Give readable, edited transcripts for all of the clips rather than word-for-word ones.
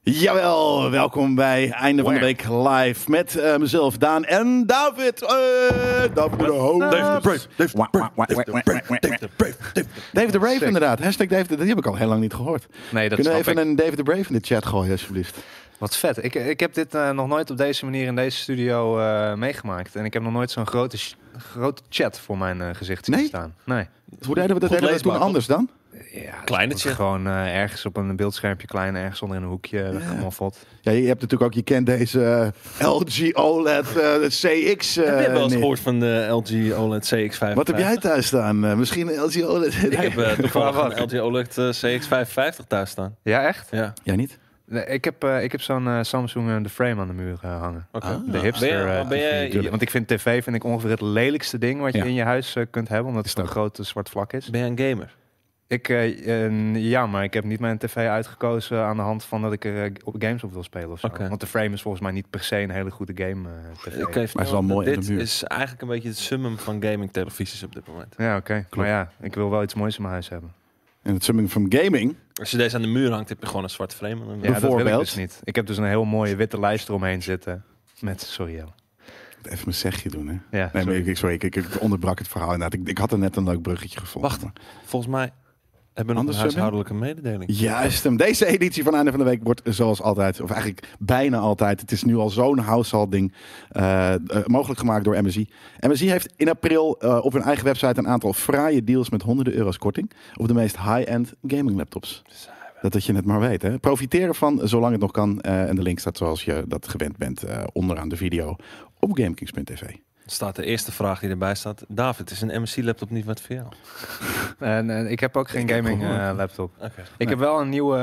Jawel, welkom bij Einde van de Week live met mezelf, Daan en David. David de host. David the Brave inderdaad. Hashtag David, die heb ik al heel lang niet gehoord. Nee, dat Kunnen we even ik. een David the Brave in de chat gooien alsjeblieft? Wat vet. Ik heb dit nog nooit op deze manier in deze studio meegemaakt. En ik heb nog nooit zo'n grote chat voor mijn gezicht zien staan. Nee. Hoe deden we dat? Deden we toen anders dan? Ja, kleine chat. chat. Gewoon ergens op een beeldschermpje klein, ergens onder in een hoekje gemoffeld. Ja, je hebt natuurlijk ook, je kent deze LG OLED CX. Heb je wel eens gehoord van de LG OLED CX55? Wat heb jij thuis staan? Misschien een LG OLED? Ik heb toevallig een LG OLED CX55 thuis staan. Ja, echt? Ja. Jij niet? Nee, ik heb zo'n Samsung The Frame aan de muur hangen. Okay. De hipster TV. Want ik vind tv ongeveer het lelijkste ding wat je in je huis kunt hebben. Omdat het een grote zwart vlak is. Ben je een gamer? Ja, maar ik heb niet mijn tv uitgekozen aan de hand van dat ik er games op wil spelen of zo. Okay. Want de Frame is volgens mij niet per se een hele goede game tv. Maar het is wel mooi dit is eigenlijk een beetje het summum van gaming televisies op dit moment. Ja, oké. Maar ja, ik wil wel iets moois in mijn huis hebben. En het summing van gaming. Als je deze aan de muur hangt, heb je gewoon een zwart frame. Ja, dat wil ik dus niet. Ik heb dus een heel mooie witte lijst eromheen zitten. Met, sorry Jelle. Even mijn zegje doen, hè? Ja, nee, maar ik onderbrak het verhaal inderdaad. Ik had er net een leuk bruggetje gevonden. Wacht, volgens mij hebben we nog een huishoudelijke mededeling. Juist hem. Deze editie van Einde van de Week wordt zoals altijd, of eigenlijk bijna altijd, het is nu al zo'n household-ding, mogelijk gemaakt door MSI. MSI heeft in april op hun eigen website een aantal fraaie deals met honderden euro's korting op de meest high-end gaming laptops. Dat je het maar weet. Hè. Profiteer ervan zolang het nog kan. En de link staat zoals je dat gewend bent onderaan de video op GameKings.tv. Staat de eerste vraag die erbij staat. David, is een MSI-laptop niet wat voor jou? En ik heb ook geen gaming laptop. Okay. Ik heb wel een nieuwe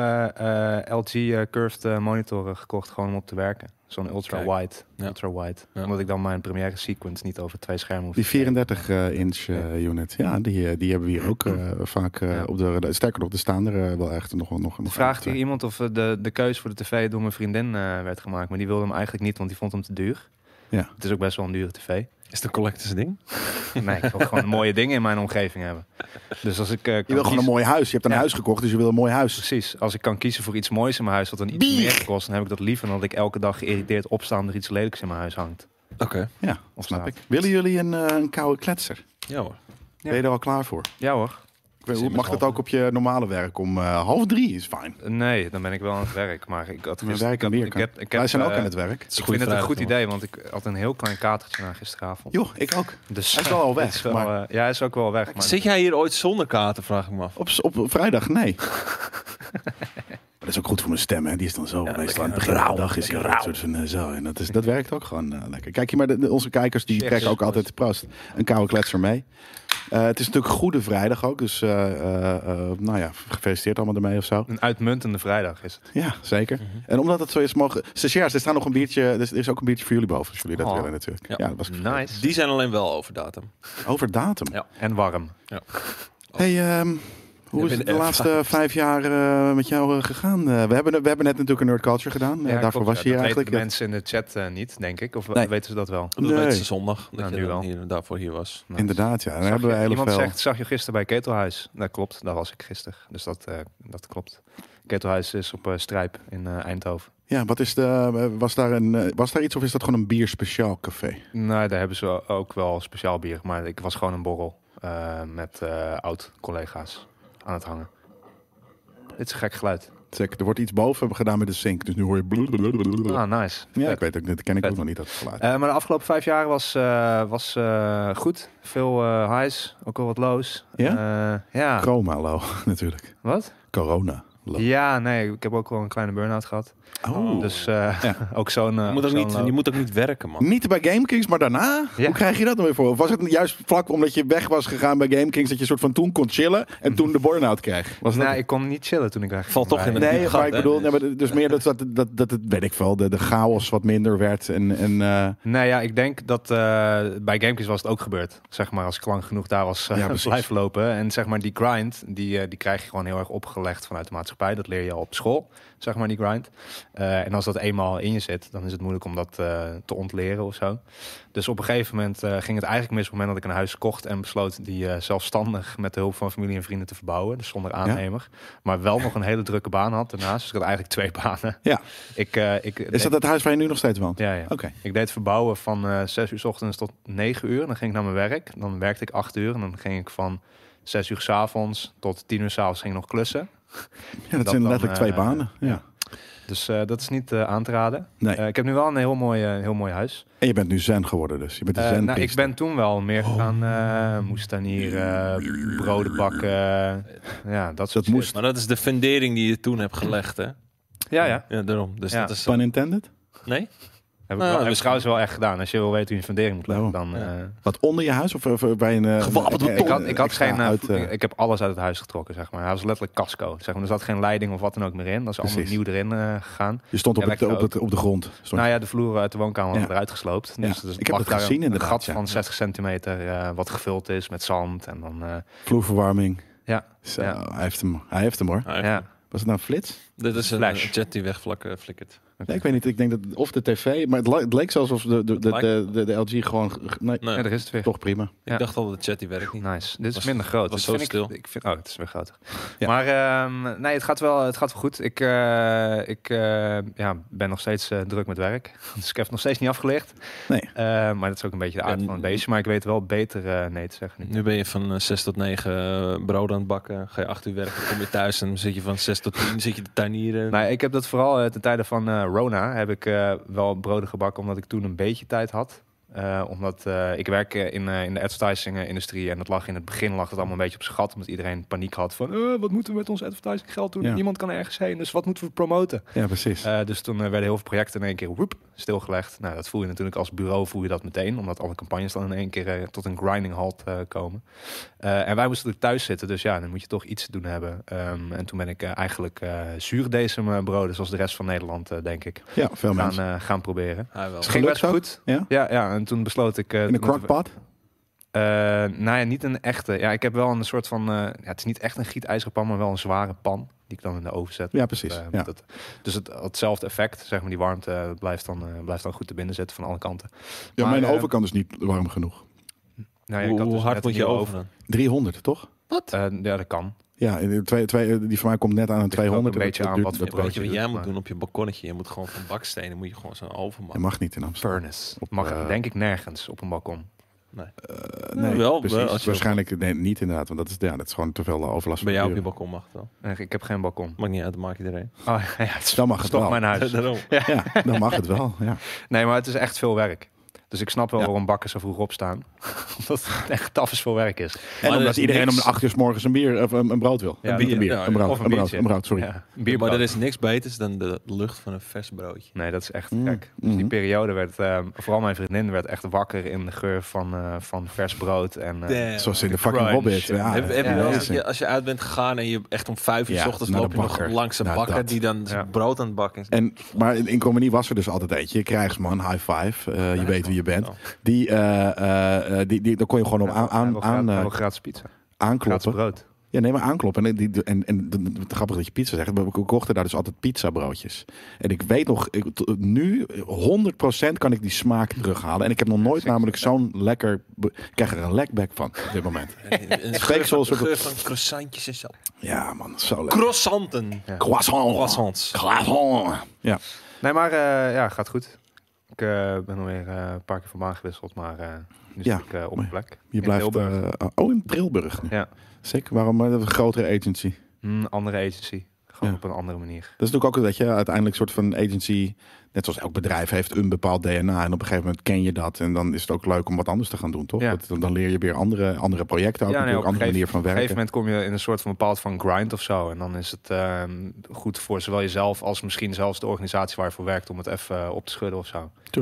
LG curved monitor gekocht gewoon om op te werken. Zo'n ultra-wide. Ja. Omdat ik dan mijn Premiere sequence niet over 2 schermen hoef. Die 34-inch unit. Ja, die hebben we hier ook vaak op de... Sterker nog, er staan er wel echt nog vraagt hier iemand of de keuze voor de tv door mijn vriendin werd gemaakt. Maar die wilde hem eigenlijk niet, want die vond hem te duur. Ja. Het is ook best wel een dure tv. Is het een collectors ding? Nee, ik wil gewoon mooie dingen in mijn omgeving hebben. Dus als ik je wil gewoon een mooi huis. Je hebt een huis gekocht, dus je wil een mooi huis. Precies. Als ik kan kiezen voor iets moois in mijn huis, wat dan iets meer kost, dan heb ik dat liever dan dat ik elke dag geïrriteerd opsta omdat er iets lelijks in mijn huis hangt. Oké. Ja, of snap ik. Willen jullie een koude kletser? Ja hoor. Ben je er al klaar voor? Ja hoor. Mag dat ook op je normale werk om 2:30 is fijn? Nee, dan ben ik wel aan het werk. Maar ik had Wij zijn ook aan het werk. Ik vind het een goed idee, want ik had een heel klein katertje na gisteravond. Joh, ik ook. Dus hij is wel al weg. Ja, hij is ook wel weg. Maar zit jij hier ooit zonder kater, vraag ik me af. Op vrijdag, nee. Dat is ook goed voor mijn stem, hè. Die is dan zo. Meestal aan het begin van de dag is hij een soort van zo. En dat werkt ook gewoon lekker. Kijk je maar, onze kijkers die trekken ook altijd proost een koude kletser mee. Het is natuurlijk Goede Vrijdag ook. Dus nou ja, gefeliciteerd allemaal ermee of zo. Een uitmuntende vrijdag is het. Ja, zeker. En omdat het zo is, mogen stagiairs, er staat nog een biertje. Er is ook een biertje voor jullie boven, als jullie dat willen natuurlijk. Ja, dat was nice. Die zijn alleen wel over datum. Over datum? Ja. En warm. Ja. Hey, hoe is het de laatste 5 jaar met jou gegaan? We hebben net natuurlijk een Nerd Culture gedaan. Daarvoor was je hier eigenlijk. De mensen in de chat niet, denk ik. Of weten ze dat wel? Dat weten ze zondag. Dat je nu wel. daarvoor hier was. Nice. Inderdaad, ja. Hebben we iemand zegt, zag je gisteren bij Ketelhuis? Dat klopt, daar was ik gisteren. Dus dat klopt. Ketelhuis is op Strijp in Eindhoven. Ja, was daar iets of is dat gewoon een bierspeciaal café? Nee, daar hebben ze ook wel speciaal bier. Maar ik was gewoon een borrel met oud-collega's aan het hangen. Dit is een gek geluid. Zeker, er wordt iets boven gedaan met de sink. Dus nu hoor je... Ah, nice. Ja, ik weet ook, dat ken ik ook nog niet, dat geluid. Maar de afgelopen 5 jaar was goed. Veel highs, ook wel wat lows. Ja? Ja. Chroma low, natuurlijk. Wat? Corona low. Ja, nee, ik heb ook wel een kleine burn-out gehad. Oh. Dus ook zo'n... je moet ook niet werken, man. Niet bij GameKings, maar daarna? Ja. Hoe krijg je dat dan weer voor? Of was het juist vlak omdat je weg was gegaan bij GameKings, dat je soort van toen kon chillen en toen de burn-out kreeg? Nee, ik kon niet chillen toen ik weg. Valt toch in het Nee, maar ik bedoel, dus meer dat het, weet ik wel, de chaos wat minder werd. Nee, ja, ik denk dat bij GameKings was het ook gebeurd. Zeg maar, als ik lang genoeg daar was blijven lopen. En zeg maar, die grind, die krijg je gewoon heel erg opgelegd vanuit de maatschappij. maatschappij. Dat leer je al op school, zeg maar, die grind. En als dat eenmaal in je zit, dan is het moeilijk om dat te ontleren of zo. Dus op een gegeven moment ging het eigenlijk mis op het moment dat ik een huis kocht en besloot die zelfstandig met de hulp van familie en vrienden te verbouwen. Dus zonder aannemer. Maar wel nog een hele drukke baan had daarnaast. Dus ik had eigenlijk 2 banen. Ja. Is dat het huis waar je nu nog steeds woont? Ja. Oké. Ik deed verbouwen van 6 uur 's ochtends tot 9 uur. Dan ging ik naar mijn werk. Dan werkte ik 8 uur. En dan ging ik van 6 uur 's avonds tot 10 uur 's avonds ging ik nog klussen. Ja, dat zijn dan, letterlijk 2 banen. Ja. Dus dat is niet aan te raden. Nee. Ik heb nu wel een heel mooi huis. En je bent nu zen geworden dus. Je bent een zen Ik ben toen wel meer gegaan. Moest dan hier broden bakken. Dat soort moest. shit. Maar dat is de fundering die je toen hebt gelegd, hè? Ja. Ja, daarom. Dus Ja. dat is... Pun intended? Nee? Heb ik trouwens wel echt gedaan. Als je wil weten hoe je fundering moet leggen, dan... Wat onder je huis of bij een Gewapend beton? Ik had geen... uit, ik heb alles uit het huis getrokken, zeg maar. Hij was letterlijk casco. Zeg maar. Er zat geen leiding of wat dan ook meer in. Dat is allemaal Precies. nieuw erin gegaan. je stond op, Elektra op de grond. Nou ja, de vloer uit de woonkamer Ja. eruit gesloopt. Ja. Dus Ik heb het gezien een inderdaad, gat ja. van 60 centimeter wat gevuld is met zand. En dan... Vloerverwarming. ja. Zo, Ja. Hij heeft hem hoor. Ja. Was het nou een flits? Dit is een Flash. jet die wegflikkert. Nee, ik weet niet. Ik denk dat of de tv, maar het leek zelfs alsof de LG gewoon. Nee, Nee, Ja, daar is het weer. toch prima. Ja. ik dacht al dat de chat die werkt niet. Nice. Dit is Was- minder groot. was Dit zo vind stil. Ik vind, het is weer groter. Ja. Maar nee, het gaat wel goed. Ik ben nog steeds druk met werk. Dus ik heb het nog steeds niet afgelegd. Nee. Maar dat is ook een beetje de aard En- van het beestje. Maar ik weet wel beter nee te zeggen nu. Nu ben je van 6 tot 9 brood aan het bakken. Ga je 8 uur werken, kom je thuis en dan zit je van 6 tot 10 zit je te tuinieren. Nou, ik heb dat vooral ten tijde van Rona heb ik wel broden gebakken, omdat ik toen een beetje tijd had. Omdat ik werk in de advertising-industrie en dat lag in het begin lag het allemaal een beetje op zijn gat, omdat iedereen paniek had van wat moeten we met ons advertising geld doen? Ja. Niemand kan ergens heen, dus wat moeten we promoten? Ja, precies. Dus toen werden heel veel projecten in één keer stilgelegd. Nou, dat voel je natuurlijk als bureau, voel je dat meteen, omdat alle campagnes dan in één keer tot een grinding halt komen. En wij moesten natuurlijk thuis zitten, dus ja, dan moet je toch iets te doen hebben. En toen ben ik eigenlijk zuurdesembroden, zoals de rest van Nederland, denk ik, Ja, veel mensen. gaan proberen. Hij wel. Het ging best Gelukt goed. Ja? Ja, en toen besloot ik... In een crockpot? nou ja, niet een echte. Ja, ik heb wel een soort van... het is niet echt een gietijzeren pan, maar wel een zware pan. Die ik dan in de oven zet. Ja, precies. Ja. Dus hetzelfde effect, zeg maar, die warmte blijft dan goed te binnen zitten van alle kanten. Ja, Maar, mijn oven kan dus niet warm genoeg. Nou, ja, ik Hoe had dus hard net moet een je nieuwe over dan? 300, toch? Ja, dat kan. Ja, die van mij komt net aan een Ligt ook 200. een beetje aan wat voor Weet je broodje wat doet, jij moet maar- doen op je balkonnetje? Je moet gewoon van bakstenen moet je gewoon zo'n oven Dat maken. mag niet in Amsterdam. Furnace. Mag denk ik nergens op een balkon. Nee, wel, precies. wel, als je Waarschijnlijk niet inderdaad, want dat is gewoon te veel overlast. Bij jou op je voor balkon mag het wel. Ik heb geen balkon. Maakt niet uit, dan maak je er een. Oh, ja, het is Dan mag het toch wel. mijn huis. Daarom. Ja, dan mag het wel. Ja. Nee, maar het is echt veel werk. Dus ik snap wel Ja. waarom bakkers zo vroeg opstaan. Omdat het echt tafels veel werk is. En er omdat is iedereen niks- om de 8 uur 's morgens een bier of een brood wil. Ja, Een bier. ja, Een brood. of een Een brood. biertje. Een brood, sorry. Ja, Maar bierbrood. er is niks beters dan de lucht van een vers broodje. Nee, dat is echt Mm. gek. Dus die Mhm. periode werd, vooral mijn vriendin werd echt wakker in de geur van vers brood. En, Damn. Zoals in de de fucking crunch. Hobbit. Ja, heb je ja, wel eens, ja. als je uit bent gegaan en je echt om 5 uur 's Ja, ochtends naar de loop je nog bakker. langs een Nou, bakker dat. die dan zijn Ja. brood aan het bakken is. Maar in Comedy was er dus altijd eentje. Krijgsman, high five. Je weet wie je bent. Oh. Daar kon je gewoon op gratis pizza. Gratis aankloppen. brood. Ja, nee, maar aankloppen. En grappig dat je pizza zegt. We kochten daar dus altijd pizzabroodjes. En ik weet nog, nu 100% kan ik die smaak terughalen. En ik heb nog nooit namelijk zo'n lekker... Ik krijg er een lekback van op dit moment. Een Speeksel, soort- geur van croissantjes en zo. Ja man, zo lekker. Croissanten. Ja. Croissants. Ja. Nee, maar ja, gaat goed. Ik ben alweer een paar keer van baan gewisseld, maar nu Ja, zit ik op mijn plek. Je In blijft... Tilburg. in Tilburg nu. Ja, Zeker, waarom een grotere agency? andere agency. Gewoon Ja. op een andere manier. Dat is natuurlijk ook dat je uiteindelijk een soort van agency, net zoals elk bedrijf, heeft een bepaald DNA. En op een gegeven moment ken je dat. En dan is het ook leuk om wat anders te gaan doen, toch? Ja. Dan leer je weer andere projecten, ook natuurlijk, op een andere manier van Op een gegeven werken. moment kom je in een soort van bepaald van grind of zo. En dan is het goed voor zowel jezelf als misschien zelfs de organisatie waar je voor werkt om het even op te schudden of zo. Tuurlijk.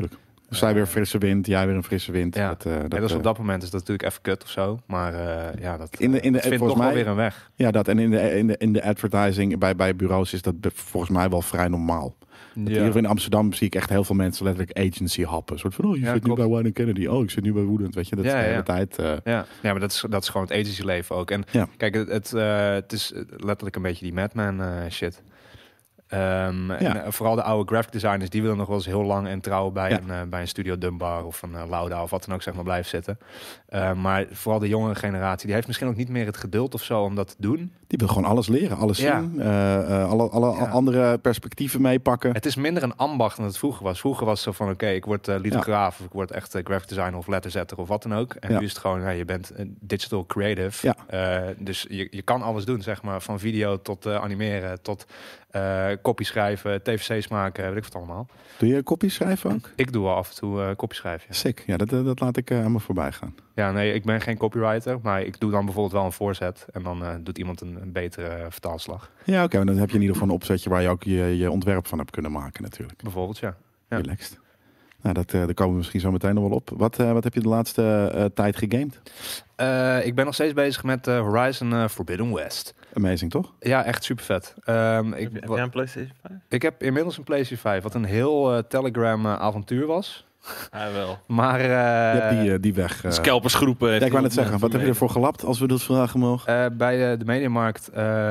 Dus zij weer frisse wind, jij weer een frisse wind. Ja. Dus op dat moment is dat natuurlijk even kut of zo. Maar dat vindt volgens toch mij wel weer een weg. Ja, dat. En in de advertising bij bureaus is dat volgens mij wel vrij normaal. Hier in Amsterdam zie ik echt heel veel mensen letterlijk agency happen. Een soort van, je zit nu bij Wine & Kennedy. Oh, ik zit nu bij Woodend. Weet je, dat is de hele tijd. Ja, maar dat is gewoon het agency leven ook. En kijk, het is letterlijk een beetje die Madman shit. En vooral de oude graphic designers, die willen nog wel eens heel lang en trouw bij een Studio Dunbar of een Lauda of wat dan ook zeg maar blijven zitten. Maar vooral de jongere generatie, die heeft misschien ook niet meer het geduld of zo om dat te doen. Die wil gewoon alles leren, alles zien, alle andere perspectieven meepakken. Het is minder een ambacht dan het vroeger was. Vroeger was het zo van, oké, ik word lithograaf of ik word echt graphic designer of letterzetter of wat dan ook. En nu is het gewoon, je bent digital creative. Dus je kan alles doen, zeg maar, van video tot animeren, tot copy schrijven, tvc's maken, weet ik wat allemaal. Doe je copy schrijven ook? Ik doe wel af en toe copy schrijven. Ja. Sick. Ja, dat laat ik aan me voorbij gaan. Ja, nee, ik ben geen copywriter, maar ik doe dan bijvoorbeeld wel een voorzet en dan doet iemand een betere vertaalslag. Ja, oké, maar dan heb je in ieder geval een opzetje waar je ook je ontwerp van hebt kunnen maken natuurlijk. Bijvoorbeeld, ja. Relaxed. Nou, daar komen we misschien zo meteen nog wel op. Wat heb je de laatste tijd gegamed? Ik ben nog steeds bezig met Horizon Forbidden West. Amazing, toch? Ja, echt super vet. Heb jij een PlayStation 5? Ik heb inmiddels een PlayStation 5, wat een heel Telegram avontuur was. Hij wel. Maar je hebt die weg. Scalpersgroepen. Ik wou net zeggen, wat heb je ervoor gelapt als we dat vragen mogen? Bij de Mediamarkt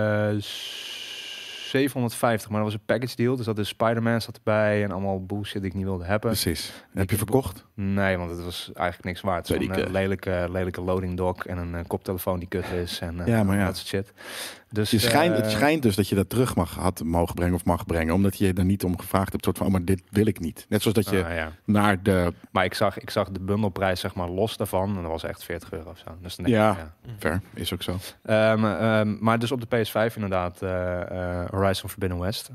750, maar dat was een package deal. Dus dat is Spider-Man zat erbij en allemaal bullshit die ik niet wilde hebben. Precies. Heb je verkocht? Nee, want het was eigenlijk niks waard. Zo'n lelijke loading dock en een koptelefoon die kut is en dat soort shit. Dus, het schijnt dus dat je dat terug mogen brengen of mag brengen, omdat je er niet om gevraagd hebt. Soort van, maar dit wil ik niet. Net zoals dat je naar de... Maar ik zag de bundelprijs zeg maar los daarvan en dat was echt €40 of zo. Dus dan denk ik, fair. Is ook zo. Maar dus op de PS5 inderdaad Horizon Forbidden West.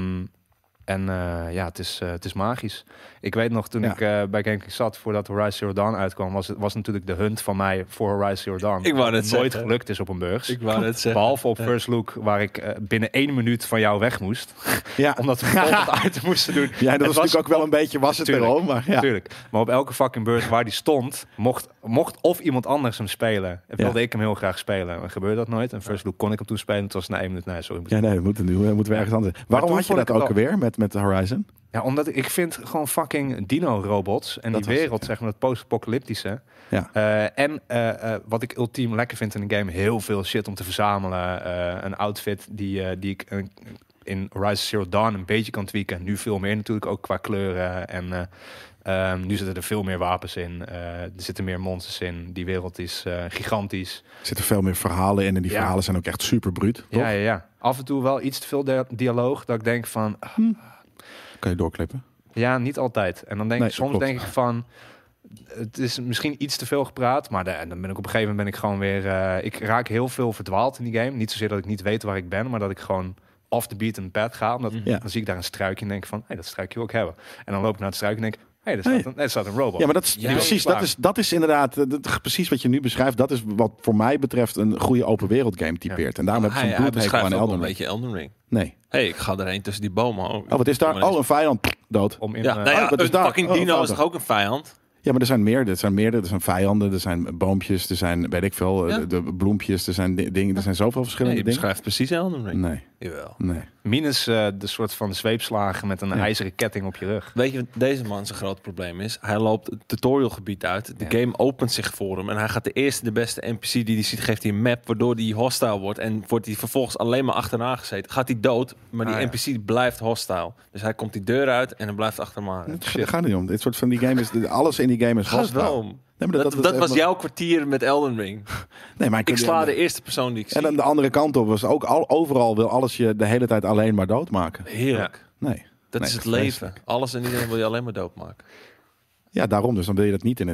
Het is magisch. Ik weet nog, toen ik bij GameKings zat, voordat Horizon Zero Dawn uitkwam, was natuurlijk de hunt van mij voor Horizon Zero Dawn. Ik wou het nooit gelukt is op een beurs. Ik wou het zeggen. Behalve op First Look, waar ik binnen 1 minuut van jou weg moest. Omdat we volgend item moesten doen. Ja, dat was natuurlijk ook wel een beetje, was het erom. Maar tuurlijk. Maar op elke fucking beurs waar die stond, mocht of iemand anders hem spelen. En wilde ik hem heel graag spelen. Maar gebeurde dat nooit. En First Look kon ik hem toen spelen. Het was na 1 minuut. Nee, sorry. we moeten ergens anders. Waarom had je dat ook alweer met Horizon? Ja, omdat ik vind gewoon fucking dino-robots en die wereld, zeg maar, dat post-apocalyptische. Ja. Wat ik ultiem lekker vind in een game, heel veel shit om te verzamelen. Een outfit die ik in Horizon Zero Dawn een beetje kan tweaken. Nu veel meer natuurlijk, ook qua kleuren. En nu zitten er veel meer wapens in. Er zitten meer monsters in. Die wereld is gigantisch. Er zitten veel meer verhalen in en die verhalen zijn ook echt super bruut. Ja. Af en toe wel iets te veel dialoog, dat ik denk van... Kan je doorklippen? Ja, niet altijd. En dan denk ik denk ik van, het is misschien iets te veel gepraat, maar dan ben ik op een gegeven moment gewoon weer, ik raak heel veel verdwaald in die game. Niet zozeer dat ik niet weet waar ik ben, maar dat ik gewoon off the beaten path ga. Omdat dan zie ik daar een struikje en denk van, dat struikje wil ik hebben. En dan loop ik naar het struikje en denk, er staat een robot. Ja, maar dat is precies. Dat is inderdaad precies wat je nu beschrijft. Dat is wat voor mij betreft een goede open wereld game typeert. En daarom heb ik zo'n bloedhekel aan Elden Ring. Een beetje Elden Ring. Nee. Ik ga erheen tussen die bomen. Oh, wat is daar? Een vijand. Dood. Een fucking dino is toch ook een vijand? Ja, maar er zijn meerdere. Er zijn vijanden, er zijn boompjes, er zijn, weet ik veel, de bloempjes, er zijn dingen, er zijn zoveel verschillende dingen. Je beschrijft precies Elden Ring. Nee. Jawel. Nee. Minus de soort van zweepslagen met een ijzeren ketting op je rug. Weet je wat deze man zijn groot probleem is? Hij loopt het tutorialgebied uit. De game opent zich voor hem. En hij gaat de beste NPC die hij ziet, geeft hij een map waardoor hij hostile wordt. En wordt hij vervolgens alleen maar achterna gezeten. Gaat hij dood, maar die NPC blijft hostile. Dus hij komt die deur uit en hij blijft achter hem aan. Het gaat niet om. Dit soort van die game is, alles in die game is hostile. Wel om. Nee, maar dat was jouw kwartier met Elden Ring. Nee, maar ik sla de eerste persoon die ik zie. En dan de andere kant op was ook overal wil alles je de hele tijd alleen maar doodmaken. Heerlijk. Ja. Dat is het leven. Alles en iedereen wil je alleen maar doodmaken. Ja, daarom. Dus dan wil je dat niet in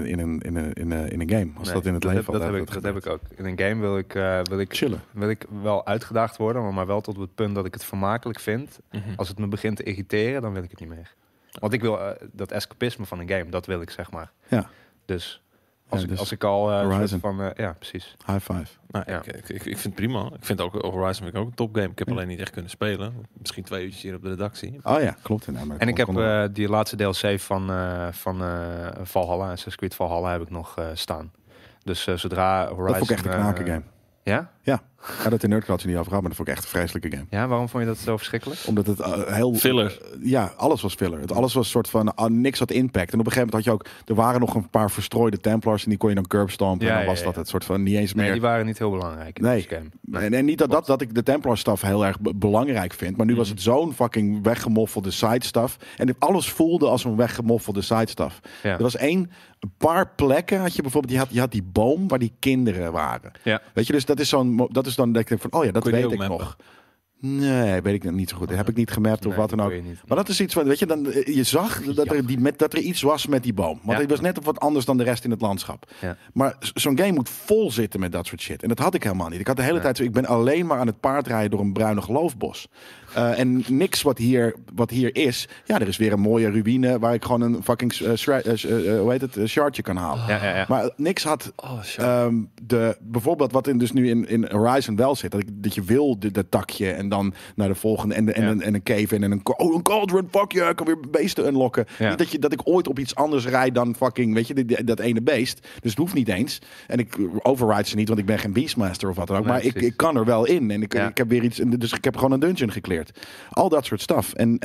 een game. Als dat in het leven dat heb ik ook. In een game wil ik chillen. Wil ik wel uitgedaagd worden, maar wel tot het punt dat ik het vermakelijk vind. Als het me begint te irriteren, dan wil ik het niet meer. Want ik wil dat escapisme van een game, dat wil ik, zeg maar. Ja. Dus Als ik al Horizon. ja, precies. High five. Nou, Ja. ik vind het prima. Ik vind ook Horizon vind ik ook een topgame. Ik heb alleen niet echt kunnen spelen. Misschien 2 uurtjes hier op de redactie. Oh ja, klopt. Nou, maar En ik heb kon- die laatste DLC van Valhalla, Assassin's Creed Valhalla, heb ik nog staan. Dus zodra Horizon... dat vond ik echt een knaken game. Ja? Ja, dat in Nerdculture niet over gehad, maar dat vond ik echt een vreselijke game. Ja, waarom vond je dat zo verschrikkelijk? Omdat het heel... Filler. Ja, alles was filler. Alles was een soort van... niks had impact. En op een gegeven moment had je ook... Er waren nog een paar verstrooide Templars en die kon je dan curbstompen. Ja, en dan was ja, dat ja. het soort van niet eens Nee, meer... die waren niet heel belangrijk in Nee. deze game. Nee. En niet dat ik de Templar stuff heel erg belangrijk vind. Maar nu was het zo'n fucking weggemoffelde side stuff. En alles voelde als een weggemoffelde side stuff. Ja. Er was een paar plekken had je bijvoorbeeld. Je had die boom waar die kinderen waren. Ja. Weet je, dus dat is dan dat ik denk van, oh ja, dat Kon je die weet ik ook nog. mappen? Nee, weet ik niet zo goed. Dat heb ik niet gemapt of Nee, wat dan dat ook. kon je niet. Maar dat is iets van, weet je, dan je zag dat er iets was met die boom. Want Ja. het was net wat anders dan de rest in het landschap. Ja. Maar zo'n game moet vol zitten met dat soort shit. En dat had ik helemaal niet. Ik had de hele Nee. tijd zo, ik ben alleen maar aan het paardrijden door een bruine geloofbos. En niks wat hier is. Ja, er is weer een mooie ruïne waar ik gewoon een fucking shardje kan halen. Ja. Maar niks had Oh, shit. bijvoorbeeld wat dus nu in Horizon wel zit. Dat je wil dat takje en dan naar de volgende en een cave in en een cauldron, fuck je, ik kan weer beesten unlocken. Ja. Niet dat ik ooit op iets anders rijd dan fucking, weet je, dat ene beest. Dus het hoeft niet eens. En ik override ze niet, want ik ben geen Beastmaster of wat dan ook. Nee, maar precies. ik kan er wel in. En Ja. ik heb weer iets, dus ik heb gewoon een dungeon gecleared. Al dat soort stuff. En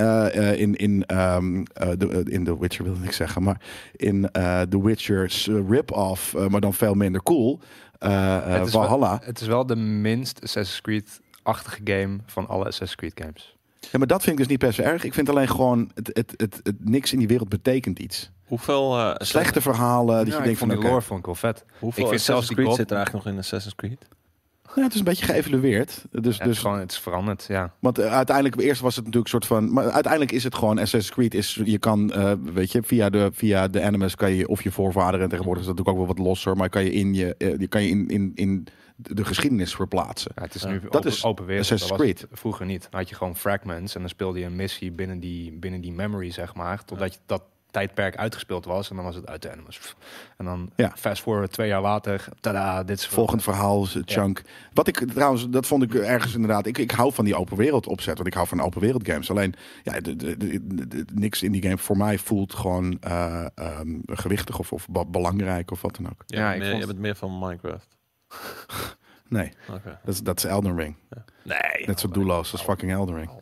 in The Witcher wilde ik zeggen, maar in The Witcher's rip-off, maar dan veel minder cool. Valhalla. Het is wel de minst Assassin's Creed-achtige game van alle Assassin's Creed games. Ja, maar dat vind ik dus niet per se erg. Ik vind alleen gewoon, het niks in die wereld betekent iets. Hoeveel Slechte verhalen, dat je ik denkt vond van, die oké, lore vond ik wel vet. Hoeveel Ik vind zelfs Assassin's die Creed God- zit er eigenlijk nog in Assassin's Creed? ja, het is een beetje geëvalueerd. Dus, Het is veranderd, ja. want uiteindelijk, eerst was het natuurlijk een soort van, maar uiteindelijk is het gewoon Assassin's Creed je kan, weet je, via de Animus kan je, of je voorvader, en tegenwoordig is dat natuurlijk ook wel wat losser, maar kan je in de geschiedenis verplaatsen. Ja, het is Ja. nu Dat is open wereld. Assassin's Dat was Creed. het vroeger niet. Dan had je gewoon fragments en dan speelde je een missie binnen die memory, zeg maar. Totdat je dat tijdperk uitgespeeld was en dan was het uit de Animus. En dan Ja. fast forward 2 jaar later, tada, dit is Volgend verhaal, chunk. Wat ik trouwens, dat vond ik ergens inderdaad. Ik hou van die open wereld opzet, want ik hou van open wereld games. Alleen, ja, niks in die game voor mij voelt gewoon gewichtig of belangrijk of wat dan ook. Ja, ik vond- je bent meer van Minecraft. Nee, Oké. dat is Elden Ring. Nee. Net zo doelloos als fucking Elden Ring.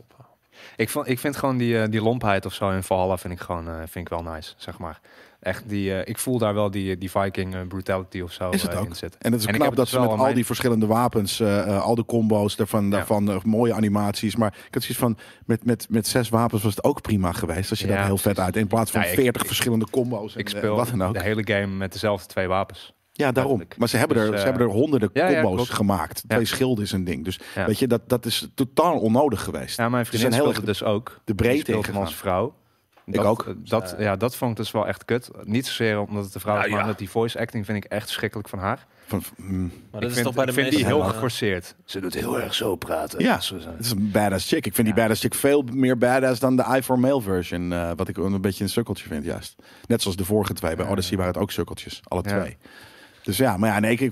Ik vind gewoon die lompheid of zo in Valhalla vind ik wel nice, zeg maar. Echt ik voel daar wel die Viking brutality of zo Is het ook. in zitten. En het is En ik knap heb dat het ze wel met aan al die verschillende wapens, al de combo's daarvan mooie animaties. Maar ik had zoiets van, met 6 wapens was het ook prima geweest. Als je Ja, dat heel vet precies. uit. In plaats van Ja, ik- 40 verschillende combo's en Ik speel wat dan ook. de hele game met dezelfde 2 wapens. Ja, daarom. letterlijk. Maar ze hebben, Dus, ze hebben er honderden ja, combo's klopt. gemaakt. Ja. 2 schilden is een ding. Dus Ja. weet je, dat is totaal onnodig geweest. Ja, mijn vriendin zijn heel speelde dus ook. de breedte Die speelt hem ingegaan. als vrouw. Ik ook. Dat vond ik dus wel echt kut. Niet zozeer omdat het de vrouw is, Nou, maar ja. omdat die voice acting vind ik echt verschrikkelijk van haar. Maar Maar dat ik is vind, toch bij de ik vind meeste die heel mannen? geforceerd. Ze doet heel erg zo praten. Ja. Zo zijn. het is een badass chick. Ik vind die Ja. badass chick veel meer badass dan de iFor-Male version. Wat ik een beetje een sukkeltje vind, juist. Net zoals de vorige 2. Bij Odyssey waren het ook sukkeltjes. Alle Ja. 2. Dus ja, maar ja, nee,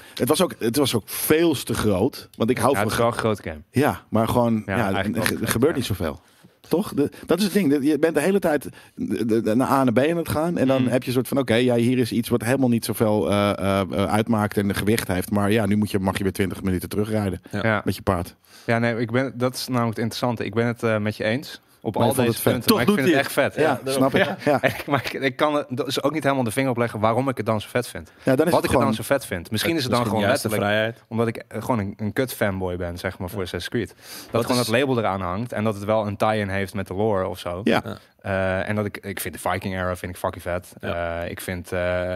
het was ook veel te groot. Want ik hou Ja, het van... is wel een grote game. Ja, maar gewoon, Ja, ja, eigenlijk wel. er gebeurt niet zoveel. Toch? Dat is het ding. Je bent de hele tijd naar A naar B aan het gaan. En dan heb je een soort van, oké, ja, hier is iets wat helemaal niet zoveel uitmaakt en gewicht heeft. Maar ja, nu mag je weer 20 minuten terugrijden Ja. met je paard. Ja, nee, dat is namelijk het interessante. Ik ben het met je eens. Op Maar je al vond deze het vet. punten. Toch Maar ik doet vind het hij echt vet. Ja, snap ik. Ja. Maar ik kan het dus ook niet helemaal de vinger opleggen waarom ik het dan zo vet vind. Ja, dan is Wat het ik er gewoon... dan zo vet vind. Misschien is het dan gewoon juist de letterlijk vrijheid. omdat ik gewoon een kut fanboy ben, zeg maar, voor Assassin's Creed. Dat Wat gewoon is- het label eraan hangt en dat het wel een tie-in heeft met de lore of zo. Ja. En dat ik vind de Viking era vind ik fucking vet. Ja. Ik vind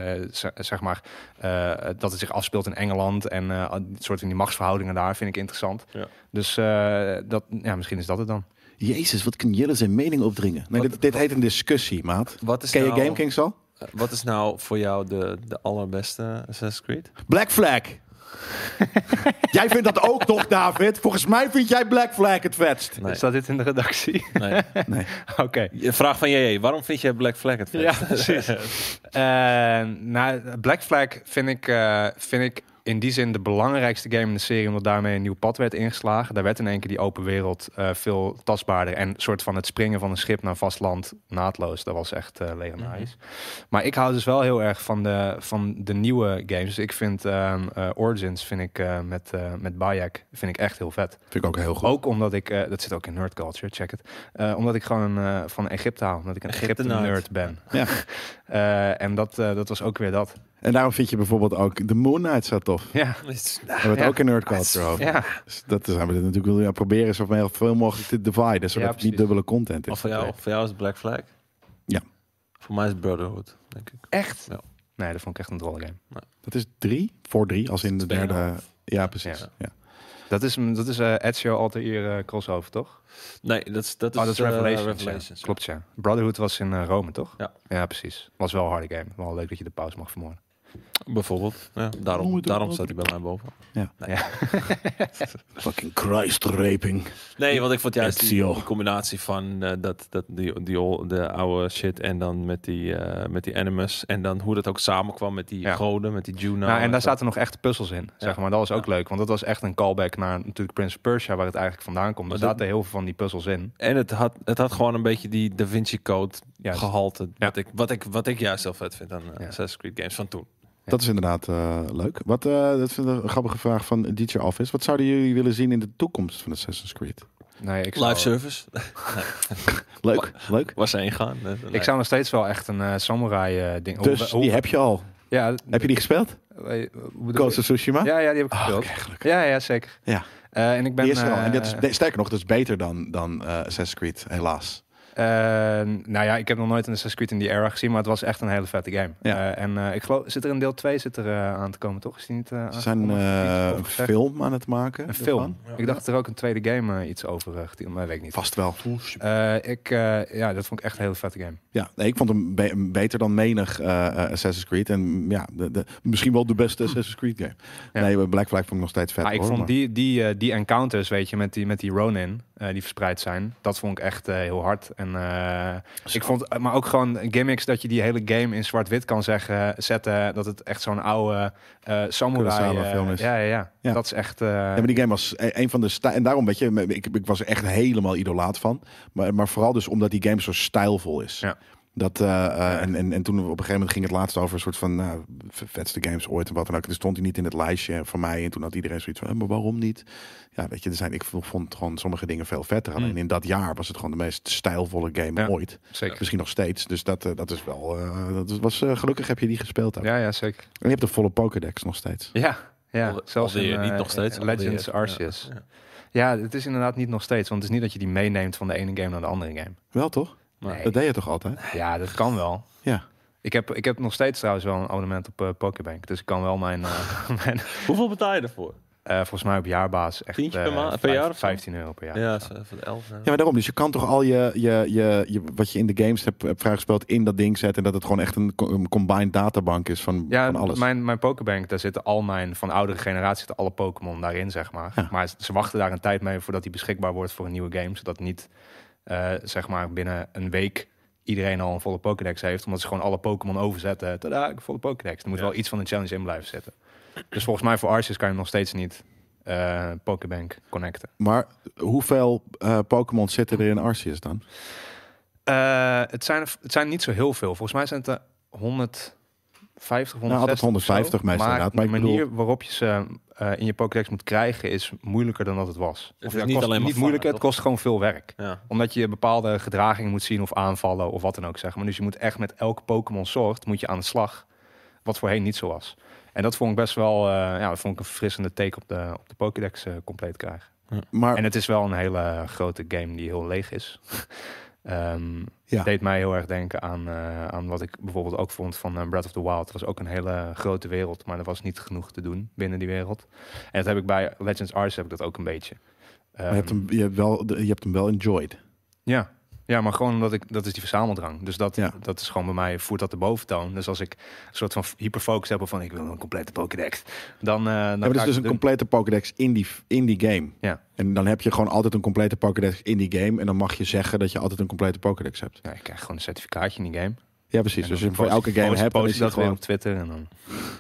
zeg maar dat het zich afspeelt in Engeland en het soort van die machtsverhoudingen daar vind ik interessant. Ja. Dus misschien is dat het dan. Jezus, wat kan Jelle zijn mening opdringen? Nee, dit heet een discussie, maat. Wat is Ken je nou, Game Kings al? Wat is nou voor jou de allerbeste Assassin's Creed? Black Flag. Jij vindt dat ook toch, David? Volgens mij vind jij Black Flag het vetst. Nee. Staat dit in de redactie? Nee. Nee. Oké. Vraag van JJ, waarom vind jij Black Flag het vet? Ja, precies. Black Flag vind ik in die zin de belangrijkste game in de serie, omdat daarmee een nieuw pad werd ingeslagen. Daar werd in één keer die open wereld veel tastbaarder en soort van het springen van een schip naar vastland naadloos. Dat was echt legendarisch. Maar ik hou dus wel heel erg van de nieuwe games. Dus ik vind Origins met Bayek vind ik echt heel vet. Vind ik ook heel goed. Ook omdat ik, dat zit ook in nerd culture, check het. Omdat ik gewoon van Egypte hou. Omdat ik een Egypte-nerd ben. Ja. En dat was ook weer dat. En daarom vind je bijvoorbeeld ook de Moon Knight zo tof. Ja. We hebben het ook in Nerd Culture over. Ja. Dus dat zijn we natuurlijk willen proberen zoveel mogelijk te dividen, zodat het niet precies. dubbele content is. Of voor jou is het Black Flag? Ja. Voor mij is het Brotherhood, denk ik. Echt? Ja. Nee, dat vond ik echt een drolle game. Dat is 3 voor 3, als in de 2,5. derde. Ja, precies. Ja. Ja. Dat is Ezio Altair crossover, toch? Nee, dat is Revelations. Revelations. Ja. Klopt, ja. Brotherhood was in Rome, toch? Ja. Ja, precies. Was wel een harde game. Wel leuk dat je de pauze mag vermoorden. Bijvoorbeeld. Ja, daarom staat hij bij mij boven. Ja. Fucking Christ raping. Nee, want ik vond juist Ezio. die combinatie van de oude shit en dan met die Animus. En dan hoe dat ook samenkwam met die goden, met die Juno. Nou, en daar zaten nog echt puzzels in, zeg maar. Dat was ook leuk, want dat was echt een callback naar natuurlijk Prince of Persia, waar het eigenlijk vandaan komt. Er zaten heel veel van die puzzels in. En het had gewoon een beetje die Da Vinci Code gehalte. Ja. Wat ik juist heel vet vind aan Assassin's Creed games van toen. Dat is inderdaad leuk. Dat vind ik een grappige vraag van DJ Office. Wat zouden jullie willen zien in de toekomst van Assassin's Creed? Nee, Live service. Leuk. Waar ze heen gaan. Ik zou nog steeds wel echt een samurai ding... Dus die heb je al. Ja, Heb je die gespeeld? Ghost of Tsushima? Ja, die heb ik gespeeld. Okay, gelukkig. Ja, zeker. Ja. En ik ben... Die is er al. En dat is, sterker nog, dat is beter dan Assassin's Creed, helaas. Nou ja, ik heb nog nooit een Assassin's Creed in die era gezien, maar het was echt een hele vette game. Ja. En ik geloof, zit er een deel 2 aan te komen, toch? Is die niet Ze zijn een film aan het maken. Een film? Ja. Ik dacht dat er ook een tweede game iets over getiteld, maar weet ik niet. Vast wel. Ja, dat vond ik echt een hele vette game. Ja, nee, ik vond hem beter dan menig Assassin's Creed. En ja, misschien wel de beste Assassin's Creed game. Ja. Nee, Black Flag vond ik nog steeds vet. Maar ik vond die encounters, weet je, met die Ronin, die verspreid zijn, dat vond ik echt heel hard. En ik vond, maar ook gewoon gimmicks dat je die hele game in zwart-wit kan zetten, dat het echt zo'n oude samurai film is. Ja. Dat is echt. Ja, maar die game was een van de en daarom weet je, ik was er echt helemaal idolaat van, maar vooral dus omdat die game zo stijlvol is. Ja. En toen op een gegeven moment ging het laatst over een soort van vetste games ooit en wat dan ook. Toen stond hij niet in het lijstje van mij en toen had iedereen zoiets van, maar waarom niet? Ja, weet je, ik vond gewoon sommige dingen veel vetter. En in dat jaar was het gewoon de meest stijlvolle game ooit. Zeker. Misschien nog steeds. Dus dat is wel, gelukkig heb je die gespeeld ook. Ja, zeker. En je hebt de volle Pokédex nog steeds. Ja. Zelfs niet nog steeds. Legends Arceus. Ja, het is inderdaad niet nog steeds, want het is niet dat je die meeneemt van de ene game naar de andere game. Wel toch? Nee. Dat deed je toch altijd? Ja, dat kan wel. Ja. Ik heb nog steeds trouwens wel een abonnement op Pokébank. Dus ik kan wel mijn... Hoeveel betaal je ervoor? Volgens mij op jaarbasis echt per jaar of zo? €15 per jaar. Ja, voor de 11. Ja, maar daarom. Dus je kan toch al je wat je in de games hebt vrijgespeeld in dat ding zetten. En dat het gewoon echt een combined databank is van alles. Mijn Pokébank, daar zitten al mijn van oudere generatie, zitten alle Pokémon daarin, zeg maar. Ja. Maar ze wachten daar een tijd mee voordat die beschikbaar wordt voor een nieuwe game. Zodat niet, zeg maar, binnen een week iedereen al een volle Pokédex heeft. Omdat ze gewoon alle Pokémon overzetten. Tada, ik heb een volle Pokédex. Er moet wel iets van de challenge in blijven zitten. Dus volgens mij voor Arceus kan je nog steeds niet Pokébank connecten. Maar hoeveel Pokémon zitten er in Arceus dan? Het zijn niet zo heel veel. Volgens mij zijn het er 150, 160 altijd 150 meestal maar inderdaad. Maar de manier waarop je ze in je Pokédex moet krijgen is moeilijker dan dat het was. Het Of is ja, niet kost, alleen maar niet moeilijker, vangen, het kost gewoon veel werk. Ja. Omdat je bepaalde gedragingen moet zien of aanvallen of wat dan ook, zeg maar. Dus je moet echt met elke Pokémon soort moet je aan de slag, wat voorheen niet zo was. En dat vond ik best wel, dat vond ik een verfrissende take op de Pokédex compleet krijgen. Maar, En het is wel een hele grote game die heel leeg is. Het deed mij heel erg denken aan wat ik bijvoorbeeld ook vond van Breath of the Wild. Het was ook een hele grote wereld, maar er was niet genoeg te doen binnen die wereld. En dat heb ik bij Legends Arceus heb ik dat ook een beetje. je hebt hem wel enjoyed. Ja, Ja, maar gewoon omdat dat is die verzameldrang. Dus dat is gewoon bij mij, voert dat de boventoon. Dus als ik een soort van hyperfocus heb van ik wil een complete Pokédex, dan het is dus een complete Pokédex in die game. Ja. En dan heb je gewoon altijd een complete Pokédex in die game. En dan mag je zeggen dat je altijd een complete Pokédex hebt. Ja, je krijgt gewoon een certificaatje in die game. Ja, precies. En Dus dan je voor elke game hebt, dan is dat het gewoon... weer op Twitter en dan...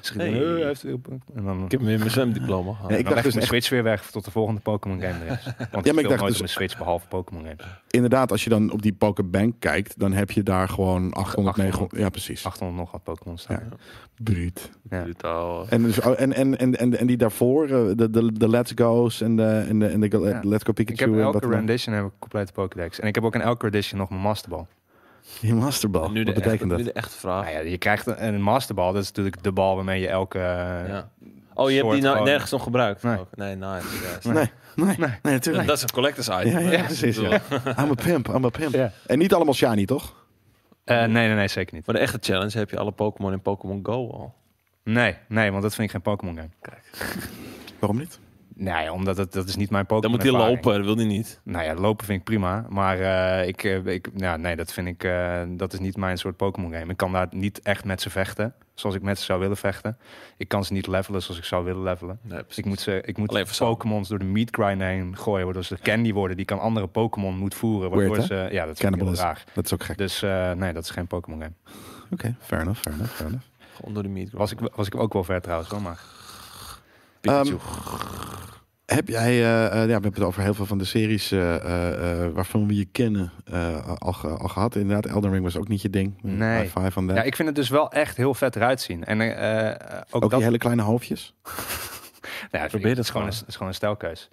En dan Ik heb weer mijn zwemdiploma gehad. Ja, ik dan dacht leg dus mijn Switch weer weg tot de volgende Pokémon game er is. Want ik ik dacht nooit dus- op mijn Switch behalve Pokémon games. Inderdaad, als je dan op die Pokébank kijkt, dan heb je daar gewoon 800, 900... Ja, precies. 800 nog wat Pokémon staan. Ja. Bruut. Ja. Brutaal. En, dus, en die daarvoor, de Let's Go's en de Let's Go Pikachu. Ik heb en elke wat dan ook. rendition heb ik een complete Pokédex. En ik heb ook in elke rendition nog mijn Masterball. Je Masterball, Nu wat de betekent echte, dat? Nu de echte vraag. Nou ja, je krijgt een Masterball. Dat is natuurlijk de bal waarmee je elke... Ja. Oh, je hebt soort die nou gewoon- nergens nog gebruikt? Nee. Oh, nee, nice. Yes. Nee, natuurlijk. Dat is een collector's item. Ja, precies. Ja. I'm a pimp. Ja. En niet allemaal shiny, toch? Nee, zeker niet. Maar de echte challenge heb je alle Pokémon in Pokémon Go al. Nee, want dat vind ik geen Pokémon game. Waarom niet? Nee, omdat dat is niet mijn Dan Pokémon moet hij ervaring. lopen, dat wil hij niet. Nou ja, lopen vind ik prima. Maar dat vind ik... dat is niet mijn soort Pokémon game. Ik kan daar niet echt met ze vechten. Zoals ik met ze zou willen vechten. Ik kan ze niet levelen zoals ik zou willen levelen. Nee, Dus ik moet Alleen verzamelen. Pokémons door de meat grind heen gooien. Waardoor ze candy worden. Die kan andere Pokémon moet voeren. Waardoor Weird, ze... Ja, dat vind ik heel Cannibalism. raar. Dat is ook gek. Dus nee, dat is geen Pokémon game. Oké, fair enough. Gewoon door de meat. Was ik ook wel ver trouwens hoor, maar... Pikachu. Heb jij, we hebben het over heel veel van de series waarvan we je kennen al gehad. Inderdaad, Elden Ring was ook niet je ding. Nee. High five van dat. Ja, ik vind het dus wel echt heel vet eruit zien. En ook ook dat... die hele kleine hoofdjes. Ja, Probeer het het is gewoon gewoon. het is gewoon een stijlkeus.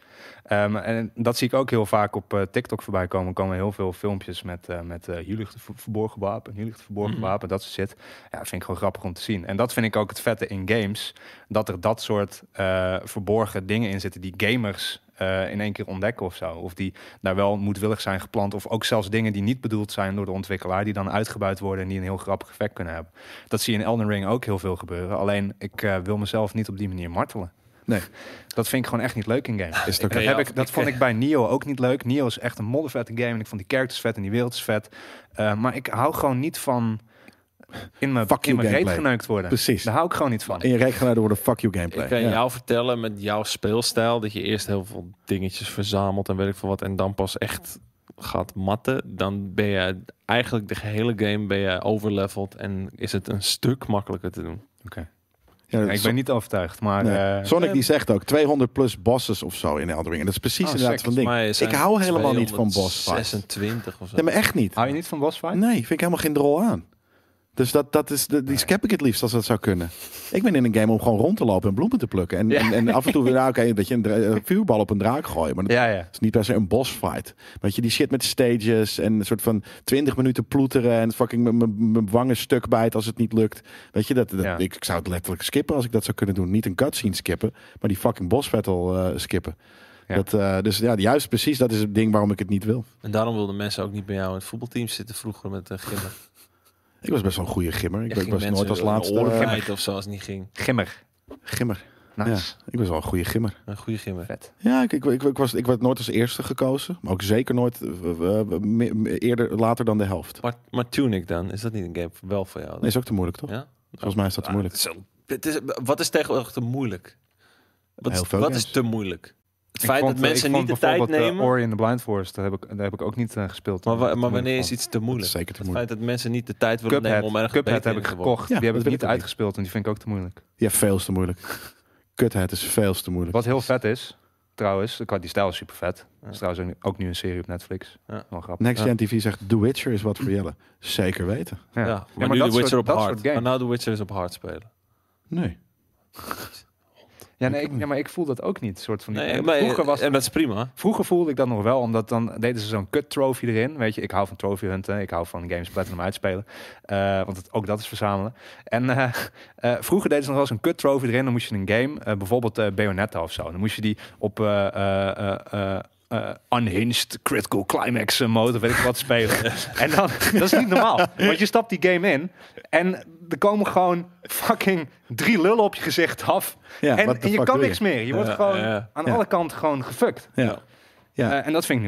En dat zie ik ook heel vaak op TikTok voorbij komen. Er komen heel veel filmpjes met hier ligt een verborgen wapen, hier ligt een verborgen wapen, dat soort shit. Ja, dat vind ik gewoon grappig om te zien. En dat vind ik ook het vette in games. Dat er dat soort verborgen dingen in zitten die gamers in één keer ontdekken of zo. Of die daar wel moedwillig zijn geplant. Of ook zelfs dingen die niet bedoeld zijn door de ontwikkelaar, die dan uitgebuit worden en die een heel grappig effect kunnen hebben. Dat zie je in Elden Ring ook heel veel gebeuren. Alleen ik wil mezelf niet op die manier martelen. Nee. Dat vind ik gewoon echt niet leuk in games. Is het ook Dat, oké? dat vond ik bij Nioh ook niet leuk. Nioh is echt een moddervette game. En ik vond die characters vet en die wereld is vet. Maar ik hou gewoon niet van in mijn Fuck you reet gameplay. geneukt worden. Precies. Daar hou ik gewoon niet van. In je rekengeluiden worden fuck you gameplay. Ik kan Ja. jou vertellen met jouw speelstijl dat je eerst heel veel dingetjes verzamelt en weet ik veel wat en dan pas echt gaat matten. Dan ben je eigenlijk de gehele game ben je overleveld en is het een stuk makkelijker te doen. Ja, Ja, ik ben niet overtuigd. Maar Nee. Sonic die zegt ook 200 plus bosses of zo in Elden Ring. En dat is precies Oh, inderdaad sick. van ding. Maar Ik hou helemaal niet van boss fights. 26 of zo. Nee, maar echt niet. hou je niet van boss fight? Nee, vind ik helemaal geen drol aan. Dus dat is die skip ik het liefst als dat zou kunnen. Ik ben in een game om gewoon rond te lopen en bloemen te plukken. En, Ja. en af en toe weer dat je een vuurbal op een draak gooit. Maar dat Ja. is niet per se een boss fight. Weet je, die shit met stages en een soort van 20 minuten ploeteren en fucking mijn wangen stuk bijt als het niet lukt. Weet je, Ja. ik zou het letterlijk skippen als ik dat zou kunnen doen. Niet een cutscene skippen, maar die fucking boss battle skippen. Ja. Dus ja, juist precies dat is het ding waarom ik het niet wil. En daarom wilden mensen ook niet bij jou in het voetbalteam zitten vroeger met een gimmer. Ik was best wel een goede gimmer. Ik was mensen nooit als een laatste oorlogheid of zo als het niet ging. Gimmer. gimmer. Nice. Ja, ik was wel een goede gimmer. Een goede gimmer. Vet. Ja, ik werd nooit als eerste gekozen. Maar ook zeker nooit later dan de helft. Maar Tunic dan, is dat niet een game wel voor jou? Nee, is ook te moeilijk, toch? Ja? Volgens mij is dat te moeilijk. Wat is tegenwoordig te moeilijk? Heel veel Wat games. is te moeilijk? Het Ik feit vond- dat mensen ik niet vond de tijd bijvoorbeeld, nemen. Ori in the Blind Forest, daar heb ik ook niet gespeeld. Maar wanneer is iets te Dat moeilijk? is zeker te Het moeilijk. feit dat mensen niet de tijd willen nemen om ergens Cuphead beter heb ik in te worden. gekocht. Ja, die heb dat ik wil niet ik ook uitgespeeld en die vind ik ook te moeilijk. Ja, veel te moeilijk. Cuphead is veel te moeilijk. Wat heel vet is, trouwens, die stijl is super vet. Dat is trouwens ook nu een serie op Netflix. Ja. Wel grappig. Next Gen TV zegt The Witcher is wat voor Jelle. Zeker weten. Ja, Ja. maar maar nu dat de Witcher soort- op dat hard. soort games. Maar nou de Witcher is op hard spelen. Nee. Maar ik voel dat ook niet. Soort van Nee, en maar, vroeger, en dat is prima. vroeger voelde ik dat nog wel, omdat dan deden ze zo'n cut trophy erin. Weet je, ik hou van trophy hunten. Ik hou van games platinum uitspelen. Want ook dat is verzamelen. En vroeger deden ze nog wel zo'n cut trophy erin. Dan moest je een game, bijvoorbeeld Bayonetta of zo. Dan moest je die op unhinged critical climax mode, weet ik wat, spelen. En dan, dat is niet normaal. Want je stapt die game in en er komen gewoon fucking 3 lullen op je gezicht af. Ja, en what the en je fuck kan doe niks meer. Je wordt gewoon Ja. aan Ja. alle kanten gewoon gefuckt. Ja. Ja. En dat vind ik niet leuk.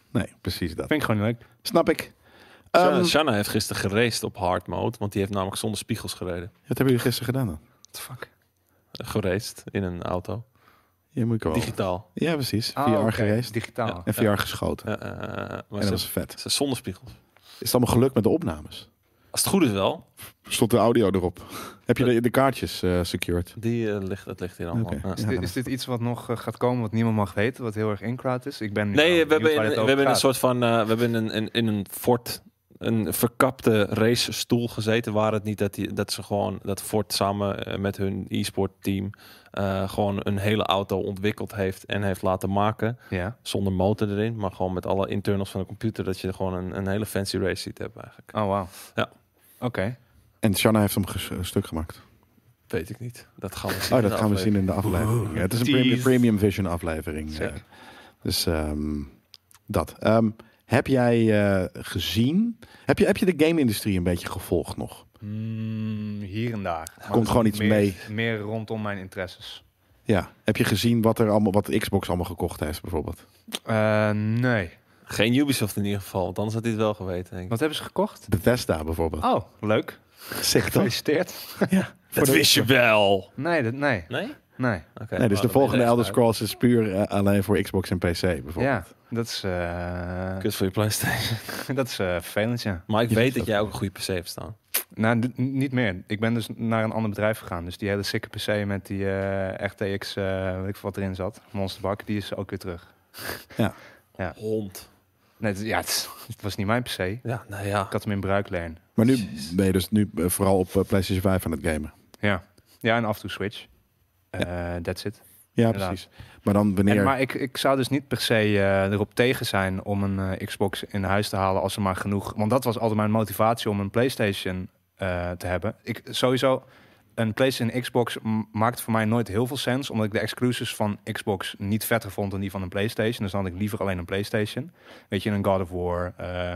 Nee, precies dat. Vind ik gewoon leuk. Snap ik. Shanna heeft gisteren geraced op hard mode, want die heeft namelijk zonder spiegels gereden. Wat hebben jullie gisteren gedaan dan? What the fuck? Geraced in een auto. Ja, moet ik wel. Digitaal. Ja, precies. VR oké. gereisd. Digitaal. En VR geschoten. Maar En dat was vet. ze zonder spiegels. Is het allemaal gelukt met de opnames? Als het goed is wel. Stond de audio erop? Heb je de kaartjes secured? Het ligt hier allemaal. Oké. Ja. Ja. Is dit iets wat nog gaat komen, wat niemand mag weten, wat heel erg in-crowd is? Ik ben nu Nee, wel we benieuwd waar dit over hebben een gaat. soort van... we hebben in een fort... Een verkapte racestoel gezeten. Waar het niet dat Ford samen met hun e-sport team gewoon een hele auto ontwikkeld heeft en heeft laten maken. Ja. Zonder motor erin, maar gewoon met alle internals van de computer. Dat je gewoon een hele fancy race seat hebt eigenlijk. Oh, wauw. Ja. Oké. En Shanna heeft hem stuk gemaakt. Weet ik niet. Dat gaan we zien. Oh, dat gaan we zien in de aflevering. Ja, het is een premium Vision aflevering. Zeker. Dus dat. Heb jij gezien... Heb je de game-industrie een beetje gevolgd nog? Hier en daar. Maar komt dat gewoon is iets meer, mee. Meer rondom mijn interesses. Ja. Heb je gezien wat Xbox allemaal gekocht heeft, bijvoorbeeld? Nee. Geen Ubisoft in ieder geval, want anders had hij het wel geweten. Denk ik. Wat hebben ze gekocht? Bethesda bijvoorbeeld. Oh, leuk. Sick, toch? Gefeliciteerd. Ja. Dat wist je wel. Nee. Nee? Nee. Oké. Nee, dus de Nou, volgende dan ben Elder je Scrolls is puur alleen voor Xbox en PC, bijvoorbeeld. Ja, dat is... Kus voor je PlayStation. dat is vervelend, ja. Maar ik Ja, weet dat dat jij ook een goede PC hebt staan. Nou, niet meer. Ik ben dus naar een ander bedrijf gegaan. Dus die hele sikke PC met die RTX, weet ik veel wat erin zat, Monsterbak, die is ook weer terug. Hond. Nee, het was niet mijn PC. Ik Ja, nou ja. had hem in bruikleen. Maar nu ben je dus vooral op PlayStation 5 aan het gamen. Ja, en af en toe Switch. That's it. Ja, Inderdaad. precies. Maar dan wanneer... Maar ik zou dus niet per se erop tegen zijn om een Xbox in huis te halen als er maar genoeg... Want dat was altijd mijn motivatie om een PlayStation te hebben. Sowieso, een PlayStation en Xbox maakt voor mij nooit heel veel sens, omdat ik de exclusives van Xbox niet vetter vond dan die van een PlayStation. Dus dan had ik liever alleen een PlayStation. Weet je, een God of War.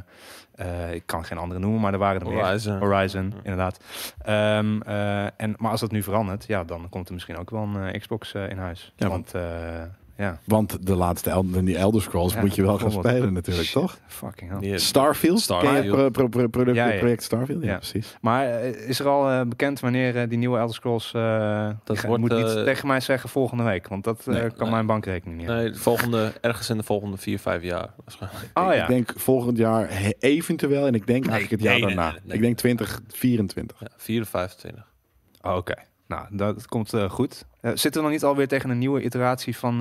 Ik kan geen andere noemen, maar er waren er meer. Horizon, inderdaad. Maar als dat nu verandert, ja, dan komt er misschien ook wel een Xbox in huis. Ja, Want Want de laatste die Elder Scrolls Ja, moet je wel gaan bijvoorbeeld. spelen natuurlijk, Shit, toch? fucking hell. Die- Starfield? Starfield. Ken je Ja. project Starfield? Ja, Ja. precies. Maar is er al bekend wanneer die nieuwe Elder Scrolls... Dat je wordt, moet niet tegen mij zeggen volgende week, want dat kan nee. mijn bankrekening niet. Nee, ergens in de volgende 4-5 jaar waarschijnlijk. Oh ja. Ik denk volgend jaar eventueel en ik denk eigenlijk het jaar nee, daarna. nee. Ik denk 2024. Ja, 4 of 25. Oh, oké. Nou, dat komt goed. Zitten we nog niet alweer tegen een nieuwe iteratie van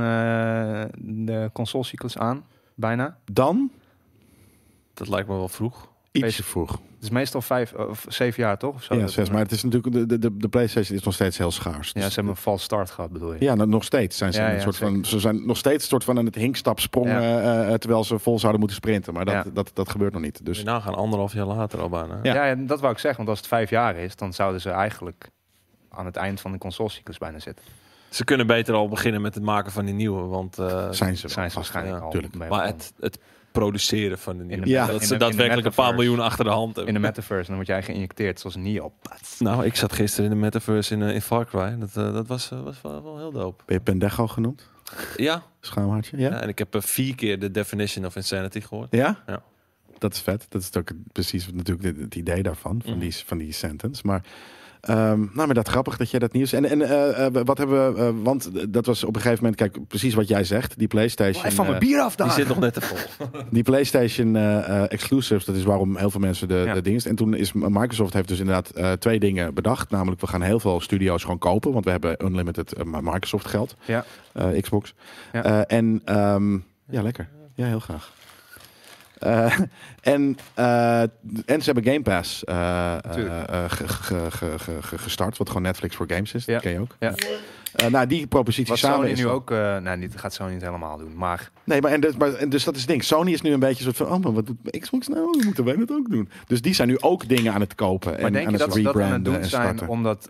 de consolecyclus aan? Bijna. Dan Dat lijkt me wel vroeg. ietsje vroeg. Het is meestal 5 of 7 jaar, toch? Of zo, Ja, dat 6. Maar het is natuurlijk de PlayStation is nog steeds heel schaars. Ja, Dus ze hebben een false start gehad, bedoel je? ja, nou, nog steeds zijn ze Ja, een ja, soort van. zeker. Ze zijn nog steeds een soort van aan het hinkstap sprongen terwijl ze vol zouden moeten sprinten. Maar Ja. dat gebeurt nog niet. Dus Dus nagaan 1,5 jaar later al bijna. Ja. Ja, dat wou ik zeggen. Want als het 5 jaar is, dan zouden ze eigenlijk aan het eind van de consolecyclus bijna zitten. Ze kunnen beter al beginnen met het maken van die nieuwe. Want zijn ze Zijn ze vast. waarschijnlijk ja, al tuurlijk. mee maar begonnen. het produceren van de nieuwe. de- Ja. dat in ze de- in daadwerkelijk de een paar metaverse. miljoen achter de hand In hebben. de metaverse, dan word je eigen geïnjecteerd, zoals Neo. Nou, ik zat gisteren in de metaverse in Far Cry. Dat was wel heel dope. Ben je Pendejo genoemd? Ja, Schaamhaartje? ja. Ja? En ik heb 4 keer de definition of insanity gehoord. Ja? Ja. Dat is vet. Dat is ook precies natuurlijk het idee daarvan, van die sentence. Maar, maar dat grappig dat jij dat nieuws... En wat hebben we... want dat was op een gegeven moment... Kijk, precies wat jij zegt. Die PlayStation... Even van mijn bier af Die daar! zit nog net te vol. Die PlayStation exclusives, dat is waarom heel veel mensen Ja. de dienst. En toen is Microsoft heeft dus inderdaad 2 dingen bedacht. Namelijk, we gaan heel veel studio's gewoon kopen. Want we hebben unlimited Microsoft geld. Ja. Xbox. Ja. Ja, lekker. Ja, heel graag. En ze hebben Game Pass gestart. Wat gewoon Netflix voor games is. Ja. Dat ken je ook. Ja. Nou, die propositie Wat samen Sony is nu dan- ook... dat gaat Sony niet helemaal doen. Maar Nee, dus dat is het ding. Sony is nu een beetje soort van... Oh, maar wat doet Xbox nou? Dan moeten wij dat ook doen. Dus die zijn nu ook dingen aan het kopen. Maar En denk aan je het dat ze dat aan het rebranden doen en zijn starten. omdat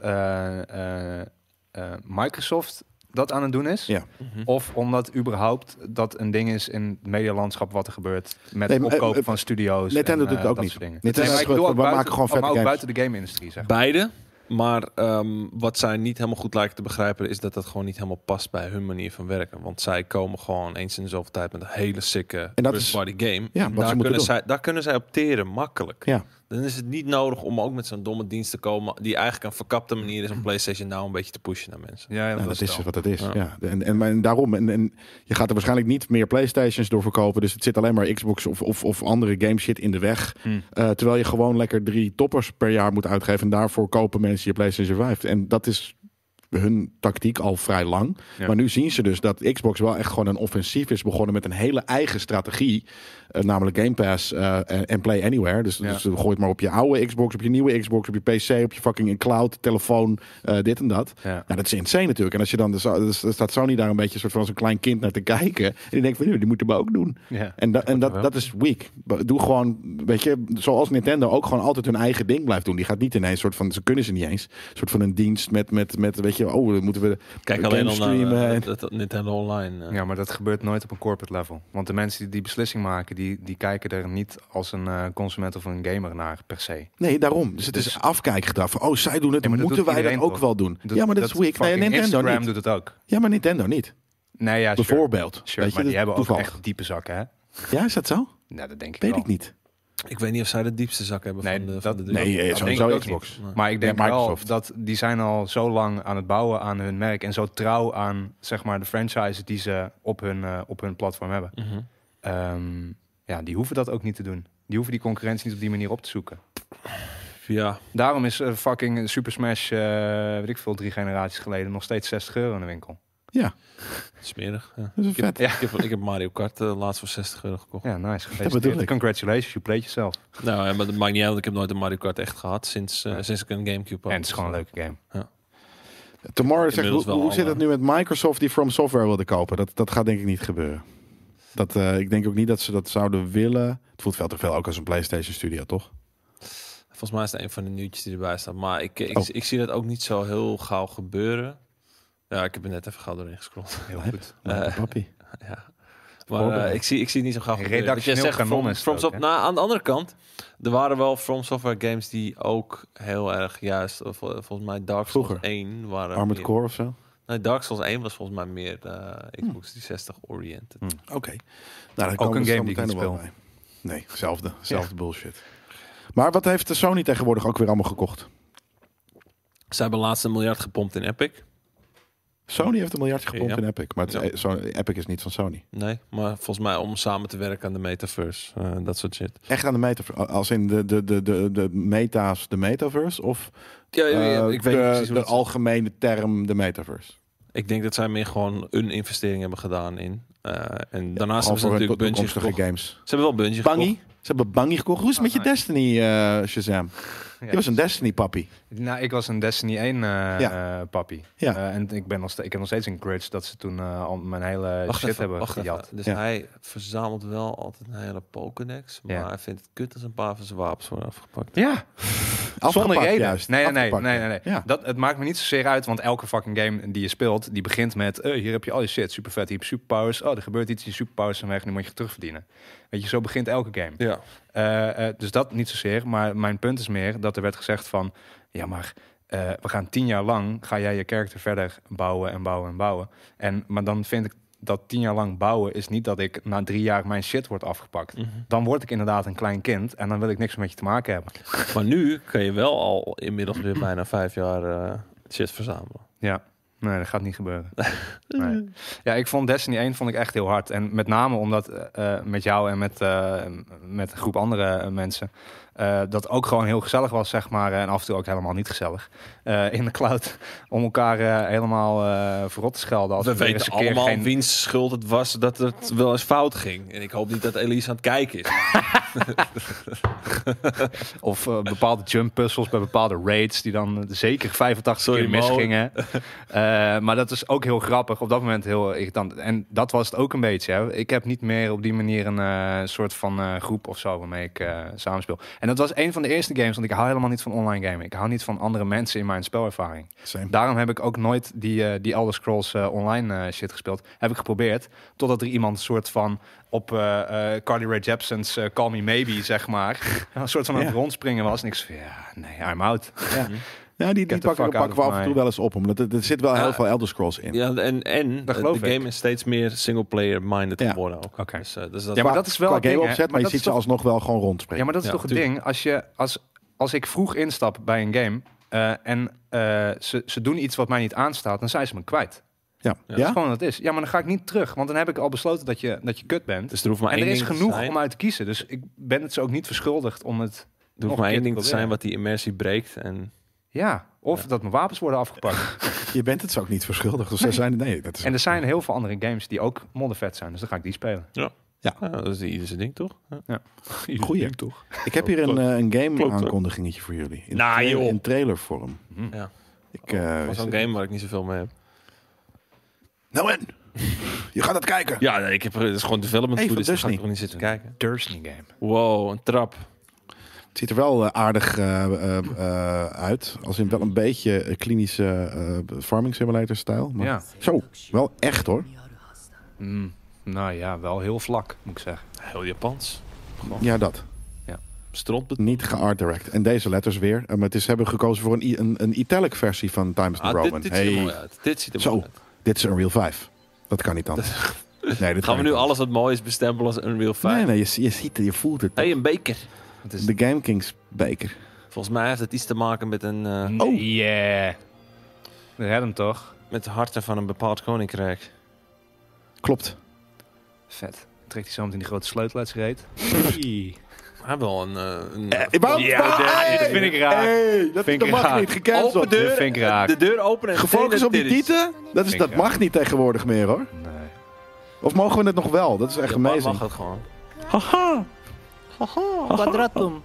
Microsoft dat aan het doen is? Ja. Of omdat überhaupt dat een ding is in het medialandschap wat er gebeurt met Nee, het maar, opkopen van studio's? Nintendo en, doet het ook dat niet. soort dingen. Nintendo Nee, maar is ik bedoel gewoon, ook we buiten- maken gewoon vette maar ook games. buiten de game-industrie, zeg maar. Beide. Maar wat zij niet helemaal goed lijken te begrijpen is dat gewoon niet helemaal past bij hun manier van werken. Want zij komen gewoon eens in zoveel tijd met een hele sicke first-party game. Ja, daar kunnen zij op teren, makkelijk. Ja. Dan is het niet nodig om ook met zo'n domme dienst te komen die eigenlijk een verkapte manier is om PlayStation nou een beetje te pushen naar mensen. Ja, dat is wat het is. Ja. Ja. En daarom. En je gaat er waarschijnlijk niet meer PlayStations door verkopen. Dus het zit alleen maar Xbox of andere game shit in de weg. Terwijl je gewoon lekker 3 toppers per jaar moet uitgeven. En daarvoor kopen mensen je PlayStation 5. En dat is hun tactiek al vrij lang. Ja. Maar nu zien ze dus dat Xbox wel echt gewoon een offensief is begonnen met een hele eigen strategie. Namelijk Game Pass en Play Anywhere. Dus gooi het maar op je oude Xbox, op je nieuwe Xbox, op je PC, op je fucking cloud, telefoon, dit en dat. Ja. Nou, dat is insane natuurlijk. En als je dan, dus staat Sony daar een beetje soort van als een klein kind naar te kijken. En die denkt van, die moeten we ook doen. Ja. En dat is weak. Doe gewoon, weet je, zoals Nintendo ook gewoon altijd hun eigen ding blijft doen. Die gaat niet ineens soort van, ze kunnen ze niet eens, soort van een dienst met weet je, dan moeten we kijk alleen al streamen. naar dat Nintendo Online. Ja, maar dat gebeurt nooit op een corporate level. Want de mensen die die beslissing maken, die kijken er niet als een consument of een gamer naar per se. Nee, daarom. Dus het is afkijkgedrag van, zij doen het, Ja, maar dat moeten doet wij dat iedereen ook toch? wel doen. Ja, maar dat is weak. Nee, Nintendo Instagram niet. doet het ook. Ja, maar Nintendo niet. Nee, ja, Bijvoorbeeld. Sure, Weet je, maar die dat hebben toevallig. ook echt diepe zakken, hè? Ja, is dat zo? Nou, dat denk ik Weet wel. ik niet. Ik weet niet of zij de diepste zak hebben Nee, van de drie. Nee, dat sowieso denk ik Xbox. ook niet. Maar ik denk Ja, wel Microsoft. dat die zijn al zo lang aan het bouwen aan hun merk en zo trouw aan, zeg maar, de franchises die ze op hun platform hebben. Ja, die hoeven dat ook niet te doen. Die hoeven die concurrentie niet op die manier op te zoeken. Ja, Daarom is fucking Super Smash, weet ik veel, 3 generaties geleden nog steeds €60 in de winkel. Ja, smerig. Ja. dat is vet. Ja. Ik heb Mario Kart laatst voor €60 gekocht. Ja, nice. bedoel ik. Gefeliciteerd. Congratulations, you played yourself. Nou, ja, maar dat maakt niet uit, want ik heb nooit een Mario Kart echt gehad sinds ik een Gamecube had. En het is gewoon een leuke game. Tomorrow zegt, Inmiddels wel hoe zit alle. het nu met Microsoft die From Software wilde kopen? Dat gaat denk ik niet gebeuren. Ik denk ook niet dat ze dat zouden willen. Het voelt veel te veel ook als een PlayStation Studio, toch? Volgens mij is het een van de nieuwtjes die erbij staat. Maar ik Oh. zie dat ook niet zo heel gauw gebeuren. Ja, ik heb er net even gauw doorheen gescrolld. Heel goed. Papi. Ja. Maar ik zie het niet zo gauw gebeuren. Redactioneel Dat jij zegt kanon is het ook, hè? nou, aan de andere kant, er waren wel From Software games die ook heel erg juist, volgens mij Dark Souls Vroeger. 1 waren Armored meer- Core of zo? Nee, Dark Souls 1 was volgens mij meer Xbox 360 oriented. Oké. Nou, daar Ook komen een we game zo die ik meteen niet nog wel bij. Nee, zelfde bullshit. Maar wat heeft de Sony tegenwoordig ook weer allemaal gekocht? Ze hebben laatst $1 miljard gepompt in Epic. Sony heeft $1 miljard gepompt Ja. in Epic. Maar het is, Epic is niet van Sony. Nee, maar volgens mij om samen te werken aan de metaverse. Dat soort shit. Echt aan de metaverse? Als in de meta's, de metaverse? Of Ja, ik weet niet precies hoe de dat algemene term de metaverse? Ik denk dat zij meer gewoon een investering hebben gedaan in. En daarnaast hebben Al ze voor hun natuurlijk Bungie toekomstige gekocht. games. Ze hebben wel Bungie gekocht. Bungie? Ze hebben Bungie gekocht. Hoe is het met je nice. Destiny, Shazam? Je was een Destiny papi. Nou, ik was een Destiny 1 papi. Ja. En ik heb nog steeds een grudge dat ze toen al mijn hele shit hebben gejat. Dus Ja. hij verzamelt wel altijd een hele Pokédex. Maar Ja. hij vindt het kut als een paar van zijn wapens worden afgepakt. Ja, Afgepakt zonder reden. juist. Nee. Afgepakt, ja. Het maakt me niet zozeer uit, want elke fucking game die je speelt, die begint met, hier heb je al je shit, super vet, je hebt superpowers. Oh, er gebeurt iets, je superpowers zijn weg, nu moet je terugverdienen. Weet je, zo begint elke game. Ja. Dus dat niet zozeer, maar mijn punt is meer dat er werd gezegd van, ja, maar we gaan 10 jaar lang, ga jij je character verder bouwen en bouwen en bouwen. Maar dan vind ik dat 10 jaar lang bouwen is niet dat ik na 3 jaar mijn shit wordt afgepakt. Dan word ik inderdaad een klein kind en dan wil ik niks meer met je te maken hebben. Maar nu kan je wel al inmiddels weer bijna 5 jaar shit verzamelen. Ja, nee, dat gaat niet gebeuren. Nee. Ja, ik vond Destiny 1 vond ik echt heel hard. En met name omdat met jou en met een groep andere mensen dat ook gewoon heel gezellig was, zeg maar. En af en toe ook helemaal niet gezellig. In de cloud. Om elkaar helemaal verrot te schelden. Als We weer eens weten een keer allemaal geen- wiens schuld het was dat het wel eens fout ging. En ik hoop niet dat Elise aan het kijken is. Of bepaalde jump puzzles bij bepaalde raids die dan zeker 85 Sorry, keer Mo. misgingen. Maar dat is ook heel grappig. Op dat moment heel irritant. En dat was het ook een beetje. Hè. Ik heb niet meer op die manier een soort van groep of zo waarmee ik samenspeel. En dat was een van de eerste games, want ik hou helemaal niet van online gamen. Ik hou niet van andere mensen in mijn spelervaring. Same. Daarom heb ik ook nooit die Elder Scrolls online shit gespeeld. Heb ik geprobeerd, totdat er iemand een soort van op Carly Rae Jepsen's Call Me Maybe, zeg maar, een soort van aan het Ja. rondspringen was. En ik zei, ja, nee, I'm out. Ja. Ja, die Get the pakken fuck out we of af en toe my- wel eens op. Omdat er zit wel heel veel Elder Scrolls in. Ja, en Dat de geloof ik. game is steeds meer single-player-minded Ja. geworden ook. Oké. Dus dat Ja, maar dat is wel qua het ding, game hè. opzet, maar Maar je dat ziet is ze toch- alsnog wel gewoon rondspringen. Ja, maar dat is Ja, toch het tuurlijk. ding. Als ik vroeg instap bij een game en ze doen iets wat mij niet aanstaat, dan zijn ze me kwijt. Ja. Ja. Dat is gewoon wat het is. Ja, maar dan ga ik niet terug, want dan heb ik al besloten dat je kut bent. Dus er hoeft maar En één er is ding te genoeg zijn. om uit te kiezen. Dus ik ben het ze ook niet verschuldigd om het Er nog hoeft maar een één keer ding te proberen. zijn wat die immersie breekt. En Ja, of Ja. dat mijn wapens worden afgepakt. Je bent het zo ook niet verschuldigd. Dus nee, dat is En er zijn heel veel andere games die ook moddervet zijn. Dus dan ga ik die spelen. ja, dat is ieder zijn ding, toch? Ja. Goeie. toch? Ik heb hier een Klopt, game hoor. aankondigingetje voor jullie. Nou, joh. In trailervorm. Ja. Ik, Dat is zo'n game waar ik niet zoveel mee heb. Nou en? Je gaat het kijken. Ja, nee, het is gewoon development Hey, tool, van dus daar ga ik Disney. toch niet zitten kijken. Disney game. Wow, een trap. Het ziet er wel aardig uit. Als in wel een beetje klinische farming simulator stijl. Maar Ja. zo, wel echt hoor. Nou ja, wel heel vlak, moet ik zeggen. Heel Japans. Ja, dat. Stront. Niet geart direct. En deze letters weer. Maar het is, hebben gekozen voor een italic versie van Times New Roman. Dit ziet er mooi uit. Dit ziet er Zo. mooi uit. Dit is Unreal 5. Dat kan niet anders. Nee, dit Gaan we kan nu niet alles wat mooi is bestempelen als Unreal 5? anders. Nee, je ziet het, je voelt het. Hey, een beker. Het is De Game Kings beker. Volgens mij heeft het iets te maken met een Oh. Yeah. We hebben hem toch? met de harten van een bepaald koninkrijk. Klopt. Vet. Trekt hij zo meteen die grote sleutel uit zijn reet? Hij heeft wel een dat vind ik raar. Hey, dat Vind ik mag raar. niet gecanceld. open deur. Dit vind ik raar. De deur openen en Gefocust op die titties. tieten? Dat mag niet tegenwoordig meer hoor. Nee. Of mogen we het nog wel? Dat is echt Ja, maar amazing. mag het gewoon. Haha. Quadratum.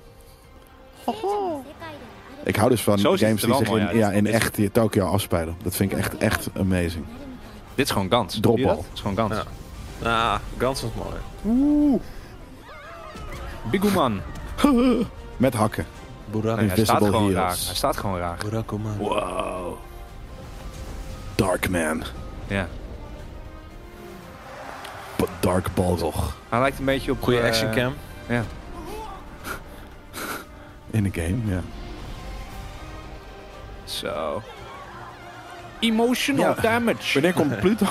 Ik hou dus van Zo ziet het games er die wel zich mooi uit. in echt in Tokio afspelen. Dat vind ik echt amazing. Dit is gewoon Gans. Dropbal. Zie je dat? Het is gewoon Gans. Ja. Nou, Gans was mooi. Biguman. Met hakken. Burak. Nee, hij staat Invisible gewoon Heels. raar. Hij staat gewoon raar. Burakuman. Wow. Darkman. Ja. Dark Balrog. Hij lijkt een beetje op... Goeie action cam. Ja. In de game, ja. Zo. Emotional Ja. damage. Wanneer komt Pluto?